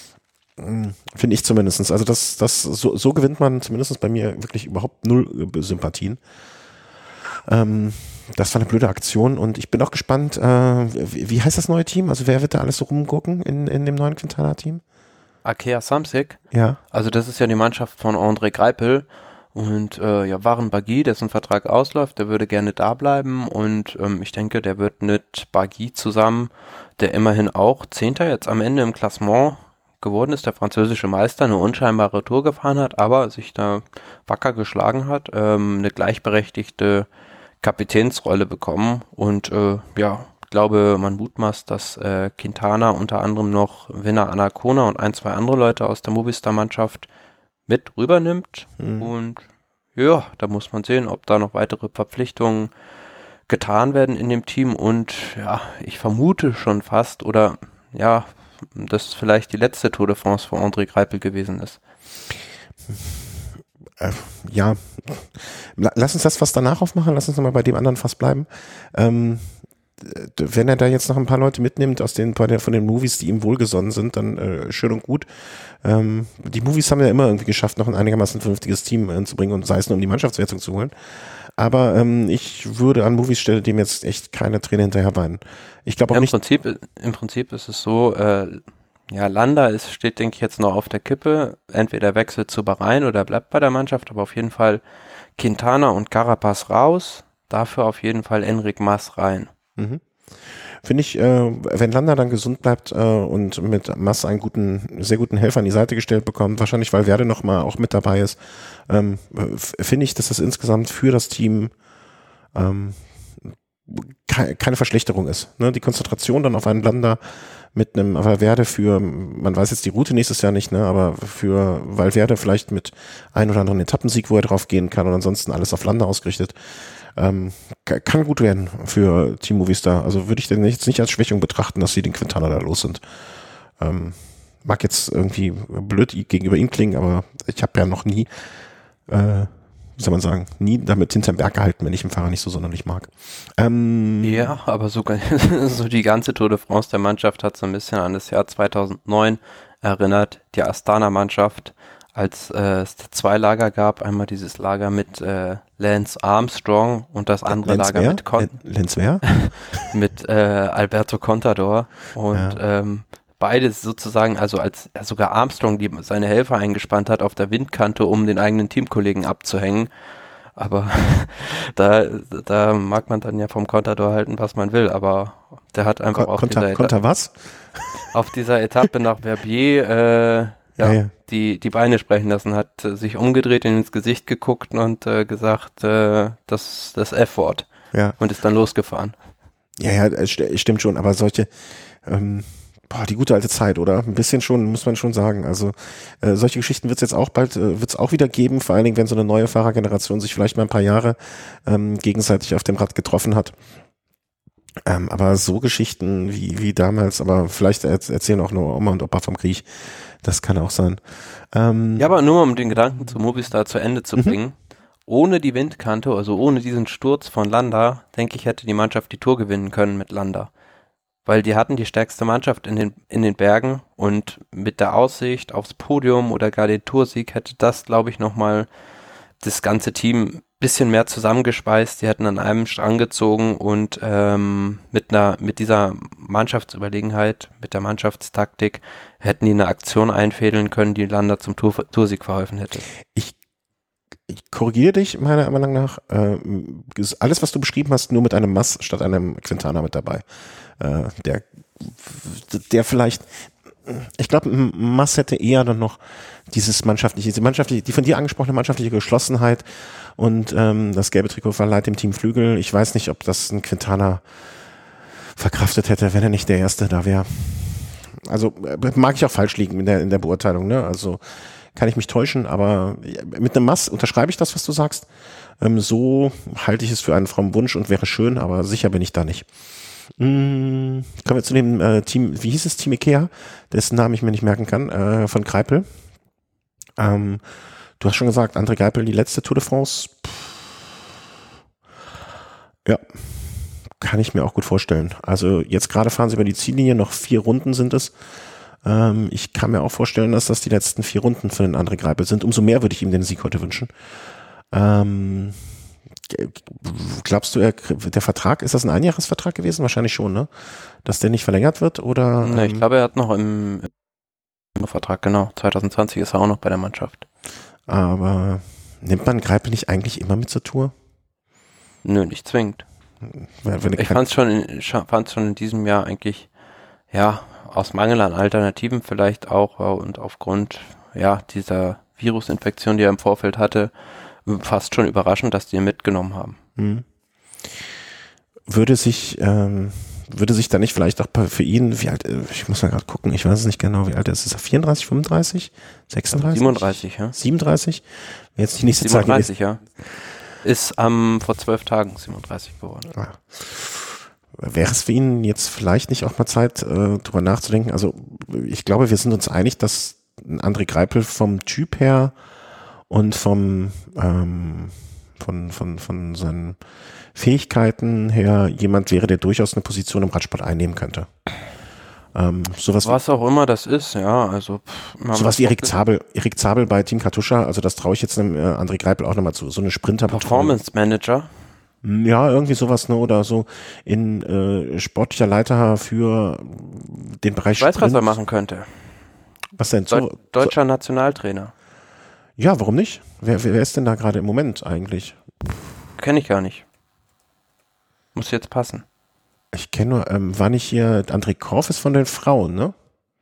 Finde ich zumindest. Also das, das, so, so gewinnt man zumindest bei mir wirklich überhaupt null Sympathien. Ähm, Das war eine blöde Aktion und ich bin auch gespannt, äh, wie, wie heißt das neue Team? Also wer wird da alles so rumgucken in, in dem neuen Quintana-Team? Arkea Samsic. Ja. Also das ist ja die Mannschaft von André Greipel und äh, ja, Warren Barguil, dessen Vertrag ausläuft, der würde gerne da bleiben und ähm, ich denke, der wird mit Barguil zusammen, der immerhin auch Zehnter jetzt am Ende im Klassement geworden ist, der französische Meister, eine unscheinbare Tour gefahren hat, aber sich da wacker geschlagen hat, ähm, eine gleichberechtigte Kapitänsrolle bekommen und äh, ja, ich glaube, man mutmaßt, dass äh, Quintana unter anderem noch Winner Anacona und ein, zwei andere Leute aus der Movistar-Mannschaft mit rübernimmt mhm. und ja, da muss man sehen, ob da noch weitere Verpflichtungen getan werden in dem Team und ja, ich vermute schon fast oder ja, dass vielleicht die letzte Tour de France von André Greipel gewesen ist. Äh, ja, lass uns das Fass danach aufmachen, lass uns nochmal bei dem anderen Fass bleiben. Ähm, wenn er da jetzt noch ein paar Leute mitnimmt aus den, von den Movies, die ihm wohlgesonnen sind, dann äh, schön und gut. Ähm, die Movies haben ja immer irgendwie geschafft, noch ein einigermaßen vernünftiges Team äh, zu bringen und sei es nur um die Mannschaftswertung zu holen. Aber ähm, ich würde an Movies Stelle dem jetzt echt keine Träne hinterher weinen. Ich glaube auch ja, im nicht. Prinzip, Im Prinzip ist es so, äh, ja, Landa ist, steht, denke ich, jetzt noch auf der Kippe. Entweder wechselt zu Bahrain oder bleibt bei der Mannschaft, aber auf jeden Fall Quintana und Carapaz raus. Dafür auf jeden Fall Enric Mas rein. Mhm. Finde ich, äh, wenn Landa dann gesund bleibt äh, und mit Mas einen guten, sehr guten Helfer an die Seite gestellt bekommt, wahrscheinlich weil Werde noch mal auch mit dabei ist, ähm, finde ich, dass das insgesamt für das Team ähm, ke- keine Verschlechterung ist. Ne? Die Konzentration dann auf einen Landa mit einem Valverde für, man weiß jetzt die Route nächstes Jahr nicht, ne, aber für Valverde vielleicht mit ein oder anderen Etappensieg, wo er drauf gehen kann und ansonsten alles auf Landa ausgerichtet. Ähm, kann gut werden für Team Movistar. Also würde ich den jetzt nicht als Schwächung betrachten, dass sie den Quintana da los sind. Ähm, mag jetzt irgendwie blöd gegenüber ihm klingen, aber ich habe ja noch nie, äh, wie soll man sagen, nie damit hinterm Berg gehalten, wenn ich einen Fahrer nicht so sonderlich mag. Ähm, ja, aber sogar so die ganze Tour de France der Mannschaft hat so ein bisschen an das Jahr zweitausendneun erinnert, die Astana-Mannschaft, als äh, es zwei Lager gab, einmal dieses Lager mit äh, Lance Armstrong und das andere Lance Lager wer? mit Con- Lance wer? mit äh, Alberto Contador und Ja. ähm, beides sozusagen, also als ja, sogar Armstrong, die seine Helfer eingespannt hat auf der Windkante, um den eigenen Teamkollegen abzuhängen. Aber da, da mag man dann ja vom Contador halten, was man will, aber der hat einfach Kon- auf, Konter, dieser, Konter was? auf dieser Etappe nach Verbier äh, ja, Ja, ja. Die, die Beine sprechen lassen, hat äh, sich umgedreht, ihm ins Gesicht geguckt und äh, gesagt, äh, das das F-Wort Ja. und ist dann losgefahren. Ja, ja, es st- stimmt schon, aber solche, ähm, boah, die gute alte Zeit, oder? Ein bisschen schon, muss man schon sagen. Also äh, solche Geschichten wird es jetzt auch bald, äh, wird es auch wieder geben, vor allen Dingen, wenn so eine neue Fahrergeneration sich vielleicht mal ein paar Jahre ähm, gegenseitig auf dem Rad getroffen hat. Ähm, aber so Geschichten wie wie damals, aber vielleicht erz- erzählen auch nur Oma und Opa vom Krieg, das kann auch sein. Ähm, Ja, aber nur um den Gedanken zu Movistar zu Ende zu Mhm. bringen, ohne die Windkante, also ohne diesen Sturz von Landa, denke ich, hätte die Mannschaft die Tour gewinnen können mit Landa. Weil die hatten die stärkste Mannschaft in den, in den Bergen und mit der Aussicht aufs Podium oder gar den Toursieg hätte das, glaube ich, nochmal das ganze Team ein bisschen mehr zusammengespeist. Die hätten an einem Strang gezogen und ähm, mit einer, mit dieser Mannschaftsüberlegenheit, mit der Mannschaftstaktik, hätten die eine Aktion einfädeln können, die Landa zum Tour, Toursieg verholfen hätte. ich Ich korrigiere dich meiner Meinung nach. Äh, ist alles, was du beschrieben hast, nur mit einem Mass statt einem Quintana mit dabei. Äh, der, der vielleicht, ich glaube, Mass hätte eher dann noch dieses mannschaftliche, diese mannschaftliche, die von dir angesprochene mannschaftliche Geschlossenheit und ähm, das gelbe Trikot verleiht dem Team Flügel. Ich weiß nicht, ob das ein Quintana verkraftet hätte, wenn er nicht der Erste da wäre. Also äh, mag ich auch falsch liegen in der in der Beurteilung, ne? Also kann ich mich täuschen, aber mit einem Mass unterschreibe ich das, was du sagst. Ähm, so halte ich es für einen frommen Wunsch und wäre schön, aber sicher bin ich da nicht. Mm, kommen wir zu dem äh, Team, wie hieß es, Team Ikea, dessen Namen ich mir nicht merken kann, äh, von Greipel. Ähm, du hast schon gesagt, André Greipel, die letzte Tour de France. Pff. Ja, kann ich mir auch gut vorstellen. Also jetzt gerade fahren sie über die Ziellinie, noch vier Runden sind es. Ähm, ich kann mir auch vorstellen, dass das die letzten vier Runden für den André Greipel sind. Umso mehr würde ich ihm den Sieg heute wünschen. Ähm, glaubst du, er, der Vertrag, ist das ein Einjahresvertrag gewesen? Wahrscheinlich schon, ne? Dass der nicht verlängert wird, oder? Ne, ich ähm, glaube, er hat noch im, im Vertrag, genau, zwanzig zwanzig ist er auch noch bei der Mannschaft. Aber nimmt man Greipel nicht eigentlich immer mit zur Tour? Nö, nicht zwingend. Wenn, wenn Ich fand es schon, in- scha- fand's schon in diesem Jahr eigentlich, ja, aus Mangel an Alternativen vielleicht auch äh, und aufgrund, ja, dieser Virusinfektion, die er im Vorfeld hatte, fast schon überraschend, dass die ihn mitgenommen haben. Hm. Würde sich, ähm, würde sich da nicht vielleicht auch für ihn, wie alt, äh, ich muss mal gerade gucken, ich weiß es nicht genau, wie alt er ist. Ist er vierunddreißig, fünfunddreißig, sechsunddreißig? siebenunddreißig, ja. siebenunddreißig? Wäre jetzt die nächste Zahl gewesen. siebenunddreißig, ja. Ist ähm, vor zwölf Tagen siebenunddreißig geworden. Ah. Wäre es für ihn jetzt vielleicht nicht auch mal Zeit, äh, drüber nachzudenken? Also ich glaube, wir sind uns einig, dass ein André Greipel vom Typ her und vom ähm, von, von, von seinen Fähigkeiten her jemand wäre, der durchaus eine Position im Radsport einnehmen könnte. Ähm, sowas Was auch immer das ist, ja, also pff, man sowas muss wie Erik gucken. Zabel, Erik Zabel bei Team Katusha, also das traue ich jetzt einem äh, André Greipel auch nochmal zu. So eine Sprinter Performance Manager. Ja, irgendwie sowas, ne, oder so in äh, sportlicher Leiter für den Bereich Ich weiß, was er Sprint. machen könnte. Was denn? Deu So, Deutscher Nationaltrainer. ja, warum nicht? Wer, wer ist denn da gerade im Moment eigentlich? Kenne ich gar nicht. Muss jetzt passen. Ich kenne nur, ähm, war nicht hier, André Korf ist von den Frauen, ne?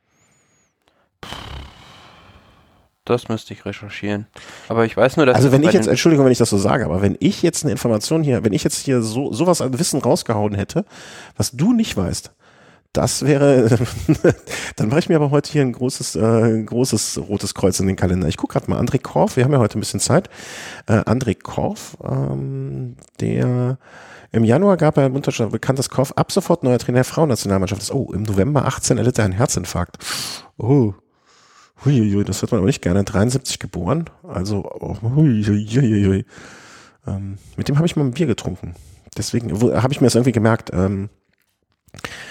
Das müsste ich recherchieren. Aber ich weiß nur, dass Also es wenn bei ich jetzt, den- Entschuldigung, wenn ich das so sage, aber wenn ich jetzt eine Information hier, wenn ich jetzt hier so sowas an Wissen rausgehauen hätte, was du nicht weißt, das wäre, dann mache ich mir aber heute hier ein großes, äh, großes rotes Kreuz in den Kalender. Ich gucke gerade mal, André Korf, wir haben ja heute ein bisschen Zeit. Äh, André Korf, ähm, der im Januar gab er im Unterschied bekannt, dass Korf ab sofort neuer Trainer der Frauennationalmannschaft ist. Oh, im November achtzehn erlitt er einen Herzinfarkt. Oh. Huiuiui, das hört man aber nicht gerne. dreiundsiebzig geboren. Also, oh, huiuiui. Ähm, mit dem habe ich mal ein Bier getrunken. Deswegen habe ich mir das irgendwie gemerkt. Ähm,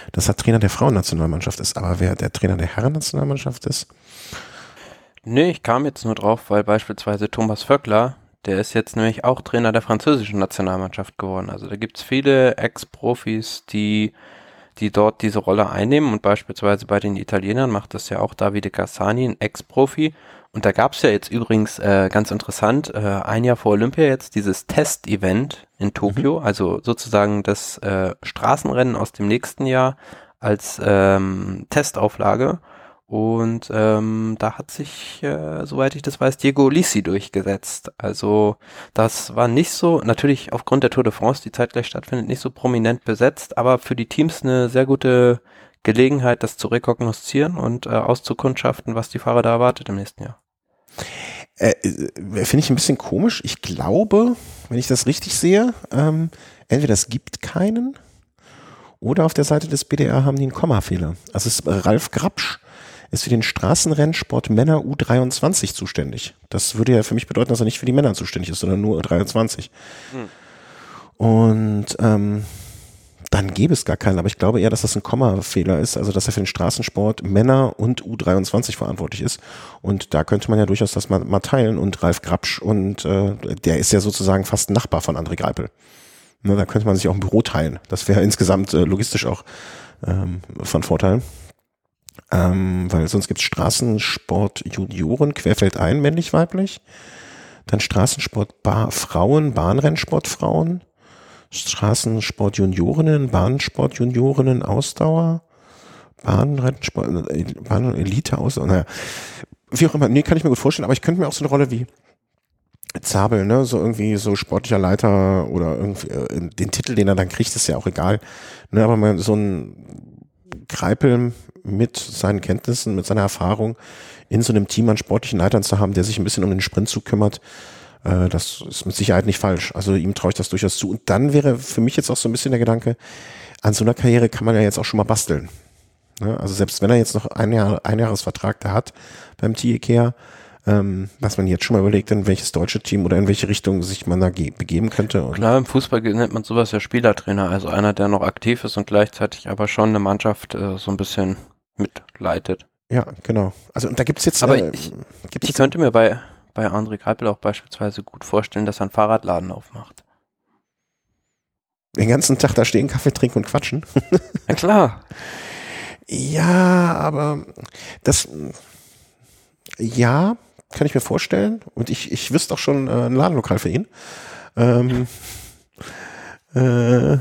dass er Trainer der Frauennationalmannschaft ist. Aber wer der Trainer der Herrennationalmannschaft ist? Nee, ich kam jetzt nur drauf, weil beispielsweise Thomas Vöckler, der ist jetzt nämlich auch Trainer der französischen Nationalmannschaft geworden. Also da gibt's viele Ex-Profis, die die dort diese Rolle einnehmen, und beispielsweise bei den Italienern macht das ja auch Davide Cassani, ein Ex-Profi. Und da gab's ja jetzt übrigens äh, ganz interessant, äh, ein Jahr vor Olympia jetzt dieses Test-Event in Tokio, mhm. also sozusagen das äh, Straßenrennen aus dem nächsten Jahr als ähm, Testauflage. Und ähm, da hat sich, äh, soweit ich das weiß, Diego Ulissi durchgesetzt. Also das war nicht so, natürlich aufgrund der Tour de France, die zeitgleich stattfindet, nicht so prominent besetzt, aber für die Teams eine sehr gute Gelegenheit, das zu rekognoszieren und äh, auszukundschaften, was die Fahrer da erwartet im nächsten Jahr. Äh, finde ich ein bisschen komisch. Ich glaube, wenn ich das richtig sehe, ähm, entweder es gibt keinen oder auf der Seite des B D R haben die einen Kommafehler. Also es ist Ralf Grabsch ist für den Straßenrennsport Männer U dreiundzwanzig zuständig. Das würde ja für mich bedeuten, dass er nicht für die Männer zuständig ist, sondern nur U dreiundzwanzig. Hm. Und ähm, dann gäbe es gar keinen, aber ich glaube eher, dass das ein Kommafehler ist, also dass er für den Straßensport Männer und U dreiundzwanzig verantwortlich ist. Und da könnte man ja durchaus das mal, mal teilen. Und Ralf Grabsch, und äh, der ist ja sozusagen fast ein Nachbar von André Greipel. Ne, da könnte man sich auch ein Büro teilen. Das wäre insgesamt äh, logistisch auch ähm, von Vorteil. Ähm, weil sonst gibt es Straßensport Junioren, querfeldein, männlich-weiblich. Dann Straßensport Bar Frauen, Bahnrennsport Frauen. Straßensport Juniorinnen, Bahnsport Juniorinnen, Ausdauer. Bahnrennsport, Bahn, Elite, Ausdauer. Naja, wie auch immer, nee, kann ich mir gut vorstellen, aber ich könnte mir auch so eine Rolle wie Zabel, ne, so irgendwie so sportlicher Leiter oder irgendwie, äh, den Titel, den er dann kriegt, ist ja auch egal. Ne, aber mal so ein Greipel mit seinen Kenntnissen, mit seiner Erfahrung in so einem Team an sportlichen Leitern zu haben, der sich ein bisschen um den Sprintzug kümmert, äh, das ist mit Sicherheit nicht falsch. Also ihm traue ich das durchaus zu. Und dann wäre für mich jetzt auch so ein bisschen der Gedanke, an so einer Karriere kann man ja jetzt auch schon mal basteln. Ne? Also selbst wenn er jetzt noch ein Jahr, ein Jahresvertrag da hat beim T I K, ähm, was man jetzt schon mal überlegt, in welches deutsche Team oder in welche Richtung sich man da ge- begeben könnte. Und klar, im Fußball nennt man sowas ja Spielertrainer, also einer, der noch aktiv ist und gleichzeitig aber schon eine Mannschaft äh, so ein bisschen mitleitet. Ja, genau. Also und da gibt's jetzt... Aber äh, ich, gibt's ich jetzt könnte mir bei, bei André Greipel auch beispielsweise gut vorstellen, dass er einen Fahrradladen aufmacht. Den ganzen Tag da stehen, Kaffee trinken und quatschen. Na klar. Ja, aber das... Ja... Kann ich mir vorstellen. Und ich, ich wüsste auch schon äh, ein Ladenlokal für ihn. Ähm, äh, äh,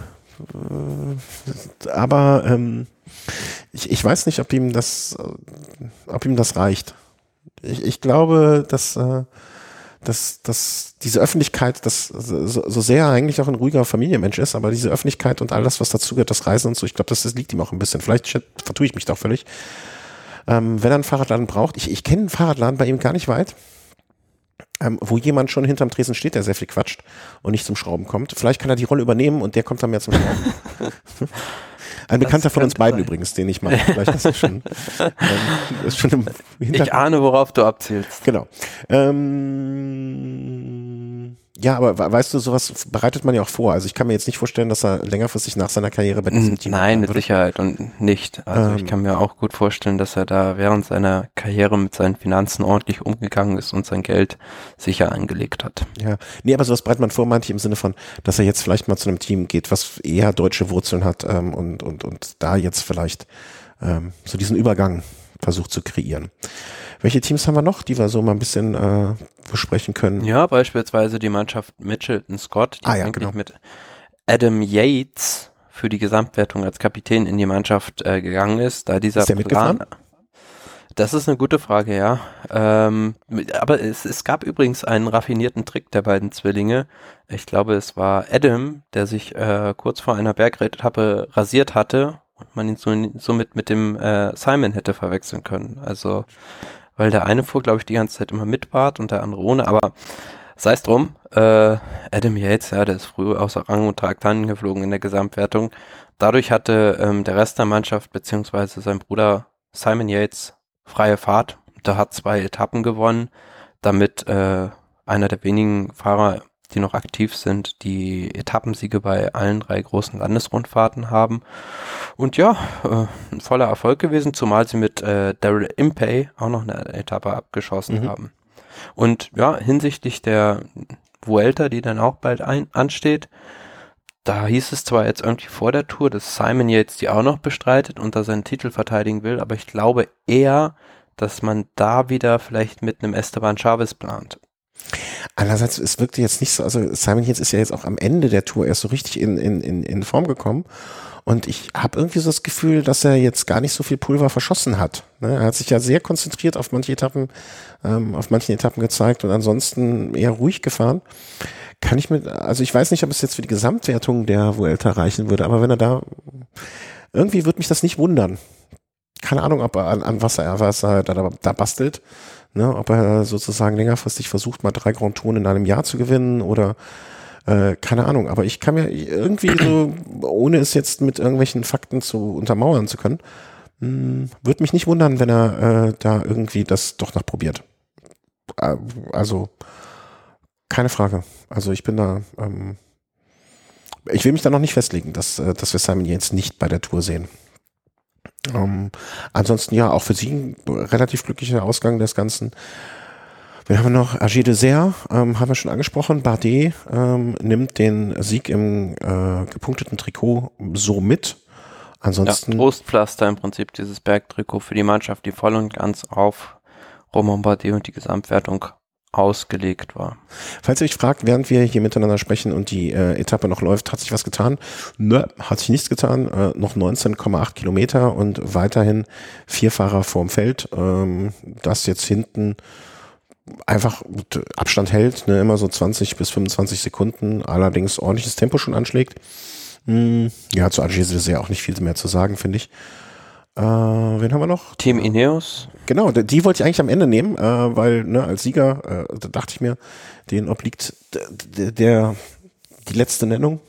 aber ähm, ich, ich weiß nicht, ob ihm das, äh, ob ihm das reicht. Ich, ich glaube, dass, äh, dass, dass diese Öffentlichkeit, dass so, so sehr er eigentlich auch ein ruhiger Familienmensch ist, aber diese Öffentlichkeit und all das, was dazugehört, das Reisen und so, ich glaube, das, das liegt ihm auch ein bisschen. Vielleicht vertue ich mich da auch völlig. Ähm, wenn er einen Fahrradladen braucht, ich, ich kenne einen Fahrradladen bei ihm gar nicht weit, ähm, wo jemand schon hinterm Tresen steht, der sehr viel quatscht und nicht zum Schrauben kommt. Vielleicht kann er die Rolle übernehmen und der kommt dann mehr zum Schrauben. Ein das Bekannter von uns beiden sein. Übrigens, den ich mag. Vielleicht ist das schon, ähm, ist schon im Ich ahne, worauf du abzielst. Genau. Ähm, ja, aber weißt du, sowas bereitet man ja auch vor. Also ich kann mir jetzt nicht vorstellen, dass er längerfristig nach seiner Karriere bei diesem Team... Nein, mit Sicherheit und nicht. Also ähm, ich kann mir auch gut vorstellen, dass er da während seiner Karriere mit seinen Finanzen ordentlich umgegangen ist und sein Geld sicher angelegt hat. Ja, nee, aber sowas bereitet man vor, meinte ich im Sinne von, dass er jetzt vielleicht mal zu einem Team geht, was eher deutsche Wurzeln hat ähm, und, und, und da jetzt vielleicht ähm, so diesen Übergang versucht zu kreieren. Welche Teams haben wir noch, die wir so mal ein bisschen äh, besprechen können? Ja, beispielsweise die Mannschaft Mitchelton Scott, die ah, ja, eigentlich genau. mit Adam Yates für die Gesamtwertung als Kapitän in die Mannschaft äh, gegangen ist. Da dieser ist der mitgefahren? Plan, das ist eine gute Frage, ja. Ähm, aber es, es gab übrigens einen raffinierten Trick der beiden Zwillinge. Ich glaube, es war Adam, der sich äh, kurz vor einer Bergetappe rasiert hatte und man ihn so, somit mit dem äh, Simon hätte verwechseln können. Also weil der eine fuhr, glaube ich, die ganze Zeit immer mit Bart und der andere ohne, aber sei es drum, äh, Adam Yates, ja, der ist früh außer Rang und Tragtanten geflogen in der Gesamtwertung. Dadurch hatte ähm, der Rest der Mannschaft, beziehungsweise sein Bruder Simon Yates, freie Fahrt. Da hat zwei Etappen gewonnen, damit äh, einer der wenigen Fahrer die noch aktiv sind, die Etappensiege bei allen drei großen Landesrundfahrten haben. Und ja, äh, ein voller Erfolg gewesen, zumal sie mit äh, Daryl Impey auch noch eine Etappe abgeschossen mhm. haben. Und ja, hinsichtlich der Vuelta, die dann auch bald ein, ansteht, da hieß es zwar jetzt irgendwie vor der Tour, dass Simon Yates die auch noch bestreitet und da seinen Titel verteidigen will, aber ich glaube eher, dass man da wieder vielleicht mit einem Esteban Chavez plant. Andererseits, es wirkte jetzt nicht so, also Simon Yates ist ja jetzt auch am Ende der Tour erst so richtig in, in, in, in Form gekommen und ich habe irgendwie so das Gefühl, dass er jetzt gar nicht so viel Pulver verschossen hat. Ne? Er hat sich ja sehr konzentriert auf manche Etappen, ähm, auf manchen Etappen gezeigt und ansonsten eher ruhig gefahren. Kann ich mit, also ich weiß nicht, ob es jetzt für die Gesamtwertung der Vuelta reichen würde, aber wenn er da, irgendwie würde mich das nicht wundern. Keine Ahnung, ob er an, an was er, was er da, da bastelt. Ne, ob er sozusagen längerfristig versucht, mal drei Grand Touren in einem Jahr zu gewinnen oder äh, keine Ahnung. Aber ich kann mir irgendwie so, ohne es jetzt mit irgendwelchen Fakten zu untermauern zu können, würde mich nicht wundern, wenn er äh, da irgendwie das doch noch probiert. Äh, also keine Frage. Also ich bin da, ähm, ich will mich da noch nicht festlegen, dass, äh, dass wir Simon Yates nicht bei der Tour sehen. Ähm, ansonsten ja, auch für sie ein relativ glücklicher Ausgang des Ganzen. Wir haben noch Agi Dessert, ähm, haben wir schon angesprochen. Bardet ähm, nimmt den Sieg im äh, gepunkteten Trikot so mit. Ansonsten ja, Trostpflaster im Prinzip, dieses Bergtrikot für die Mannschaft, die voll und ganz auf Romain Bardet und die Gesamtwertung ausgelegt war. Falls ihr euch fragt, während wir hier miteinander sprechen und die äh, Etappe noch läuft, hat sich was getan? Nö, hat sich nichts getan. Äh, noch neunzehn Komma acht Kilometer und weiterhin vier Fahrer vorm Feld. Ähm, das jetzt hinten einfach Abstand hält, ne, immer so zwanzig bis fünfundzwanzig Sekunden, allerdings ordentliches Tempo schon anschlägt. Hm, ja, zu Agi Dessert auch nicht viel mehr zu sagen, finde ich. Äh, wen haben wir noch? Team Ineos. Genau, die wollte ich eigentlich am Ende nehmen, äh, weil ne, als Sieger, äh, da dachte ich mir, den obliegt der, der die letzte Nennung.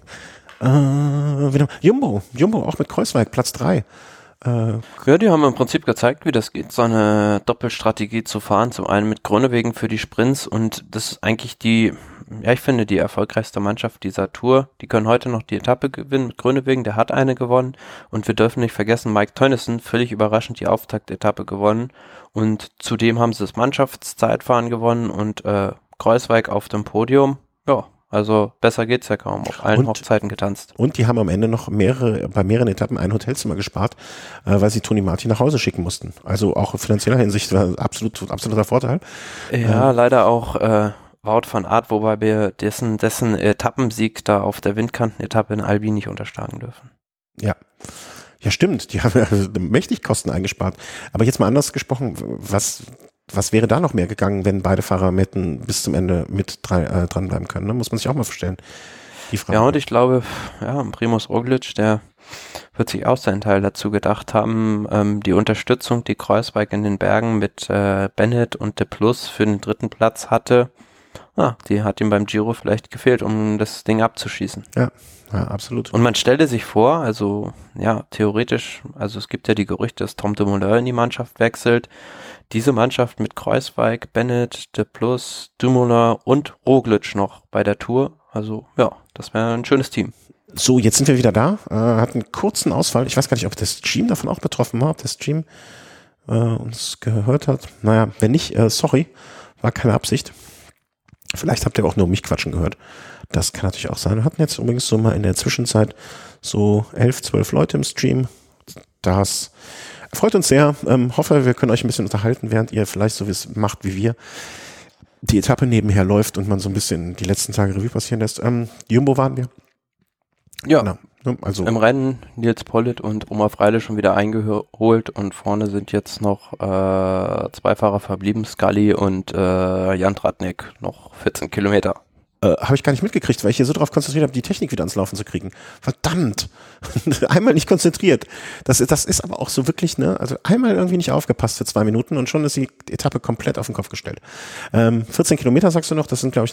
Äh, Jumbo, Jumbo auch mit Kreuzweig, Platz drei. Äh, ja, die haben im Prinzip gezeigt, wie das geht, so eine Doppelstrategie zu fahren. Zum einen mit Groenewegen für die Sprints und das ist eigentlich die, ja, ich finde, die erfolgreichste Mannschaft dieser Tour. Die können heute noch die Etappe gewinnen mit Groenewegen, der hat eine gewonnen. Und wir dürfen nicht vergessen, Mike Teunissen, völlig überraschend die Auftaktetappe gewonnen. Und zudem haben sie das Mannschaftszeitfahren gewonnen und äh, Kreuzweig auf dem Podium. Ja, also besser geht's ja kaum, auf allen und, Hochzeiten getanzt. Und die haben am Ende noch mehrere, bei mehreren Etappen ein Hotelzimmer gespart, äh, weil sie Tony Martin nach Hause schicken mussten. Also auch in finanzieller Hinsicht war absolut, absoluter Vorteil. Ja, äh, leider auch äh, Wout van Aert, wobei wir dessen, dessen Etappensieg da auf der Windkanten-Etappe in Albi nicht unterschlagen dürfen. Ja. Ja, stimmt. Die haben ja mächtig Kosten eingespart. Aber jetzt mal anders gesprochen, was, was wäre da noch mehr gegangen, wenn beide Fahrer hätten bis zum Ende mit drei, äh, dranbleiben können? Ne? Muss man sich auch mal vorstellen. Die Frage. Ja, und ich glaube, ja, Primož Roglič, der wird sich auch seinen Teil dazu gedacht haben, ähm, die Unterstützung, die Kreuzweig in den Bergen mit äh, Bennett und De Plus für den dritten Platz hatte, ah, die hat ihm beim Giro vielleicht gefehlt, um das Ding abzuschießen. Ja. Ja, absolut. Und man stellte sich vor, also ja, theoretisch, also es gibt ja die Gerüchte, dass Tom Dumoulin in die Mannschaft wechselt. Diese Mannschaft mit Kreuzweig, Bennett, De Plus, Dumoulin und Roglič noch bei der Tour. Also ja, das wäre ein schönes Team. So, jetzt sind wir wieder da. Äh, hat einen kurzen Ausfall. Ich weiß gar nicht, ob der Stream davon auch betroffen war, ob der Stream äh, uns gehört hat. Naja, wenn nicht, äh, sorry, war keine Absicht. Vielleicht habt ihr auch nur mich quatschen gehört. Das kann natürlich auch sein. Wir hatten jetzt übrigens so mal in der Zwischenzeit so elf, zwölf Leute im Stream. Das freut uns sehr. Ähm, hoffe, wir können euch ein bisschen unterhalten, während ihr vielleicht so was macht wie wir. Die Etappe nebenher läuft und man so ein bisschen die letzten Tage Revue passieren lässt. Ähm, Jumbo waren wir. Ja, genau. Also im Rennen Nils Pollitt und Omar Freile schon wieder eingeholt und vorne sind jetzt noch äh, zwei Fahrer verblieben, Scully und äh, Jan Tratnik, noch vierzehn Kilometer. Äh, habe ich gar nicht mitgekriegt, weil ich hier so darauf konzentriert habe, die Technik wieder ans Laufen zu kriegen. Verdammt! Einmal nicht konzentriert. Das, das ist aber auch so wirklich, ne, also einmal irgendwie nicht aufgepasst für zwei Minuten und schon ist die Etappe komplett auf den Kopf gestellt. Ähm, vierzehn Kilometer sagst du noch, das sind glaube ich noch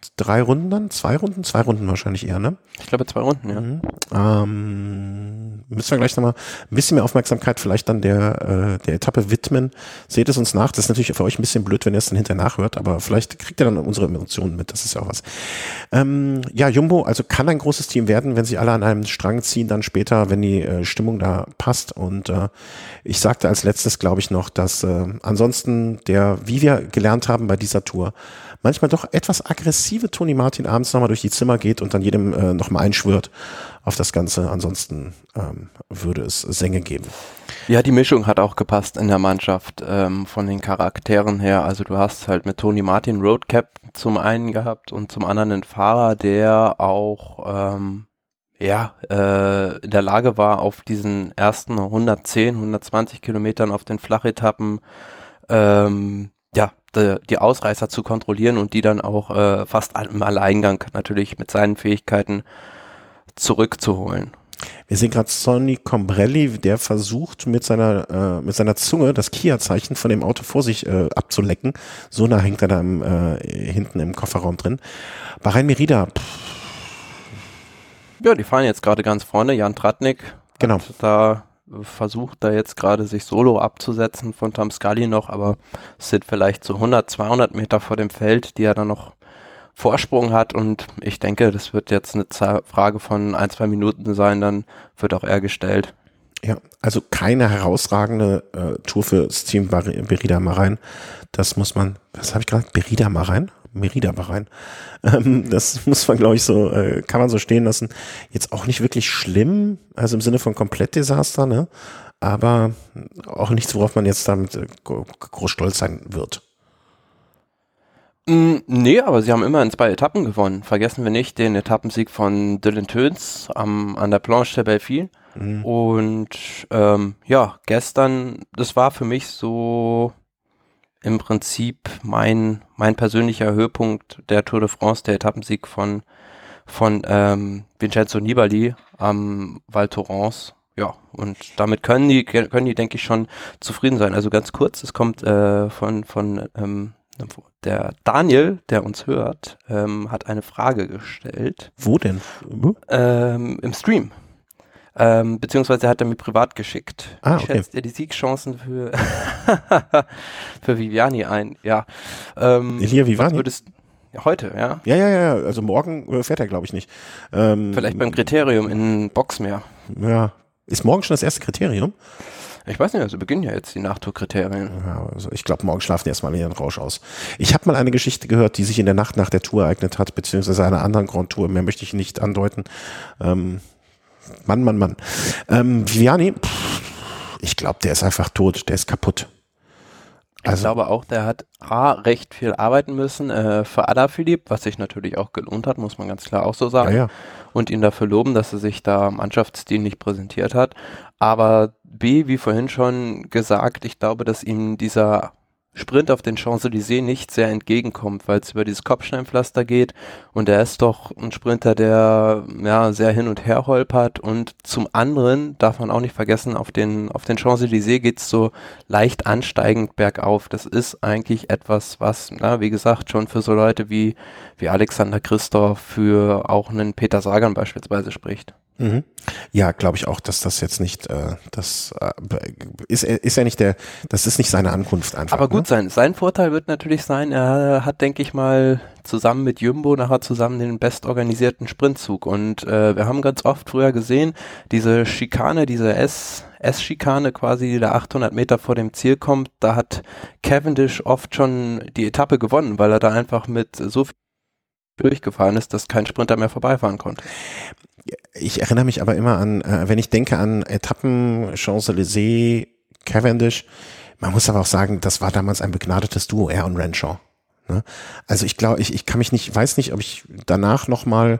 drei Runden dann? Zwei Runden? Zwei Runden wahrscheinlich eher, ne? Ich glaube zwei Runden, ja. Mhm. Ähm, müssen wir gleich nochmal ein bisschen mehr Aufmerksamkeit vielleicht dann der, äh, der Etappe widmen. Seht es uns nach. Das ist natürlich für euch ein bisschen blöd, wenn ihr es dann hinterher nachhört, aber vielleicht kriegt ihr dann unsere Emotionen mit. Das ist ja auch was. Ähm, ja, Jumbo, also kann ein großes Team werden, wenn sie alle an einem Strang ziehen, dann später, wenn die äh, Stimmung da passt. Und äh, ich sagte als letztes, glaube ich, noch, dass äh, ansonsten der, wie wir gelernt haben bei dieser Tour, manchmal doch etwas aggressive Toni Martin abends nochmal durch die Zimmer geht und dann jedem äh, nochmal einschwört auf das Ganze. Ansonsten ähm, würde es Sänge geben. Ja, die Mischung hat auch gepasst in der Mannschaft ähm, von den Charakteren her. Also du hast halt mit Toni Martin Roadcap zum einen gehabt und zum anderen einen Fahrer, der auch ähm, ja äh, in der Lage war, auf diesen ersten hundertzehn, hundertzwanzig Kilometern auf den Flachetappen ähm, ja die, die Ausreißer zu kontrollieren und die dann auch äh, fast im Alleingang natürlich mit seinen Fähigkeiten zurückzuholen. Wir sehen gerade Sonny Combrelli, der versucht mit seiner äh, mit seiner Zunge das Kia-Zeichen von dem Auto vor sich äh, abzulecken. So nah hängt er da im, äh, hinten im Kofferraum drin. Bahrain Merida. Pff. Ja, die fahren jetzt gerade ganz vorne. Jan Tratnik genau. hat da versucht, da jetzt gerade sich solo abzusetzen von Tom Scully noch, aber es sind vielleicht so hundert, zweihundert Meter vor dem Feld, die er dann noch Vorsprung hat und ich denke, das wird jetzt eine Z- Frage von ein, zwei Minuten sein, dann wird auch er gestellt. Ja, also keine herausragende äh, Tour für das Team Bar- Merida Bahrain. Das muss man, was habe ich gerade? Merida Bahrain? Merida Bahrain. Ähm, das muss man, glaube ich, so, äh, kann man so stehen lassen. Jetzt auch nicht wirklich schlimm, also im Sinne von Komplettdesaster, ne? Aber auch nichts, worauf man jetzt damit äh, groß stolz sein wird. Mm, nee, aber sie haben immerhin zwei Etappen gewonnen. Vergessen wir nicht den Etappensieg von Dylan Teuns am, an der Planche de Belleville. Mhm. Und ähm, ja, gestern, das war für mich so im Prinzip mein mein persönlicher Höhepunkt der Tour de France, der Etappensieg von von ähm, Vincenzo Nibali am Val Thorens. Ja, und damit können die können die denke ich schon zufrieden sein. Also ganz kurz, es kommt äh, von von ähm, der Daniel, der uns hört, ähm, hat eine Frage gestellt. Wo denn? Ähm, im Stream. Ähm, beziehungsweise hat er mir privat geschickt. Ah, okay. Schätzt ihr die Siegchancen für für Viviani ein? Ja. Ähm, Elia Viviani? Würdest, heute, ja? Ja, ja, ja. Also morgen fährt er, glaube ich, nicht. Ähm, Vielleicht beim Kriterium in Boxmeer. Ja. Ist morgen schon das erste Kriterium? Ich weiß nicht, also beginnen ja jetzt die Nachtourkriterien. Ja, also ich glaube, morgen schlafen die erstmal wieder einen Rausch aus. Ich habe mal eine Geschichte gehört, die sich in der Nacht nach der Tour ereignet hat, beziehungsweise einer anderen Grand Tour. Mehr möchte ich nicht andeuten. Ähm, Mann, Mann, Mann. Ähm, Viviani, pff, ich glaube, der ist einfach tot. Der ist kaputt. Also, ich glaube auch, der hat A, recht viel arbeiten müssen äh, für Alaphilippe, was sich natürlich auch gelohnt hat, muss man ganz klar auch so sagen. Ja, ja. Und ihn dafür loben, dass er sich da Mannschaftsstil nicht präsentiert hat. Aber B, wie vorhin schon gesagt, ich glaube, dass ihm dieser Sprint auf den Champs-Élysées nicht sehr entgegenkommt, weil es über dieses Kopfsteinpflaster geht und er ist doch ein Sprinter, der ja sehr hin und her holpert und zum anderen darf man auch nicht vergessen, auf den auf den Champs-Élysées geht es so leicht ansteigend bergauf. Das ist eigentlich etwas, was, na, wie gesagt, schon für so Leute wie wie Alexander Kristoff, für auch einen Peter Sagan beispielsweise spricht. Mhm. Ja, glaube ich auch, dass das jetzt nicht, äh, das äh, ist, ist ja nicht der, das ist nicht seine Ankunft einfach. Aber gut, ne? sein, sein Vorteil wird natürlich sein, er hat, denke ich mal, zusammen mit Jumbo nachher zusammen den bestorganisierten Sprintzug und äh, wir haben ganz oft früher gesehen, diese Schikane, diese S, S-Schikane quasi, die da achthundert Meter vor dem Ziel kommt, da hat Cavendish oft schon die Etappe gewonnen, weil er da einfach mit so viel durchgefahren ist, dass kein Sprinter mehr vorbeifahren konnte. Ich erinnere mich aber immer an, äh, wenn ich denke an Etappen, Champs-Élysées, Cavendish, man muss aber auch sagen, das war damals ein begnadetes Duo, er und Renshaw. Ne? Also ich glaube, ich, ich kann mich nicht, weiß nicht, ob ich danach nochmal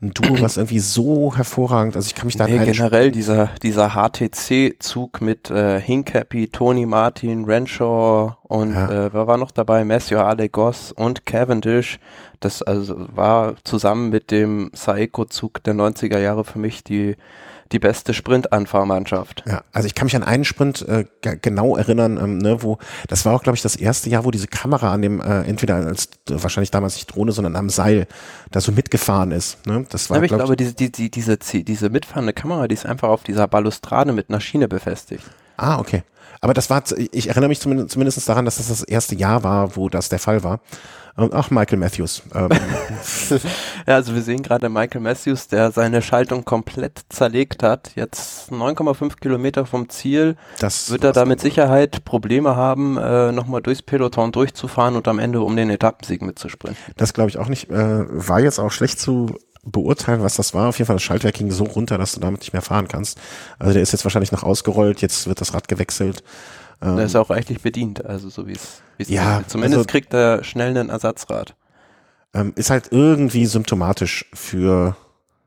ein Duo, was irgendwie so hervorragend, also ich kann mich da nee, generell dieser dieser H T C-Zug mit äh, Hincapie, Tony Martin, Renshaw und ja. äh, wer war noch dabei? Matthew Allegos und Cavendish. Das also war zusammen mit dem Saeco-Zug der neunziger Jahre für mich die die beste Sprintanfahrmannschaft. Ja, also ich kann mich an einen Sprint äh, g- genau erinnern, ähm, ne, wo, das war auch, glaube ich, das erste Jahr, wo diese Kamera an dem, äh, entweder als, äh, wahrscheinlich damals nicht Drohne, sondern am Seil, da so mitgefahren ist. Ne? Das war, Aber ich glaub glaube, diese, die, die, diese, diese mitfahrende Kamera, die ist einfach auf dieser Balustrade mit einer Schiene befestigt. Ah, okay. Aber das war, ich erinnere mich zumindest, zumindest daran, dass das das erste Jahr war, wo das der Fall war. Ach, Michael Matthews. Ähm. Ja, also wir sehen gerade Michael Matthews, der seine Schaltung komplett zerlegt hat. Jetzt neun Komma fünf Kilometer vom Ziel. Das wird er da mit Sicherheit Probleme haben, äh, nochmal durchs Peloton durchzufahren und am Ende um den Etappensieg mitzusprinten. Das glaube ich auch nicht. Äh, war jetzt auch schlecht zu beurteilen, was das war. Auf jeden Fall, das Schaltwerk ging so runter, dass du damit nicht mehr fahren kannst. Also der ist jetzt wahrscheinlich noch ausgerollt, jetzt wird das Rad gewechselt. Ähm, der ist auch reichlich bedient, also so wie es ja, ist. Zumindest also, kriegt er schnell einen Ersatzrad. Ähm, ist halt irgendwie symptomatisch für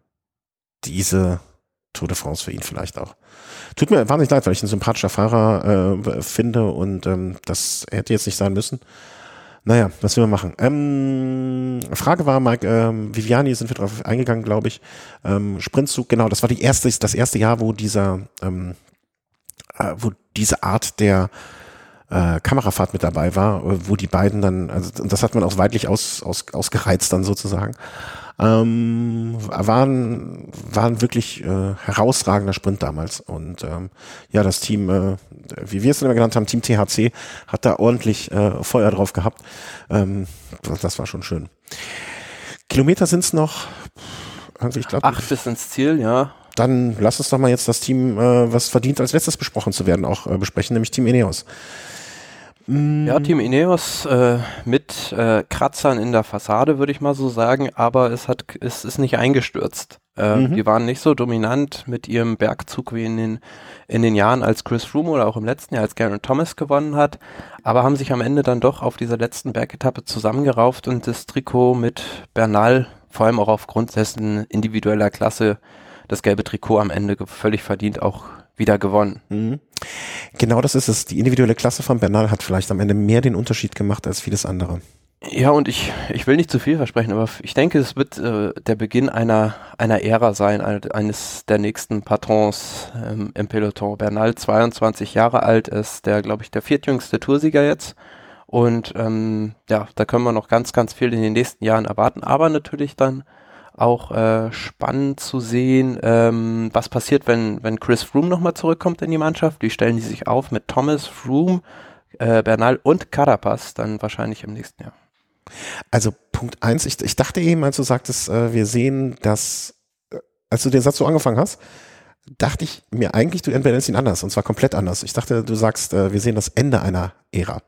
diese Tour de France für ihn vielleicht auch. Tut mir wahnsinnig leid, weil ich ein sympathischer Fahrer äh, finde und ähm, das hätte jetzt nicht sein müssen. Naja, was will man machen? Ähm, Frage war, Mike, ähm, Viviani, sind wir drauf eingegangen, glaube ich. Ähm, Sprintzug, genau, das war die erste, das erste Jahr, wo dieser, ähm, äh, wo diese Art der äh, Kamerafahrt mit dabei war, wo die beiden dann, also und das hat man auch weitlich aus, aus, ausgereizt dann sozusagen, ähm, waren, waren wirklich äh, herausragender Sprint damals und ähm, ja, das Team, äh, wie wir es dann immer genannt haben, Team T H C, hat da ordentlich äh, Feuer drauf gehabt. Ähm, das war schon schön. Kilometer sind es noch, irgendwie, ich glaube, acht bis ins Ziel, ja. Dann lass uns doch mal jetzt das Team, äh, was verdient als letztes besprochen zu werden, auch äh, besprechen, nämlich Team Ineos. Ja, Team Ineos äh, mit äh, Kratzern in der Fassade, würde ich mal so sagen, aber es hat es ist nicht eingestürzt. Äh, mhm. Die waren nicht so dominant mit ihrem Bergzug wie in den, in den Jahren, als Chris Froome oder auch im letzten Jahr, als Geraint Thomas gewonnen hat, aber haben sich am Ende dann doch auf dieser letzten Bergetappe zusammengerauft und das Trikot mit Bernal, vor allem auch aufgrund dessen individueller Klasse, das gelbe Trikot am Ende völlig verdient auch wieder gewonnen. Mhm. Genau das ist es. Die individuelle Klasse von Bernal hat vielleicht am Ende mehr den Unterschied gemacht als vieles andere. Ja, und ich, ich will nicht zu viel versprechen, aber ich denke, es wird äh, der Beginn einer, einer Ära sein, eines der nächsten Patrons ähm, im Peloton. Bernal, zweiundzwanzig Jahre alt, ist der, glaube ich, der viertjüngste Toursieger jetzt. Und ähm, ja, da können wir noch ganz, ganz viel in den nächsten Jahren erwarten, aber natürlich dann auch äh, spannend zu sehen, ähm, was passiert, wenn wenn Chris Froome nochmal zurückkommt in die Mannschaft. Wie stellen die sich auf mit Thomas, Froome, äh, Bernal und Carapaz dann wahrscheinlich im nächsten Jahr? Also Punkt eins, ich, ich dachte eben, als du sagtest, äh, wir sehen, dass, äh, als du den Satz so angefangen hast, dachte ich mir eigentlich, du entwickelst ihn anders, und zwar komplett anders. Ich dachte, du sagst, äh, wir sehen das Ende einer Ära.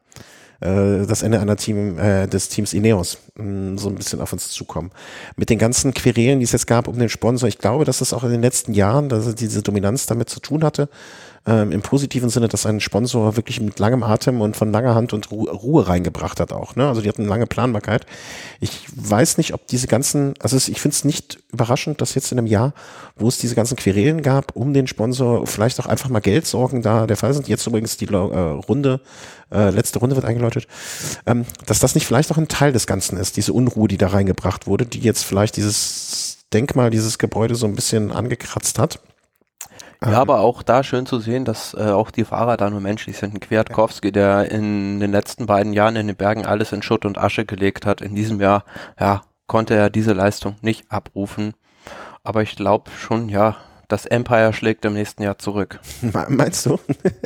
Das Ende einer Team, äh, des Teams Ineos mh, so ein bisschen auf uns zukommen. Mit den ganzen Querelen, die es jetzt gab um den Sponsor, ich glaube, dass es auch in den letzten Jahren, dass diese Dominanz damit zu tun hatte, ähm, im positiven Sinne, dass ein Sponsor wirklich mit langem Atem und von langer Hand und Ru- Ruhe reingebracht hat auch. Ne? Also die hatten lange Planbarkeit. Ich weiß nicht, ob diese ganzen, also es, ich finde es nicht überraschend, dass jetzt in einem Jahr, wo es diese ganzen Querelen gab, um den Sponsor vielleicht auch einfach mal Geldsorgen da der Fall sind. Jetzt übrigens die äh, Runde, äh, letzte Runde wird eingeläutet, ähm, dass das nicht vielleicht auch ein Teil des Ganzen ist, diese Unruhe, die da reingebracht wurde, die jetzt vielleicht dieses Denkmal, dieses Gebäude so ein bisschen angekratzt hat. Ja, aber auch da schön zu sehen, dass äh, auch die Fahrer da nur menschlich sind. Ein Kwiatkowski, der in den letzten beiden Jahren in den Bergen alles in Schutt und Asche gelegt hat. In diesem Jahr, ja, konnte er diese Leistung nicht abrufen. Aber ich glaube schon, ja, das Empire schlägt im nächsten Jahr zurück. Meinst du?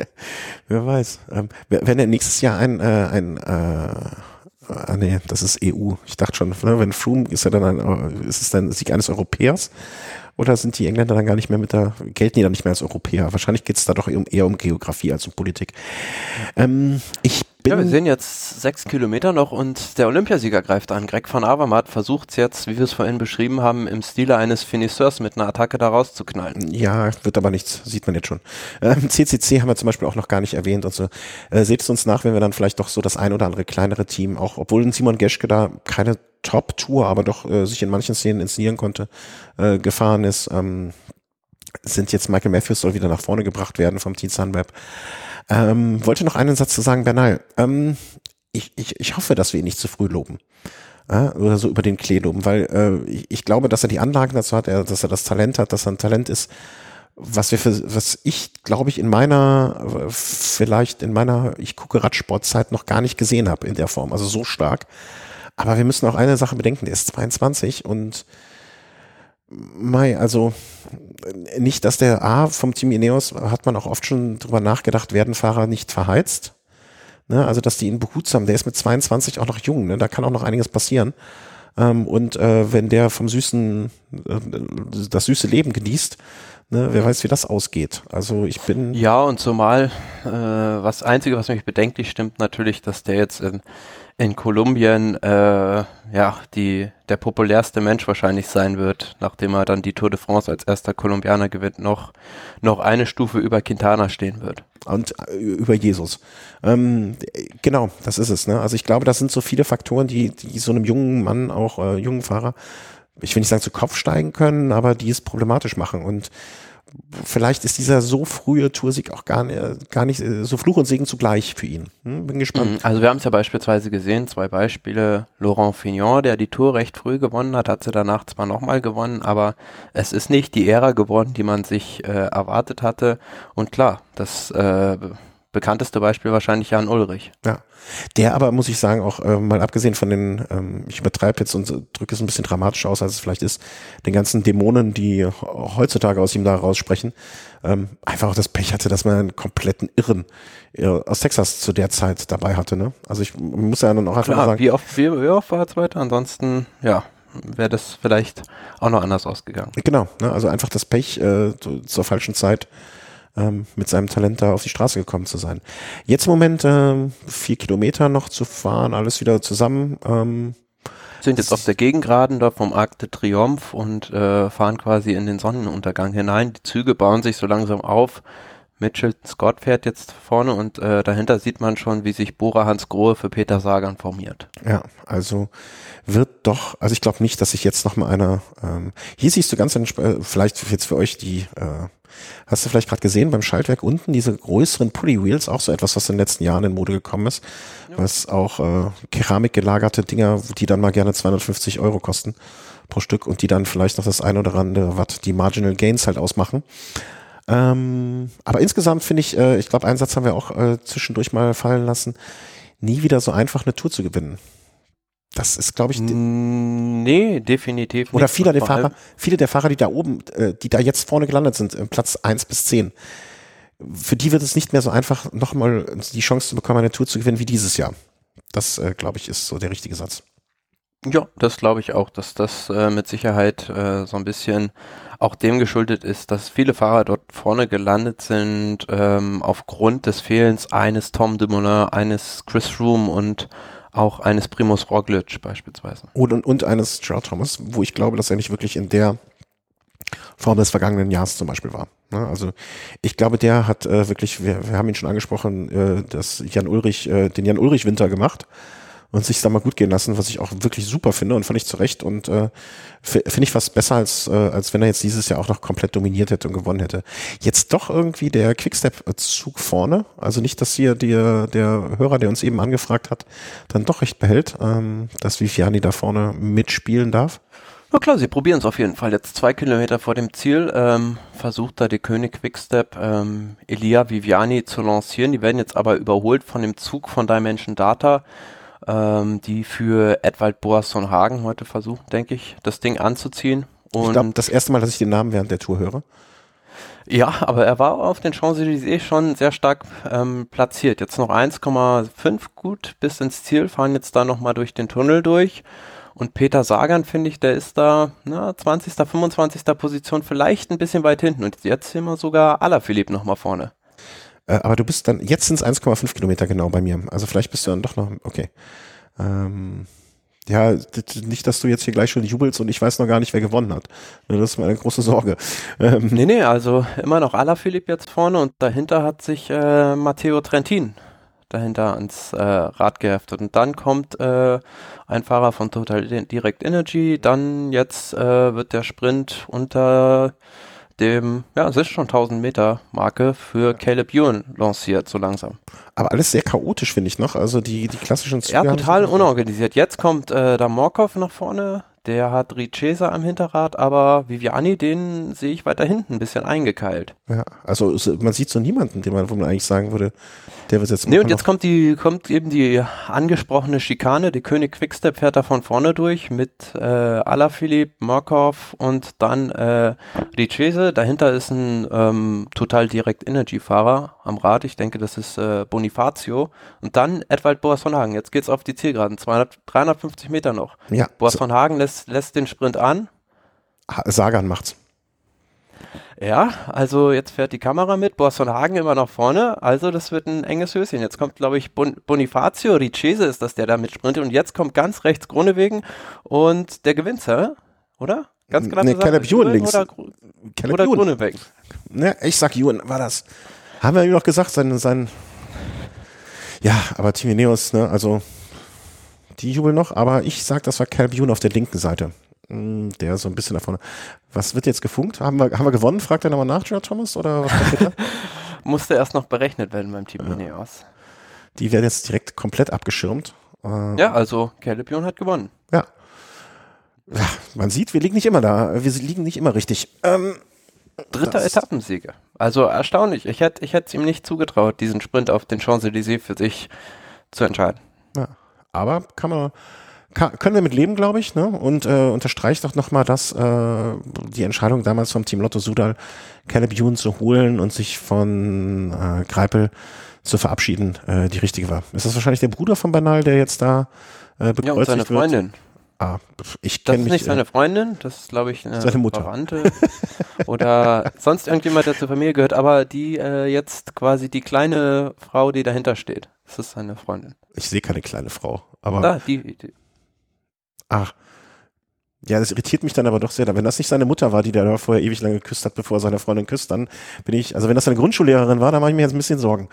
Wer weiß. Ähm, wenn er nächstes Jahr ein, äh, ein äh, ah nee, das ist E U. Ich dachte schon, ne, wenn Froome ist er dann ein, ist es dann Sieg eines Europäers? Oder sind die Engländer dann gar nicht mehr mit der, gelten die dann nicht mehr als Europäer? Wahrscheinlich geht es da doch eher um, eher um Geografie als um Politik. Ähm, ich bin ja, wir sehen jetzt sechs Kilometer noch und der Olympiasieger greift an. Greg van Avermaet versucht es jetzt, wie wir es vorhin beschrieben haben, im Stile eines Finisseurs mit einer Attacke da rauszuknallen. Ja, wird aber nichts, sieht man jetzt schon. Ähm, C C C haben wir zum Beispiel auch noch gar nicht erwähnt und so. Äh, seht es uns nach, wenn wir dann vielleicht doch so das ein oder andere kleinere Team, auch obwohl ein Simon Geschke da keine Top-Tour, aber doch äh, sich in manchen Szenen inszenieren konnte, äh, gefahren ist, ähm, sind jetzt Michael Matthews soll wieder nach vorne gebracht werden vom Team Sunweb. Ähm, wollte noch einen Satz zu sagen, Bernal. Ähm, ich, ich, ich hoffe, dass wir ihn nicht zu früh loben. Äh, oder so über den Klee loben, weil äh, ich, ich glaube, dass er die Anlagen dazu hat, er, dass er das Talent hat, dass er ein Talent ist, was wir für, was ich, glaube ich, in meiner, vielleicht in meiner, ich gucke Radsportzeit noch gar nicht gesehen habe in der Form, also so stark. Aber wir müssen auch eine Sache bedenken, der ist zweiundzwanzig und Mai, also nicht, dass der A vom Team Ineos, hat man auch oft schon drüber nachgedacht, werden Fahrer nicht verheizt. Ne? Also, dass die ihn behutsam, der ist mit zweiundzwanzig auch noch jung, ne? Da kann auch noch einiges passieren. Ähm, und äh, wenn der vom süßen, äh, das süße Leben genießt, ne? Wer weiß, wie das ausgeht. Also ich bin... Ja, und zumal, äh, was Einzige, was mich bedenklich stimmt, natürlich, dass der jetzt in in Kolumbien äh, ja die der populärste Mensch wahrscheinlich sein wird, nachdem er dann die Tour de France als erster Kolumbianer gewinnt, noch noch eine Stufe über Quintana stehen wird. Und äh, über Jesus. Ähm, genau, das ist es. Ne? Also ich glaube, das sind so viele Faktoren, die, die so einem jungen Mann, auch äh, jungen Fahrer, ich will nicht sagen zu Kopf steigen können, aber die es problematisch machen. Und vielleicht ist dieser so frühe Toursieg auch gar, gar nicht so Fluch und Segen zugleich für ihn. Hm, bin gespannt. Also wir haben es ja beispielsweise gesehen, zwei Beispiele, Laurent Fignon, der die Tour recht früh gewonnen hat, hat sie danach zwar nochmal gewonnen, aber es ist nicht die Ära geworden, die man sich äh, erwartet hatte. Und klar, das äh, bekannteste Beispiel wahrscheinlich Jan Ullrich. Ja, der aber, muss ich sagen, auch äh, mal abgesehen von den, ähm, ich übertreibe jetzt und drücke es ein bisschen dramatisch aus, als es vielleicht ist, den ganzen Dämonen, die heutzutage aus ihm da raussprechen, ähm, einfach auch das Pech hatte, dass man einen kompletten Irren äh, aus Texas zu der Zeit dabei hatte. Ne? Also ich muss ja dann auch einfach Klar, mal sagen. Wie oft, wie, wie oft war er Zweiter? Ansonsten, ja, wäre das vielleicht auch noch anders ausgegangen. Genau, ne? Also einfach das Pech äh, zur falschen Zeit Ähm, mit seinem Talent da auf die Straße gekommen zu sein. Jetzt im Moment ähm, vier Kilometer noch zu fahren, alles wieder zusammen. Ähm, sind jetzt auf der Gegengraden da vom Arc de Triomphe und äh, fahren quasi in den Sonnenuntergang hinein. Die Züge bauen sich so langsam auf. Mitchell Scott fährt jetzt vorne und äh, dahinter sieht man schon, wie sich Bora Hansgrohe für Peter Sagan formiert. Ja, also wird doch, also ich glaube nicht, dass sich jetzt noch mal einer, ähm, hier siehst du ganz, entsp- vielleicht jetzt für euch die, äh, hast du vielleicht gerade gesehen beim Schaltwerk unten, diese größeren Pulley Wheels, auch so etwas, was in den letzten Jahren in Mode gekommen ist, ja. Was auch äh, Keramik gelagerte Dinger, die dann mal gerne zweihundertfünfzig Euro kosten pro Stück und die dann vielleicht noch das ein oder andere Watt, die Marginal Gains halt ausmachen. Ähm, aber insgesamt finde ich, äh, ich glaube, einen Satz haben wir auch äh, zwischendurch mal fallen lassen, nie wieder so einfach eine Tour zu gewinnen. Das ist, glaube ich, nee, definitiv nicht. Oder viele der Fahrer, viele der Fahrer, die da oben, äh, die da jetzt vorne gelandet sind, Platz eins bis zehn, für die wird es nicht mehr so einfach, nochmal die Chance zu bekommen, eine Tour zu gewinnen wie dieses Jahr. Das, äh, glaube ich, ist so der richtige Satz. Ja, das glaube ich auch, dass das äh, mit Sicherheit äh, so ein bisschen auch dem geschuldet ist, dass viele Fahrer dort vorne gelandet sind, ähm, aufgrund des Fehlens eines Tom Dumoulin, eines Chris Froome und auch eines Primož Roglič beispielsweise. Und, und, und eines Gerald Thomas, wo ich glaube, dass er nicht wirklich in der Form des vergangenen Jahres zum Beispiel war. Ne? Also ich glaube, der hat äh, wirklich, wir, wir haben ihn schon angesprochen, äh, das Jan Ullrich, äh, den Jan Ullrich Winter gemacht und sich da mal gut gehen lassen, was ich auch wirklich super finde und fand ich zu Recht und äh, finde ich fast besser, als, äh, als wenn er jetzt dieses Jahr auch noch komplett dominiert hätte und gewonnen hätte. Jetzt doch irgendwie der Quickstep-Zug vorne, also nicht, dass hier der, der Hörer, der uns eben angefragt hat, dann doch recht behält, ähm, dass Viviani da vorne mitspielen darf. Na klar, sie probieren es auf jeden Fall. Jetzt zwei Kilometer vor dem Ziel ähm, versucht da die König Quickstep ähm, Elia Viviani zu lancieren. Die werden jetzt aber überholt von dem Zug von Dimension Data, ähm, die für Edvald Boasson Hagen heute versuchen, denke ich, das Ding anzuziehen. Und ich glaube, das erste Mal, dass ich den Namen während der Tour höre. Ja, aber er war auf den Champs-Élysées schon sehr stark ähm, platziert. Jetzt noch eins Komma fünf gut bis ins Ziel, fahren jetzt da nochmal durch den Tunnel durch. Und Peter Sagan, finde ich, der ist da na, zwanzigster, fünfundzwanzigster Position vielleicht ein bisschen weit hinten. Und jetzt sehen wir sogar Alaphilippe nochmal vorne. Äh, aber du bist dann, jetzt sind es eins Komma fünf Kilometer genau bei mir. Also vielleicht bist du dann doch noch, okay. Ähm, ja, d- nicht, dass du jetzt hier gleich schon jubelst und ich weiß noch gar nicht, wer gewonnen hat. Das ist meine große Sorge. Ähm, Nee, nee, also immer noch Alaphilippe jetzt vorne und dahinter hat sich äh, Matteo Trentin dahinter ans äh, Rad geheftet. Und dann kommt äh, ein Fahrer von Total Direct Energy, dann jetzt äh, wird der Sprint unter dem, ja, es ist schon tausend Meter Marke für Caleb Ewan lanciert, so langsam. aber alles sehr chaotisch, finde ich noch. Also die, die klassischen Züge. Ja, haben total sich- unorganisiert. Jetzt kommt äh, da Morkov nach vorne, der hat Richesa am Hinterrad, aber Viviani, den sehe ich weiter hinten ein bisschen eingekeilt. Ja, also es, man sieht so niemanden, den man, wo man eigentlich sagen würde, der wird jetzt Nee, und noch- jetzt kommt die, kommt eben die angesprochene Schikane. Der König Quickstep fährt da von vorne durch mit äh, Alaphilippe, Morkov und dann äh, Richese. Dahinter ist ein ähm, Total Direct Energy Fahrer am Rad. Ich denke, das ist äh, Bonifacio. Und dann Edvald Boas von Hagen. Jetzt geht's auf die Zielgeraden. zweihundert, dreihundertfünfzig Meter noch. ja, Boas so, von Hagen lässt, lässt den Sprint an. Ha- Sagan macht's. Ja, also jetzt fährt die Kamera mit, Boas von Hagen immer nach vorne, also das wird ein enges Höschen. Jetzt kommt, glaube ich, bon Bonifacio Richese ist das, der da mitsprintet und jetzt kommt ganz rechts Grunewegen und der gewinnt, oder? Ganz knapp Nee, gesagt, Caleb Ewan links. Oder, Gru- Caleb oder Ewan. Grunewegen. Ne, ich sag Ewan, war das. Haben wir ihm noch gesagt, sein, sein ja, aber Team Ineos, ne, also die jubeln noch, aber ich sag, das war Caleb Ewan auf der linken Seite. Mm, Der so ein bisschen da vorne. Was wird jetzt gefunkt? Haben wir, haben wir gewonnen? Fragt er nochmal nach, Gerard Thomas? Oder was passiert da? Musste erst noch berechnet werden beim Team Ineos. Die werden jetzt direkt komplett abgeschirmt. Äh, Ja, also Caleb Ewan hat gewonnen. ja. Ja, man sieht, wir liegen nicht immer da. Wir liegen nicht immer richtig. Ähm, Dritter Das- Etappensiege. Also erstaunlich. Ich hätte ich hätte es ihm nicht zugetraut, diesen Sprint auf den Champs-Élysées für sich zu entscheiden. Ja, aber kann man, kann, können wir mit leben, glaube ich, ne? Und äh, unterstreicht doch nochmal, dass äh, die Entscheidung damals vom Team Lotto Sudal, Caleb Ewan zu holen und sich von äh, Greipel zu verabschieden, äh, die richtige war. Ist das wahrscheinlich der Bruder von Bernal, der jetzt da äh, bekreuzigt Ja, und seine wird? Freundin. Ah, ich Das kenne ist mich. nicht seine äh, Freundin, das ist, glaube ich, eine Seine Mutter. Verwandte oder sonst irgendjemand, der zur Familie gehört, aber die äh, jetzt quasi die kleine Frau, die dahinter steht. Das ist seine Freundin. ich sehe keine kleine Frau. Aber Da, die, die, ach. Ja, das irritiert mich dann aber doch sehr. Wenn das nicht seine Mutter war, die der da vorher ewig lange geküsst hat, bevor er seine Freundin küsst, dann bin ich, also wenn das seine Grundschullehrerin war, dann mache ich mir jetzt ein bisschen Sorgen.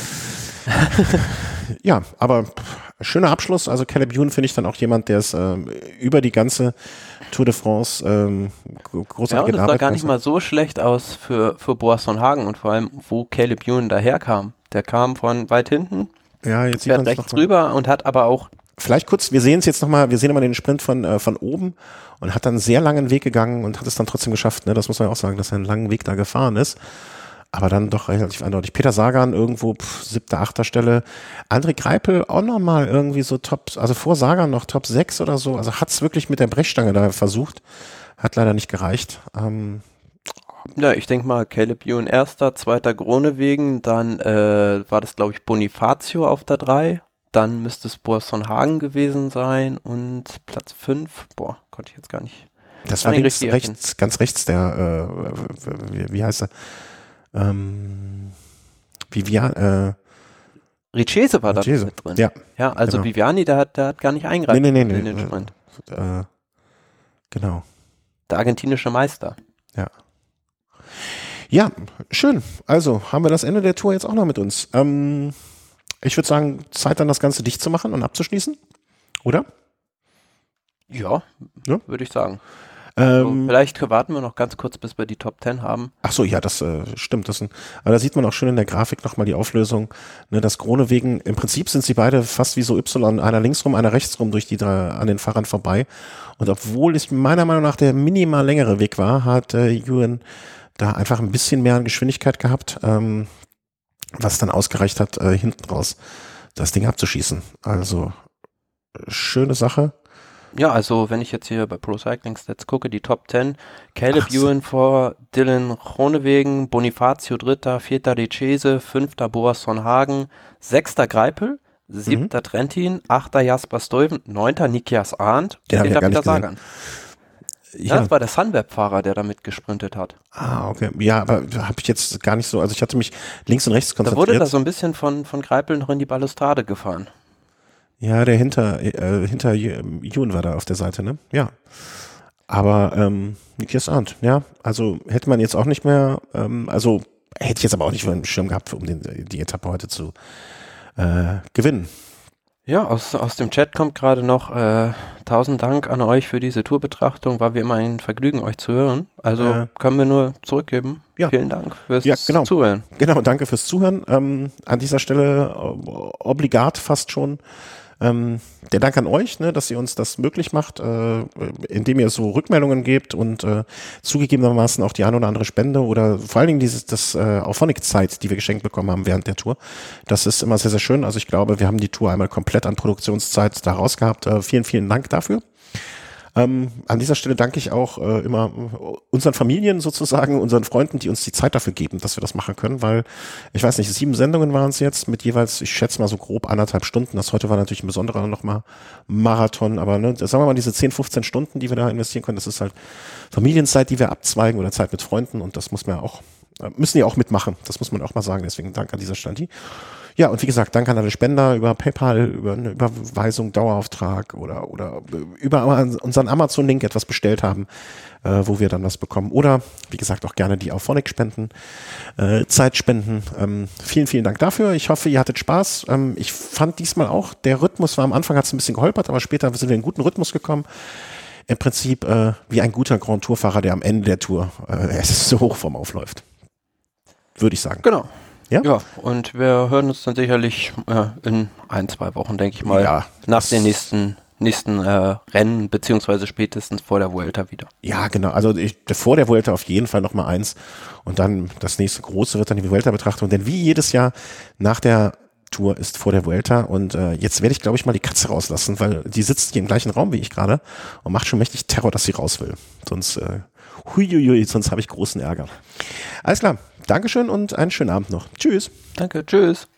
Ja, aber pff, schöner Abschluss. Also Caleb Ewan finde ich dann auch jemand, der es ähm, über die ganze Tour de France ähm, ja, großartige und das sah Arbeit gar nicht geleistet mal so schlecht aus für, für Boas von Hagen und vor allem, wo Caleb Ewan daherkam. Der kam von weit hinten, hat. Ja, jetzt sieht fährt man es rechts noch mal. rüber und hat aber auch, Vielleicht kurz, wir sehen es jetzt nochmal, wir sehen immer den Sprint von, äh, von oben und hat dann einen sehr langen Weg gegangen und hat es dann trotzdem geschafft. Ne? Das muss man ja auch sagen, dass er einen langen Weg da gefahren ist. Aber dann doch relativ eindeutig. Peter Sagan irgendwo pff, siebter, achter Stelle. André Greipel auch nochmal irgendwie so Top, also vor Sagan noch Top sechs oder so. Also hat es wirklich mit der Brechstange da versucht. Hat leider nicht gereicht. Ähm, ja, ich denke mal, Caleb Ewan erster, zweiter Grunewegen, dann äh, war das, glaube ich, Bonifacio auf der drei. Dann müsste es Boas von Hagen gewesen sein und Platz fünf, boah, konnte ich jetzt gar nicht. das Kann war ich links, richtig rechts, ganz rechts der, äh, wie, wie heißt er? Ähm, Vivian, äh, Richese war da Richese, mit drin. ja. Ja, also genau. Viviani, der hat, der hat gar nicht eingreifen Nee, nee, nee, in nee, den äh, Sprint. Äh, genau. Der argentinische Meister. Ja. Ja, schön. Also haben wir das Ende der Tour jetzt auch noch mit uns. Ähm, ich würde sagen, Zeit dann das Ganze dicht zu machen und abzuschließen. Oder? Ja, Ja. würde ich sagen. So, Ähm, vielleicht warten wir noch ganz kurz, bis wir die Top zehn haben. ach so, ja, das äh, stimmt. Das sind, aber da sieht man auch schön in der Grafik nochmal die Auflösung. Ne, das Grunewegen, im Prinzip sind sie beide fast wie so Y, einer links rum, einer rechts rum durch die drei, an den Fahrern vorbei. Und obwohl es meiner Meinung nach der minimal längere Weg war, hat äh, Ewan da einfach ein bisschen mehr an Geschwindigkeit gehabt, ähm, was dann ausgereicht hat, äh, hinten raus das Ding abzuschießen. Also schöne Sache. Ja, also wenn ich jetzt hier bei Pro Cycling Stats gucke, die Top zehn, Caleb Ach so. Ewan vor Dylan Groenewegen, Bonifacio dritter, vierter Richese, fünfter Boas von Hagen, sechster Greipel, siebter Trentin, achter Jasper Stuyven, neunter Nikias Arndt, Den hab ich ja zehnter gar nicht Peter gesehen. Sagan. Ja, das war der Sunweb-Fahrer, der damit gesprintet hat. Ah, okay. Ja, aber habe ich jetzt gar nicht so, also ich hatte mich links und rechts konzentriert. Da wurde da so ein bisschen von, von Greipel noch in die Balustrade gefahren. Ja, der hinter, äh, hinter Jun war da auf der Seite, ne? Ja. Aber, ähm, Nikias Arndt, ja, also hätte man jetzt auch nicht mehr, ähm, also hätte ich jetzt aber auch nicht auf dem Schirm gehabt, um den, die Etappe heute zu äh, gewinnen. Ja, aus, aus dem Chat kommt gerade noch äh, tausend Dank an euch für diese Tourbetrachtung. War wie immer ein Vergnügen, euch zu hören. Also äh, können wir nur zurückgeben. Ja. Vielen Dank fürs ja, genau. Zuhören. Genau, danke fürs Zuhören. Ähm, an dieser Stelle äh, obligat fast schon ähm, der Dank an euch, ne, dass ihr uns das möglich macht, äh, indem ihr so Rückmeldungen gebt und äh, zugegebenermaßen auch die eine oder andere Spende oder vor allen Dingen dieses das äh, Auphonic-Zeit, die wir geschenkt bekommen haben während der Tour. Das ist immer sehr, sehr schön. Also ich glaube, wir haben die Tour einmal komplett an Produktionszeit da raus gehabt. Äh, vielen, vielen Dank dafür. Ähm, an dieser Stelle danke ich auch äh, immer unseren Familien sozusagen, unseren Freunden, die uns die Zeit dafür geben, dass wir das machen können, weil, ich weiß nicht, sieben Sendungen waren es jetzt mit jeweils, ich schätze mal so grob anderthalb Stunden. Das heute war natürlich ein besonderer nochmal Marathon, aber ne, sagen wir mal, diese zehn, fünfzehn Stunden, die wir da investieren können, das ist halt Familienzeit, die wir abzweigen oder Zeit mit Freunden und das muss man ja auch, müssen die auch mitmachen, das muss man auch mal sagen, deswegen Dank an dieser Stelle. Ja, und wie gesagt, danke an alle Spender über PayPal, über eine Überweisung, Dauerauftrag oder oder über unseren Amazon-Link etwas bestellt haben, äh, wo wir dann was bekommen. Oder, wie gesagt, auch gerne die Auphonic-Spenden, äh, Zeitspenden. Ähm, vielen, vielen Dank dafür. Ich hoffe, ihr hattet Spaß. Ähm, ich fand diesmal auch, der Rhythmus war am Anfang, hat es ein bisschen geholpert, aber später sind wir in einen guten Rhythmus gekommen. Im Prinzip äh, wie ein guter Grand Tour-Fahrer, der am Ende der Tour äh, so hoch vom aufläuft. Würde ich sagen. Genau. Ja? Ja, und wir hören uns dann sicherlich äh, in ein, zwei Wochen, denke ich mal, ja, nach den nächsten nächsten äh, Rennen, beziehungsweise spätestens vor der Vuelta wieder. Ja, genau. Also ich, vor der Vuelta auf jeden Fall nochmal eins und dann das nächste große wird dann die Vuelta-Betrachtung, denn wie jedes Jahr nach der Tour ist vor der Vuelta und äh, jetzt werde ich, glaube ich, mal die Katze rauslassen, weil die sitzt hier im gleichen Raum wie ich gerade und macht schon mächtig Terror, dass sie raus will. Sonst, äh, huiuiui, sonst habe ich großen Ärger. Alles klar. Dankeschön und einen schönen Abend noch. Tschüss. Danke, tschüss.